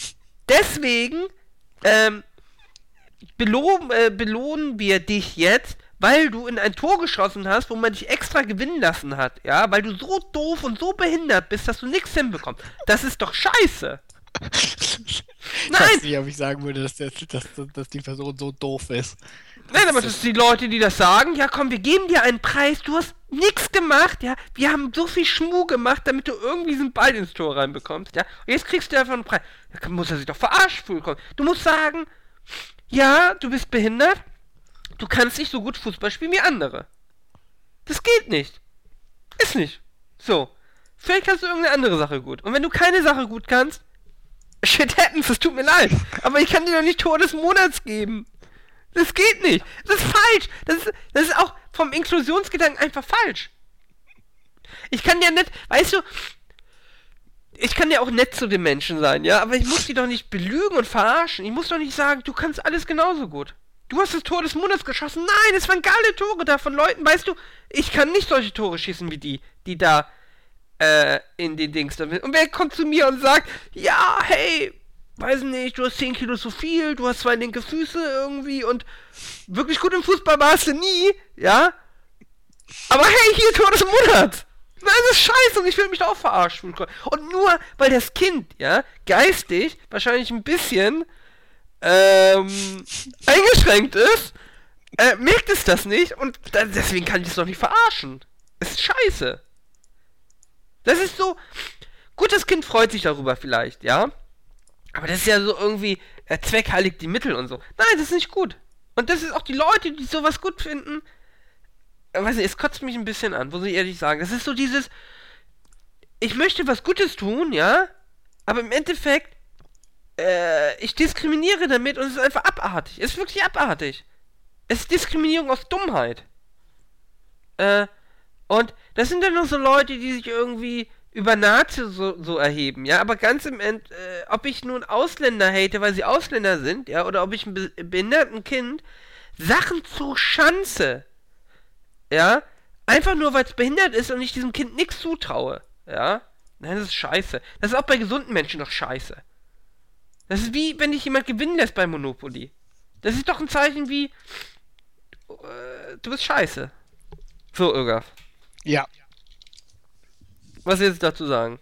belohnen wir dich jetzt, weil du in ein Tor geschossen hast, wo man dich extra gewinnen lassen hat, ja, weil du so doof und so behindert bist, dass du nichts hinbekommst. Das ist doch scheiße. Nein! Ich weiß nicht, ob ich sagen würde, dass die Person so doof ist. Nein, aber das sind die Leute, die das sagen, ja komm, wir geben dir einen Preis, du hast nichts gemacht, ja, wir haben so viel Schmuh gemacht, damit du irgendwie diesen Ball ins Tor reinbekommst, ja, und jetzt kriegst du einfach einen Preis. Da muss er sich doch verarscht fühlen. Du musst sagen, ja, du bist behindert, du kannst nicht so gut Fußball spielen wie andere. Das geht nicht. Ist nicht. So. Vielleicht kannst du irgendeine andere Sache gut. Und wenn du keine Sache gut kannst, shit happens, es tut mir leid. Aber ich kann dir doch nicht Tor des Monats geben. Das geht nicht. Das ist falsch. Das ist auch vom Inklusionsgedanken einfach falsch. Ich kann ja nicht, weißt du, ich kann ja auch nett zu den Menschen sein, ja, aber ich muss die doch nicht belügen und verarschen. Ich muss doch nicht sagen, du kannst alles genauso gut. Du hast das Tor des Monats geschossen. Nein, es waren geile Tore da von Leuten, weißt du, ich kann nicht solche Tore schießen wie die da in den Dings da. Und wer kommt zu mir und sagt, ja, hey, weiß nicht, du hast 10 Kilo zu viel, du hast 2 linke Füße irgendwie und wirklich gut im Fußball warst du nie, ja? Aber hey, hier Tor des Monats! Nein, das ist scheiße und ich will mich da auch verarschen. Und nur, weil das Kind, ja, geistig wahrscheinlich ein bisschen eingeschränkt ist, merkt es das nicht und deswegen kann ich es doch nicht verarschen. Es ist scheiße. Das ist so, gut, das Kind freut sich darüber vielleicht, ja, aber das ist ja so irgendwie, Zweck heiligt die Mittel und so. Nein, das ist nicht gut. Und das ist auch die Leute, die sowas gut finden, weiß nicht, es kotzt mich ein bisschen an, muss ich ehrlich sagen. Das ist so dieses, ich möchte was Gutes tun, ja, aber im Endeffekt, ich diskriminiere damit und es ist einfach abartig. Es ist wirklich abartig. Es ist Diskriminierung aus Dummheit. Und das sind dann noch so Leute, die sich irgendwie über Nazis so erheben, ja, aber ganz im End, ob ich nun Ausländer hate, weil sie Ausländer sind, ja, oder ob ich einem behinderten Kind Sachen zur Schanze, ja, einfach nur, weil es behindert ist und ich diesem Kind nichts zutraue, ja, nein, das ist scheiße. Das ist auch bei gesunden Menschen doch scheiße. Das ist wie, wenn dich jemand gewinnen lässt bei Monopoly. Das ist doch ein Zeichen wie, du bist scheiße. So, Irgaf. Ja. Was willst du dazu sagen?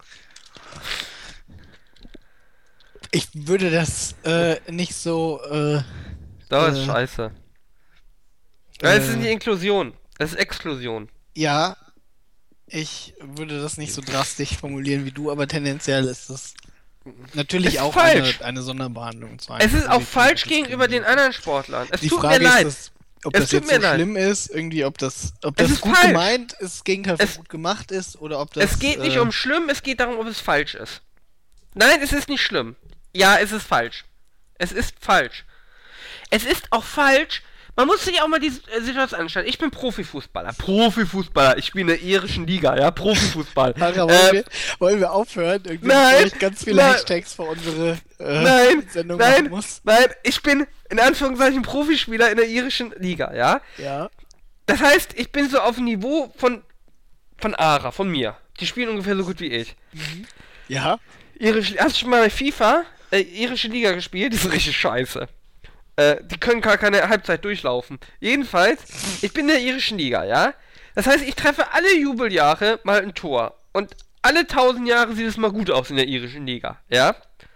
Ich würde das nicht so. Das ist scheiße. Es ist nicht Inklusion. Es ist Exklusion. Ja. Ich würde das nicht so drastisch formulieren wie du, aber tendenziell ist das natürlich auch eine Sonderbehandlung. Es ist auch falsch gegenüber den anderen Sportlern. Es tut mir leid. Ob das jetzt so schlimm ist, irgendwie, ob das gut gemeint ist, das Gegenteil von gut gemacht ist, oder ob das... Es geht nicht um schlimm, es geht darum, ob es falsch ist. Nein, es ist nicht schlimm. Ja, es ist falsch. Es ist falsch. Es ist auch falsch, man muss sich auch mal die Situation anschauen. Ich bin Profifußballer, ich spiele in der irischen Liga, ja, Profifußball. Wollen wir aufhören, irgendwie, bevor ich ganz viele Hashtags vor unsere Sendung machen muss? Nein, ich bin in Anführungszeichen Profispieler in der irischen Liga, ja? Ja. Das heißt, ich bin so auf dem Niveau von Ara, von mir. Die spielen ungefähr so gut wie ich. Mhm. Ja. Hast du schon mal bei FIFA irische Liga gespielt? Die ist richtig scheiße. Die können gar keine Halbzeit durchlaufen. Jedenfalls, ich bin in der irischen Liga, ja? Das heißt, ich treffe alle Jubeljahre mal ein Tor. Und alle 1000 Jahre sieht es mal gut aus in der irischen Liga, ja?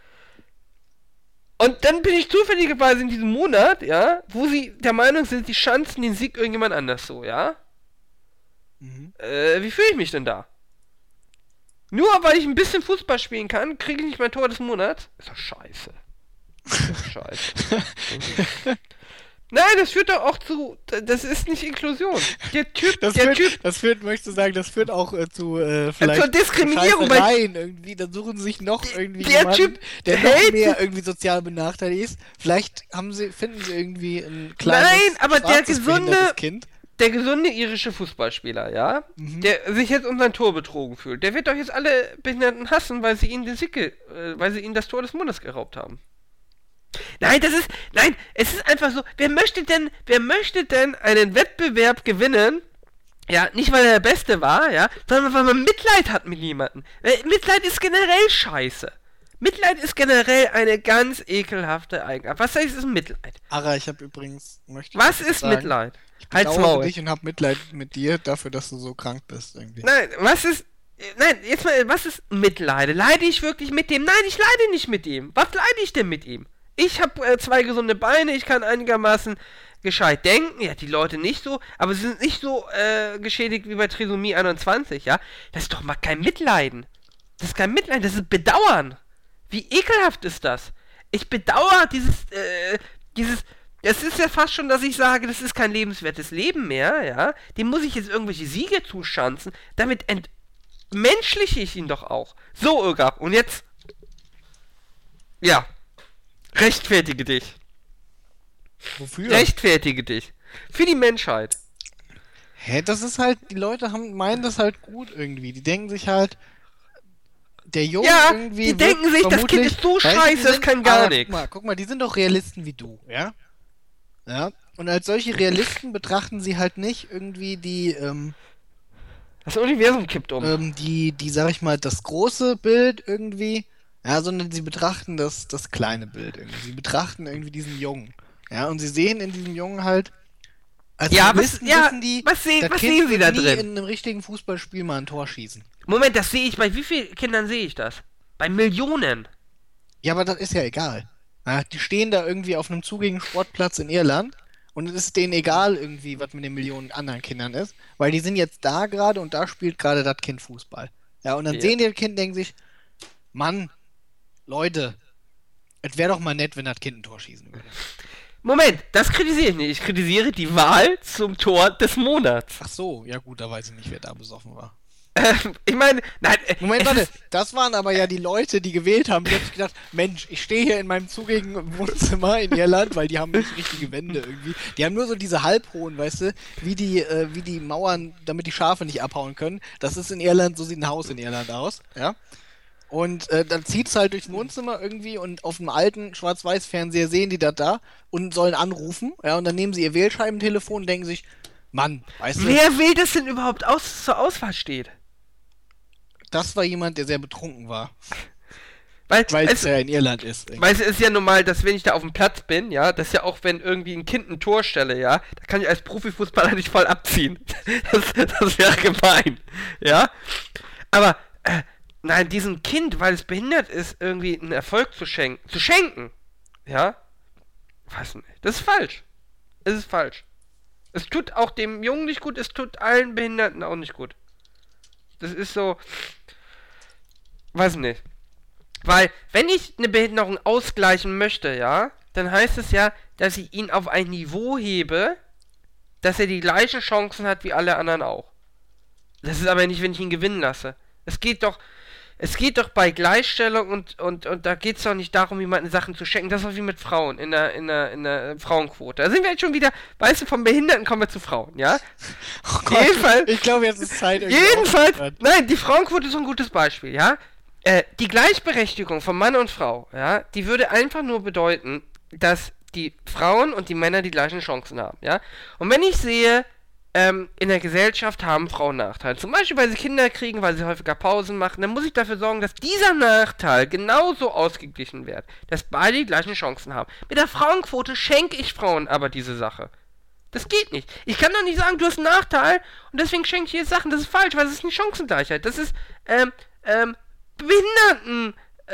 Und dann bin ich zufälligerweise in diesem Monat, ja, wo sie der Meinung sind, die schanzen den Sieg irgendjemand anders so, ja? Mhm. Wie fühle ich mich denn da? Nur weil ich ein bisschen Fußball spielen kann, kriege ich nicht mein Tor des Monats? Ist doch scheiße. Scheiße. Nein, das führt doch auch zu. Das ist nicht Inklusion. Das führt auch zu vielleicht zur Diskriminierung bei irgendwie. Dann suchen sie sich noch irgendwie jemanden, der noch mehr irgendwie sozial benachteiligt ist. Vielleicht finden sie irgendwie ein kleines, aber der gesunde Kind. Der gesunde irische Fußballspieler, ja, der sich jetzt um sein Tor betrogen fühlt, der wird doch jetzt alle Behinderten hassen, weil sie ihnen weil sie ihnen das Tor des Monats geraubt haben. Nein, es ist einfach so, wer möchte denn einen Wettbewerb gewinnen, ja, nicht weil er der Beste war, ja, sondern weil man Mitleid hat mit jemandem. Mitleid ist generell scheiße. Mitleid ist generell eine ganz ekelhafte Eigenschaft. Was heißt es Mitleid? Ara, ich habe übrigens... Was ist sagen, Mitleid? Ich bedauere dich und habe Mitleid mit dir dafür, dass du so krank bist irgendwie. Nein, was ist Mitleid? Leide ich wirklich mit dem? Nein, ich leide nicht mit ihm. Was leide ich denn mit ihm? Ich habe 2 gesunde Beine, ich kann einigermaßen gescheit denken, ja, die Leute nicht so, aber sie sind nicht so geschädigt wie bei Trisomie 21, ja? Das ist doch mal kein Mitleiden. Das ist kein Mitleiden, das ist Bedauern. Wie ekelhaft ist das? Ich bedauere Das ist ja fast schon, dass ich sage, das ist kein lebenswertes Leben mehr, ja. Dem muss ich jetzt irgendwelche Siege zuschanzen. Damit entmenschliche ich ihn doch auch. So, Irgab, und jetzt... Ja. Rechtfertige dich. Wofür? Rechtfertige dich. Für die Menschheit. Hä, das ist halt, die Leute meinen das halt gut irgendwie. Die denken sich halt, der Junge irgendwie. Die denken sich, das Kind ist so scheiße, das kann gar nichts. Guck mal, die sind doch Realisten wie du, ja? Ja. Und als solche Realisten betrachten sie halt nicht irgendwie die, das Universum kippt um. Die, sag ich mal, das große Bild irgendwie, ja, sondern sie betrachten das kleine Bild irgendwie. Sie betrachten irgendwie diesen Jungen. Ja, und sie sehen in diesem Jungen halt, als was sehen sie da drin? In einem richtigen Fußballspiel mal ein Tor schießen. Moment, das sehe ich, bei wie vielen Kindern sehe ich das? Bei Millionen. Ja, aber das ist ja egal. Ja, die stehen da irgendwie auf einem zugängigen Sportplatz in Irland und es ist denen egal irgendwie, was mit den Millionen anderen Kindern ist, weil die sind jetzt da gerade und da spielt gerade das Kind Fußball. Ja, und dann sehen die das Kind und denken sich, Mann, Leute, es wäre doch mal nett, wenn das Kind ein Tor schießen würde. Moment, das kritisiere ich nicht. Ich kritisiere die Wahl zum Tor des Monats. Ach so, ja gut, da weiß ich nicht, wer da besoffen war. Ich meine, nein. Moment, warte, das waren aber ja die Leute, die gewählt haben. Die haben sich gedacht, Mensch, ich stehe hier in meinem zugängigen Wohnzimmer in Irland, weil die haben nicht richtige Wände irgendwie. Die haben nur so diese halbhohen, weißt du, wie die Mauern, damit die Schafe nicht abhauen können. Das ist in Irland, so sieht ein Haus in Irland aus, ja. Und dann zieht es halt durchs Wohnzimmer irgendwie und auf dem alten Schwarz-Weiß-Fernseher sehen die das da und sollen anrufen, ja, und dann nehmen sie ihr Wählscheibentelefon und denken sich, Mann, weißt du... Wer will das denn überhaupt zur Auswahl steht? Das war jemand, der sehr betrunken war. Weil es ja in Irland ist. Weil es ist ja normal, dass wenn ich da auf dem Platz bin, ja, das ist ja auch, wenn irgendwie ein Kind ein Tor stelle, ja, da kann ich als Profifußballer nicht voll abziehen. Das wäre gemein, ja. Aber, nein, diesem Kind, weil es behindert ist, irgendwie einen Erfolg zu schenken, ja, weiß nicht, das ist falsch. Es ist falsch. Es tut auch dem Jungen nicht gut, es tut allen Behinderten auch nicht gut. Das ist so, weiß nicht. Weil, wenn ich eine Behinderung ausgleichen möchte, ja, dann heißt es ja, dass ich ihn auf ein Niveau hebe, dass er die gleichen Chancen hat wie alle anderen auch. Das ist aber nicht, wenn ich ihn gewinnen lasse. Es geht doch bei Gleichstellung und da geht es doch nicht darum, jemanden Sachen zu schenken. Das ist doch wie mit Frauen in der Frauenquote. Da sind wir jetzt schon wieder, weißt du, vom Behinderten kommen wir zu Frauen, ja? Oh Gott, jedenfalls, ich glaube, jetzt ist Zeit. Jedenfalls, nein, die Frauenquote ist ein gutes Beispiel, ja? Die Gleichberechtigung von Mann und Frau, ja, die würde einfach nur bedeuten, dass die Frauen und die Männer die gleichen Chancen haben, ja? Und wenn ich sehe, in der Gesellschaft haben Frauen Nachteile. Zum Beispiel, weil sie Kinder kriegen, weil sie häufiger Pausen machen. Dann muss ich dafür sorgen, dass dieser Nachteil genauso ausgeglichen wird. Dass beide die gleichen Chancen haben. Mit der Frauenquote schenke ich Frauen aber diese Sache. Das geht nicht. Ich kann doch nicht sagen, du hast einen Nachteil und deswegen schenke ich dir Sachen. Das ist falsch, weil es ist eine Chancengleichheit. Das ist, Behinderten,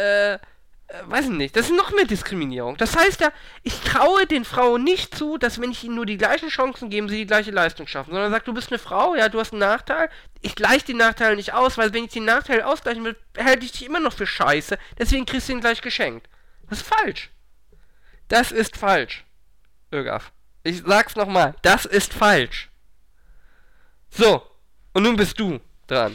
weiß ich nicht, das ist noch mehr Diskriminierung. Das heißt ja, ich traue den Frauen nicht zu, dass wenn ich ihnen nur die gleichen Chancen gebe, sie die gleiche Leistung schaffen, sondern sagt, du bist eine Frau, ja, du hast einen Nachteil, ich gleiche den Nachteil nicht aus, weil wenn ich den Nachteil ausgleichen will, halte ich dich immer noch für scheiße, deswegen kriegst du ihn gleich geschenkt. Das ist falsch. Das ist falsch. Irgaf. Ich sag's nochmal, das ist falsch. So, und nun bist du dran.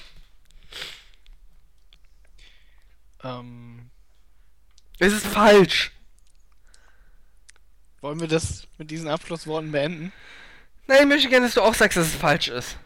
Es ist falsch. Wollen wir das mit diesen Abschlussworten beenden? Nein, ich möchte gerne, dass du auch sagst, dass es falsch ist.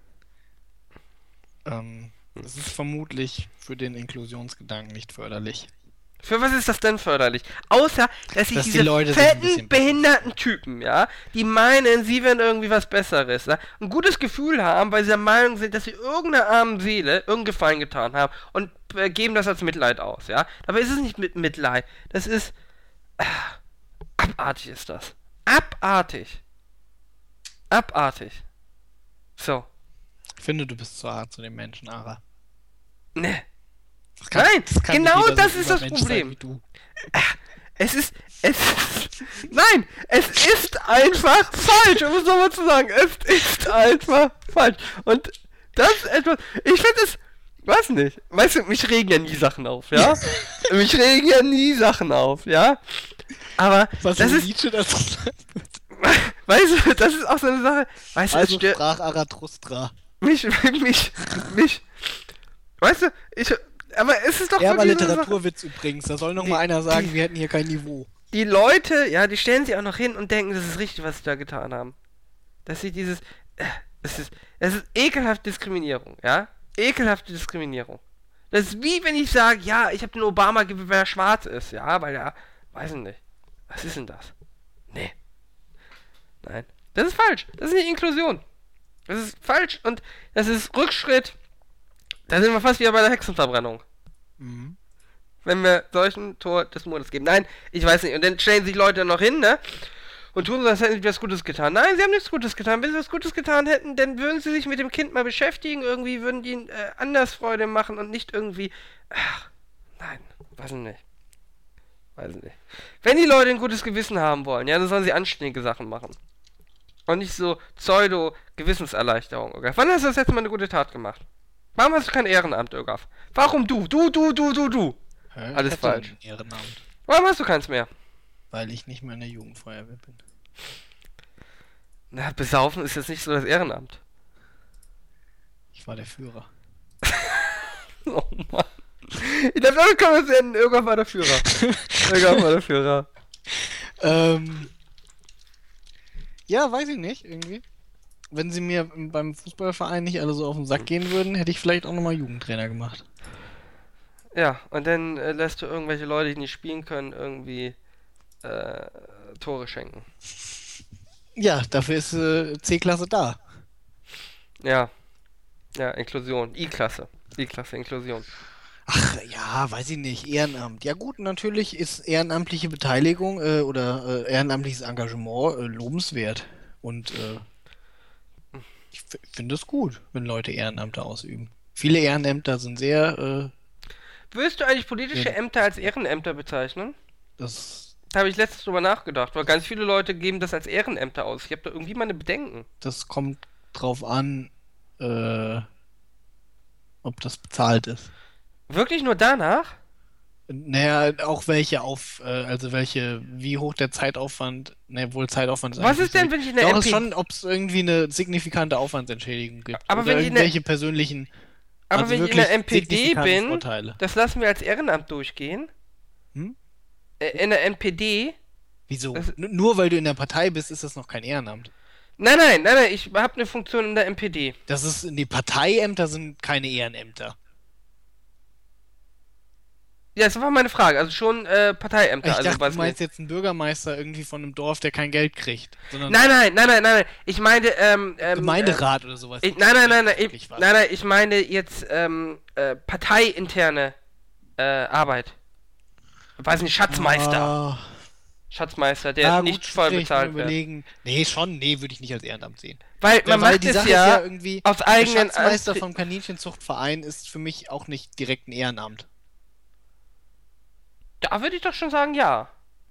Es ist vermutlich für den Inklusionsgedanken nicht förderlich. Für was ist das denn förderlich? Außer, dass diese die fetten, behinderten Typen, ja, die meinen, sie wären irgendwie was Besseres, ja, ein gutes Gefühl haben, weil sie der Meinung sind, dass sie irgendeiner armen Seele irgendeinen Gefallen getan haben und geben das als Mitleid aus, ja. Aber ist es nicht mit Mitleid. Das ist... abartig ist das. Abartig. Abartig. So. Ich finde, du bist zu hart zu den Menschen, Ara. Ne. Nein, genau das ist das Problem. Nein, es ist einfach falsch, um es nochmal zu sagen. Es ist einfach falsch. Und das ist etwas, ich finde es, Weiß nicht. Weißt du, mich regen ja nie Sachen auf, ja? Mich regen ja nie Sachen auf, ja? Aber Was das für ist, Nietzsche das weißt du, das ist auch so eine Sache, weißt du, es also stört sprach Zarathustra. mich, weißt du, aber es ist doch Ja, aber wirklich so eine Sache. Literaturwitz übrigens. Da soll noch mal einer sagen, wir hätten hier kein Niveau. Die Leute, ja, die stellen sich auch noch hin und denken, das ist richtig, was sie da getan haben. Dass sie dieses, es ist ekelhafte Diskriminierung, ja? Ekelhafte Diskriminierung. Das ist wie wenn ich sage, ja, ich habe den Obama gewählt, weil er schwarz ist, ja, weil er, weiß ich nicht. Was ist denn das? Nee. Nein. Das ist falsch. Das ist nicht Inklusion. Das ist falsch und das ist Rückschritt. Da sind wir fast wieder bei der Hexenverbrennung. Mhm. Wenn wir solchen Tor des Monats geben. Nein, ich weiß nicht. Und dann stellen sich Leute noch hin, ne? Und tun so, als hätten sie was Gutes getan. Nein, sie haben nichts Gutes getan. Wenn sie was Gutes getan hätten, dann würden sie sich mit dem Kind mal beschäftigen. Irgendwie würden die anders Freude machen und nicht irgendwie... Ach, nein, weiß ich nicht. Weiß ich nicht. Wenn die Leute ein gutes Gewissen haben wollen, ja, dann sollen sie anständige Sachen machen. Und nicht so Pseudo-Gewissenserleichterung, Ögaf. Wann hast du das letzte Mal eine gute Tat gemacht? Warum hast du kein Ehrenamt, Ögaf? Warum du? Du. Alles Ich hatte falsch. ein Ehrenamt, Warum hast du keins mehr? weil ich nicht mehr in der Jugendfeuerwehr bin. Na, besaufen ist jetzt nicht so das Ehrenamt. Ich war der Führer. Oh Mann. Ich glaube, damit können wir es enden. Ögaf war der Führer. Ögaf war der Führer. Ja, weiß ich nicht, irgendwie. Wenn sie mir beim Fußballverein nicht alle so auf den Sack gehen würden, hätte ich vielleicht auch nochmal Jugendtrainer gemacht. Ja, und dann lässt du irgendwelche Leute, die nicht spielen können, irgendwie Tore schenken. Ja, dafür ist C-Klasse da. Ja. Ja, Inklusion. I-Klasse. I-Klasse, Inklusion. Ach ja, weiß ich nicht. Ehrenamt. Ja gut, natürlich ist ehrenamtliche Beteiligung oder ehrenamtliches Engagement lobenswert. Und ich finde es gut, wenn Leute Ehrenämter ausüben. Viele Ehrenämter sind sehr, Würdest du eigentlich politische Ämter als Ehrenämter bezeichnen? das, Da habe ich letztens drüber nachgedacht, weil ganz viele Leute geben das als Ehrenämter aus. Ich habe da irgendwie meine Bedenken. das kommt drauf an, ob das bezahlt ist. Wirklich nur danach? Naja, auch also wie hoch der Zeitaufwand, ne, wohl Zeitaufwand ist Was eigentlich ist denn, nicht wenn ich so- in der Doch, ist MP... schon, ob es irgendwie eine signifikante Aufwandsentschädigung gibt. Aber oder wenn ich in der- irgendwelche persönlichen, Aber also wenn ich in der wirklich NPD signifikante bin, Vorteile. das lassen wir als Ehrenamt durchgehen. Hm? In der NPD... Wieso? Das- Nur weil du in der Partei bist, ist das noch kein Ehrenamt. Nein, ich habe eine Funktion in der NPD. Die Parteiämter sind keine Ehrenämter. Ja, das war meine Frage. Also schon Parteiämter. Ich also dachte, was du meinst jetzt einen Bürgermeister irgendwie von einem Dorf, der kein Geld kriegt. Sondern Nein. Ich meine, Gemeinderat oder sowas. Nein. Wirklich was. Nein, ich meine jetzt parteiinterne Arbeit. Weiß nicht, Schatzmeister. Ah, Schatzmeister, der ja, nicht gut, voll schwierig, bezahlt mal wird. überlegen. Nee, würde ich nicht als Ehrenamt sehen. Weil man Weil macht die es Sache ist ja irgendwie, aus der eigenen Schatzmeister Anstr- vom Kaninchenzuchtverein ist für mich auch nicht direkt ein Ehrenamt. Da würde ich doch schon sagen, ja.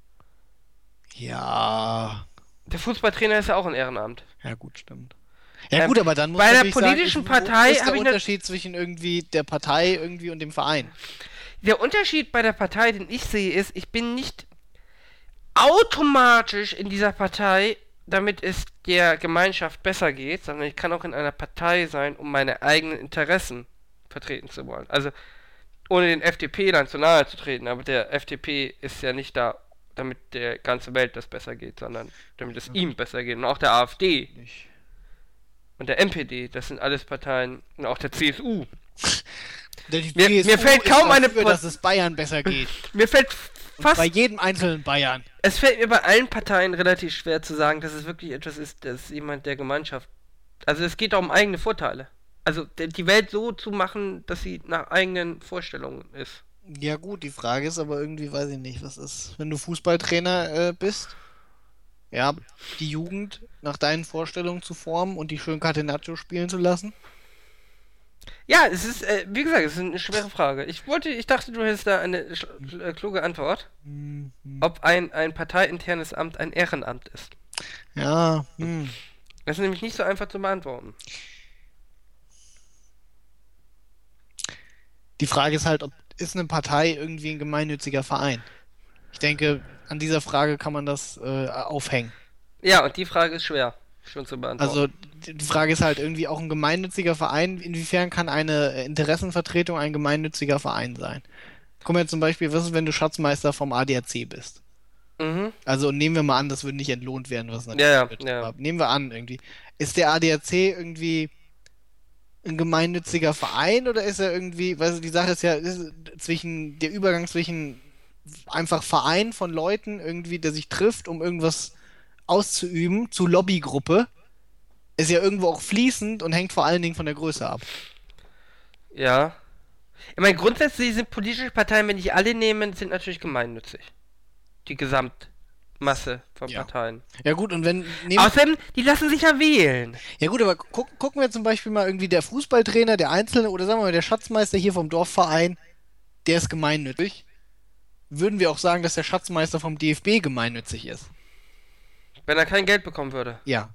Ja, Der Fußballtrainer ist ja auch ein Ehrenamt. ja gut, stimmt. Ja gut, aber dann muss bei der natürlich politischen sagen, Partei wo ist hab der ich ne- Unterschied zwischen irgendwie der Partei irgendwie und dem Verein? Der Unterschied bei der Partei, den ich sehe, ist, ich bin nicht automatisch in dieser Partei, damit es der Gemeinschaft besser geht, sondern ich kann auch in einer Partei sein, um meine eigenen Interessen vertreten zu wollen. Also, ohne den FDP dann zu nahe zu treten, aber der FDP ist ja nicht da, damit der ganze Welt das besser geht, sondern damit es ihm besser geht. Und auch der AfD Nicht. und der NPD, das sind alles Parteien, und auch der CSU. Die Mir CSU fällt ist kaum eine dafür, Pro- dass es Bayern besser geht. Mir fällt Und fast bei jedem einzelnen Bayern. Es fällt mir bei allen Parteien relativ schwer zu sagen, dass es wirklich etwas ist, dass jemand der Gemeinschaft. Also es geht auch um eigene Vorteile. Also die Welt so zu machen, dass sie nach eigenen Vorstellungen ist. Ja gut, die Frage ist aber irgendwie, weiß ich nicht, was ist, wenn du Fußballtrainer bist, ja, die Jugend nach deinen Vorstellungen zu formen und die schön Catenaccio spielen zu lassen? Ja, es ist, wie gesagt, es ist eine schwere Frage. Ich dachte, du hättest da eine kluge Antwort, Mhm. ob ein parteiinternes Amt ein Ehrenamt ist. Ja, Das ist nämlich nicht so einfach zu beantworten. Die Frage ist halt, ist eine Partei irgendwie ein gemeinnütziger Verein? Ich denke, an dieser Frage kann man das aufhängen. Ja, und die Frage ist schwer schon zu beantworten. Also die Frage ist halt irgendwie auch ein gemeinnütziger Verein. Inwiefern kann eine Interessenvertretung ein gemeinnütziger Verein sein? Guck mal zum Beispiel, was ist, wenn du Schatzmeister vom ADAC bist? Mhm. Also nehmen wir mal an, das würde nicht entlohnt werden, was natürlich Ja, wird. ja. Aber nehmen wir an, irgendwie. Ist der ADAC irgendwie ein gemeinnütziger Verein oder ist er irgendwie, weil die Sache ist ja, zwischen der Übergang zwischen einfach Verein von Leuten irgendwie, der sich trifft, um irgendwas auszuüben, zu Lobbygruppe, ist ja irgendwo auch fließend und hängt vor allen Dingen von der Größe ab. Ja. Ich meine, grundsätzlich sind politische Parteien, wenn ich alle nehme, sind natürlich gemeinnützig. Die Gesamtmasse von Ja. Parteien. Ja gut, und wenn... Außerdem, die lassen sich ja wählen. Ja gut, aber gucken wir zum Beispiel mal irgendwie der Fußballtrainer, der Einzelne oder sagen wir mal der Schatzmeister hier vom Dorfverein, der ist gemeinnützig. Würden wir auch sagen, dass der Schatzmeister vom DFB gemeinnützig ist? Wenn er kein Geld bekommen würde. Ja.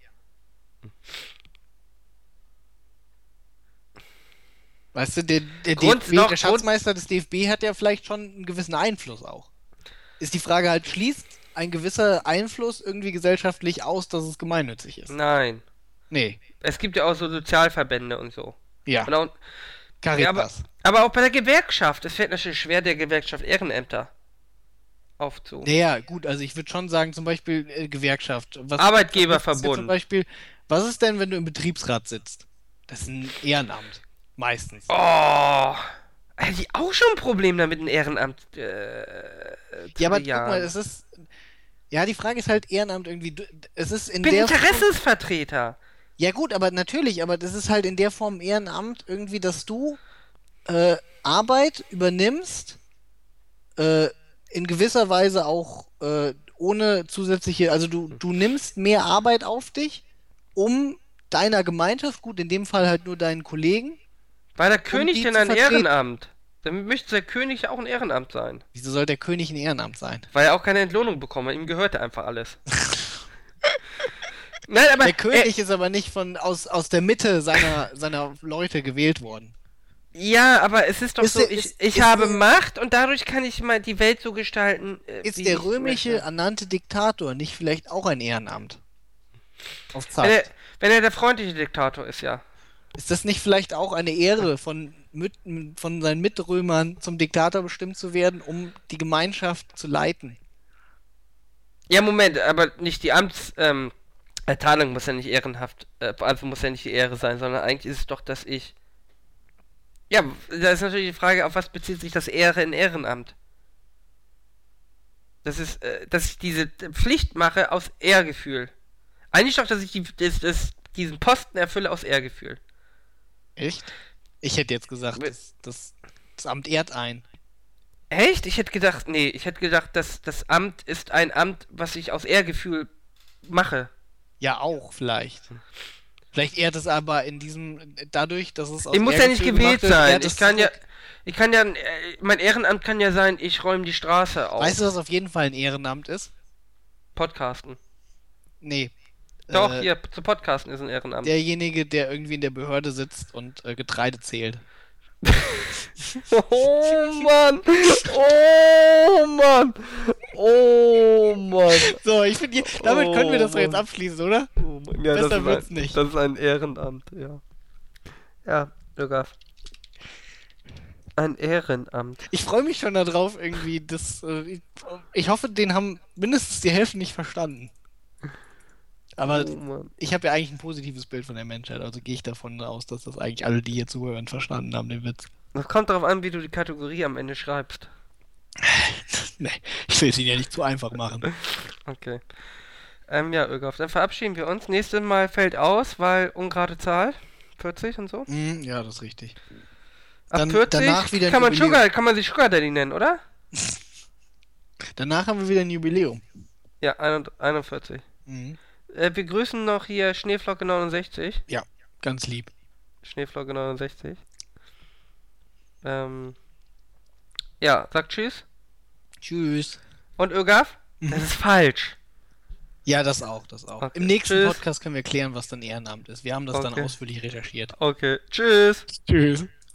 Weißt du, der Schatzmeister des DFB hat ja vielleicht schon einen gewissen Einfluss auch. Ist die Frage halt, schließt ein gewisser Einfluss irgendwie gesellschaftlich aus, dass es gemeinnützig ist? Nein. Nee. Es gibt ja auch so Sozialverbände und so. Ja. Und auch, Caritas. aber auch bei der Gewerkschaft. Es fällt natürlich schwer, der Gewerkschaft Ehrenämter aufzu. Naja, gut, also ich würde schon sagen, zum Beispiel Gewerkschaft. Arbeitgeberverbund. Zum Beispiel, was ist denn, wenn du im Betriebsrat sitzt? Das ist ein Ehrenamt. Meistens. Oh. Hätte ich auch schon ein Problem damit, ein Ehrenamt ja, aber guck mal, es ist... Ja, die Frage ist halt Ehrenamt irgendwie... Es ist in bin der Interessensvertreter. Ja gut, aber natürlich, aber das ist halt in der Form Ehrenamt irgendwie, dass du Arbeit übernimmst, in gewisser Weise auch ohne zusätzliche, also du nimmst mehr Arbeit auf dich, um deiner Gemeinschaft, gut, in dem Fall halt nur deinen Kollegen. War der König die denn zu ein vertreten. Ehrenamt? Dann müsste der König auch ein Ehrenamt sein. Wieso soll der König ein Ehrenamt sein? Weil er auch keine Entlohnung bekommen, ihm gehörte einfach alles. Nein, aber Der König ist aber nicht aus der Mitte seiner Leute gewählt worden. ja, aber es ist doch Ist so, der- ich habe Macht und dadurch kann ich mal die Welt so gestalten, Ist wie der ich römische möchte. ernannte Diktator nicht vielleicht auch ein Ehrenamt? Auf Wenn er, Zeit. wenn er der freundliche Diktator ist, ja. Ist das nicht vielleicht auch eine Ehre von seinen Mitrömern zum Diktator bestimmt zu werden, um die Gemeinschaft zu leiten? Ja, Moment, aber nicht die Erteilung muss ja nicht ehrenhaft, also muss ja nicht die Ehre sein, sondern eigentlich ist es doch, dass ich... Ja, da ist natürlich die Frage, auf was bezieht sich das Ehre in Ehrenamt? Das ist, dass ich diese Pflicht mache aus Ehrgefühl. Eigentlich doch, dass ich diesen Posten erfülle aus Ehrgefühl. Echt? Ich hätte jetzt gesagt, das Amt ehrt ein. Echt? Ich hätte gedacht, dass das Amt ist ein Amt, was ich aus Ehrgefühl mache. Ja, auch vielleicht. Vielleicht ehrt es aber dadurch, dass es aus Ich muss ja nicht Ehrgefühl gewählt gemacht wird, sein. ehrt es Mein Ehrenamt kann ja sein, ich räume die Straße auf. Weißt du, was auf jeden Fall ein Ehrenamt ist? Podcasten. Nee. Doch, hier, zu Podcasten ist ein Ehrenamt. Derjenige, der irgendwie in der Behörde sitzt und Getreide zählt. Oh Mann! Oh Mann! Oh Mann! So, ich finde, damit können wir das doch Mann. jetzt abschließen, oder? Oh Mann. Ja, Besser wird's nicht. Das ist ein Ehrenamt, ja. Ja, sogar. Ein Ehrenamt. Ich freue mich schon darauf, irgendwie, ich hoffe, den haben mindestens die Hälfte nicht verstanden. Aber Oh Mann. ich habe ja eigentlich ein positives Bild von der Menschheit, also gehe ich davon aus, dass das eigentlich alle, die hier zuhören, verstanden haben, den Witz. Das kommt darauf an, wie du die Kategorie am Ende schreibst. Nee, ich will es ihnen ja nicht zu einfach machen. Okay. Ja, Ögaf, dann verabschieden wir uns. Nächstes Mal fällt aus, weil ungerade Zahl. 40 und so. Ja, das ist richtig. Ab Dann 40 danach wieder ein kann man Jubiläum. kann man sich Sugar Daddy nennen, oder? Danach haben wir wieder ein Jubiläum. Ja, 41. Mhm. Wir grüßen noch hier Schneeflocke 69. Ja, ganz lieb. Schneeflocke 69. Ja, sagt Tschüss. Tschüss. Und Ögaf? Das ist falsch. Ja, das auch. Okay. Im nächsten Tschüss. Podcast können wir klären, was dann Ehrenamt ist. Wir haben das dann Okay. ausführlich recherchiert. Okay, tschüss. Tschüss.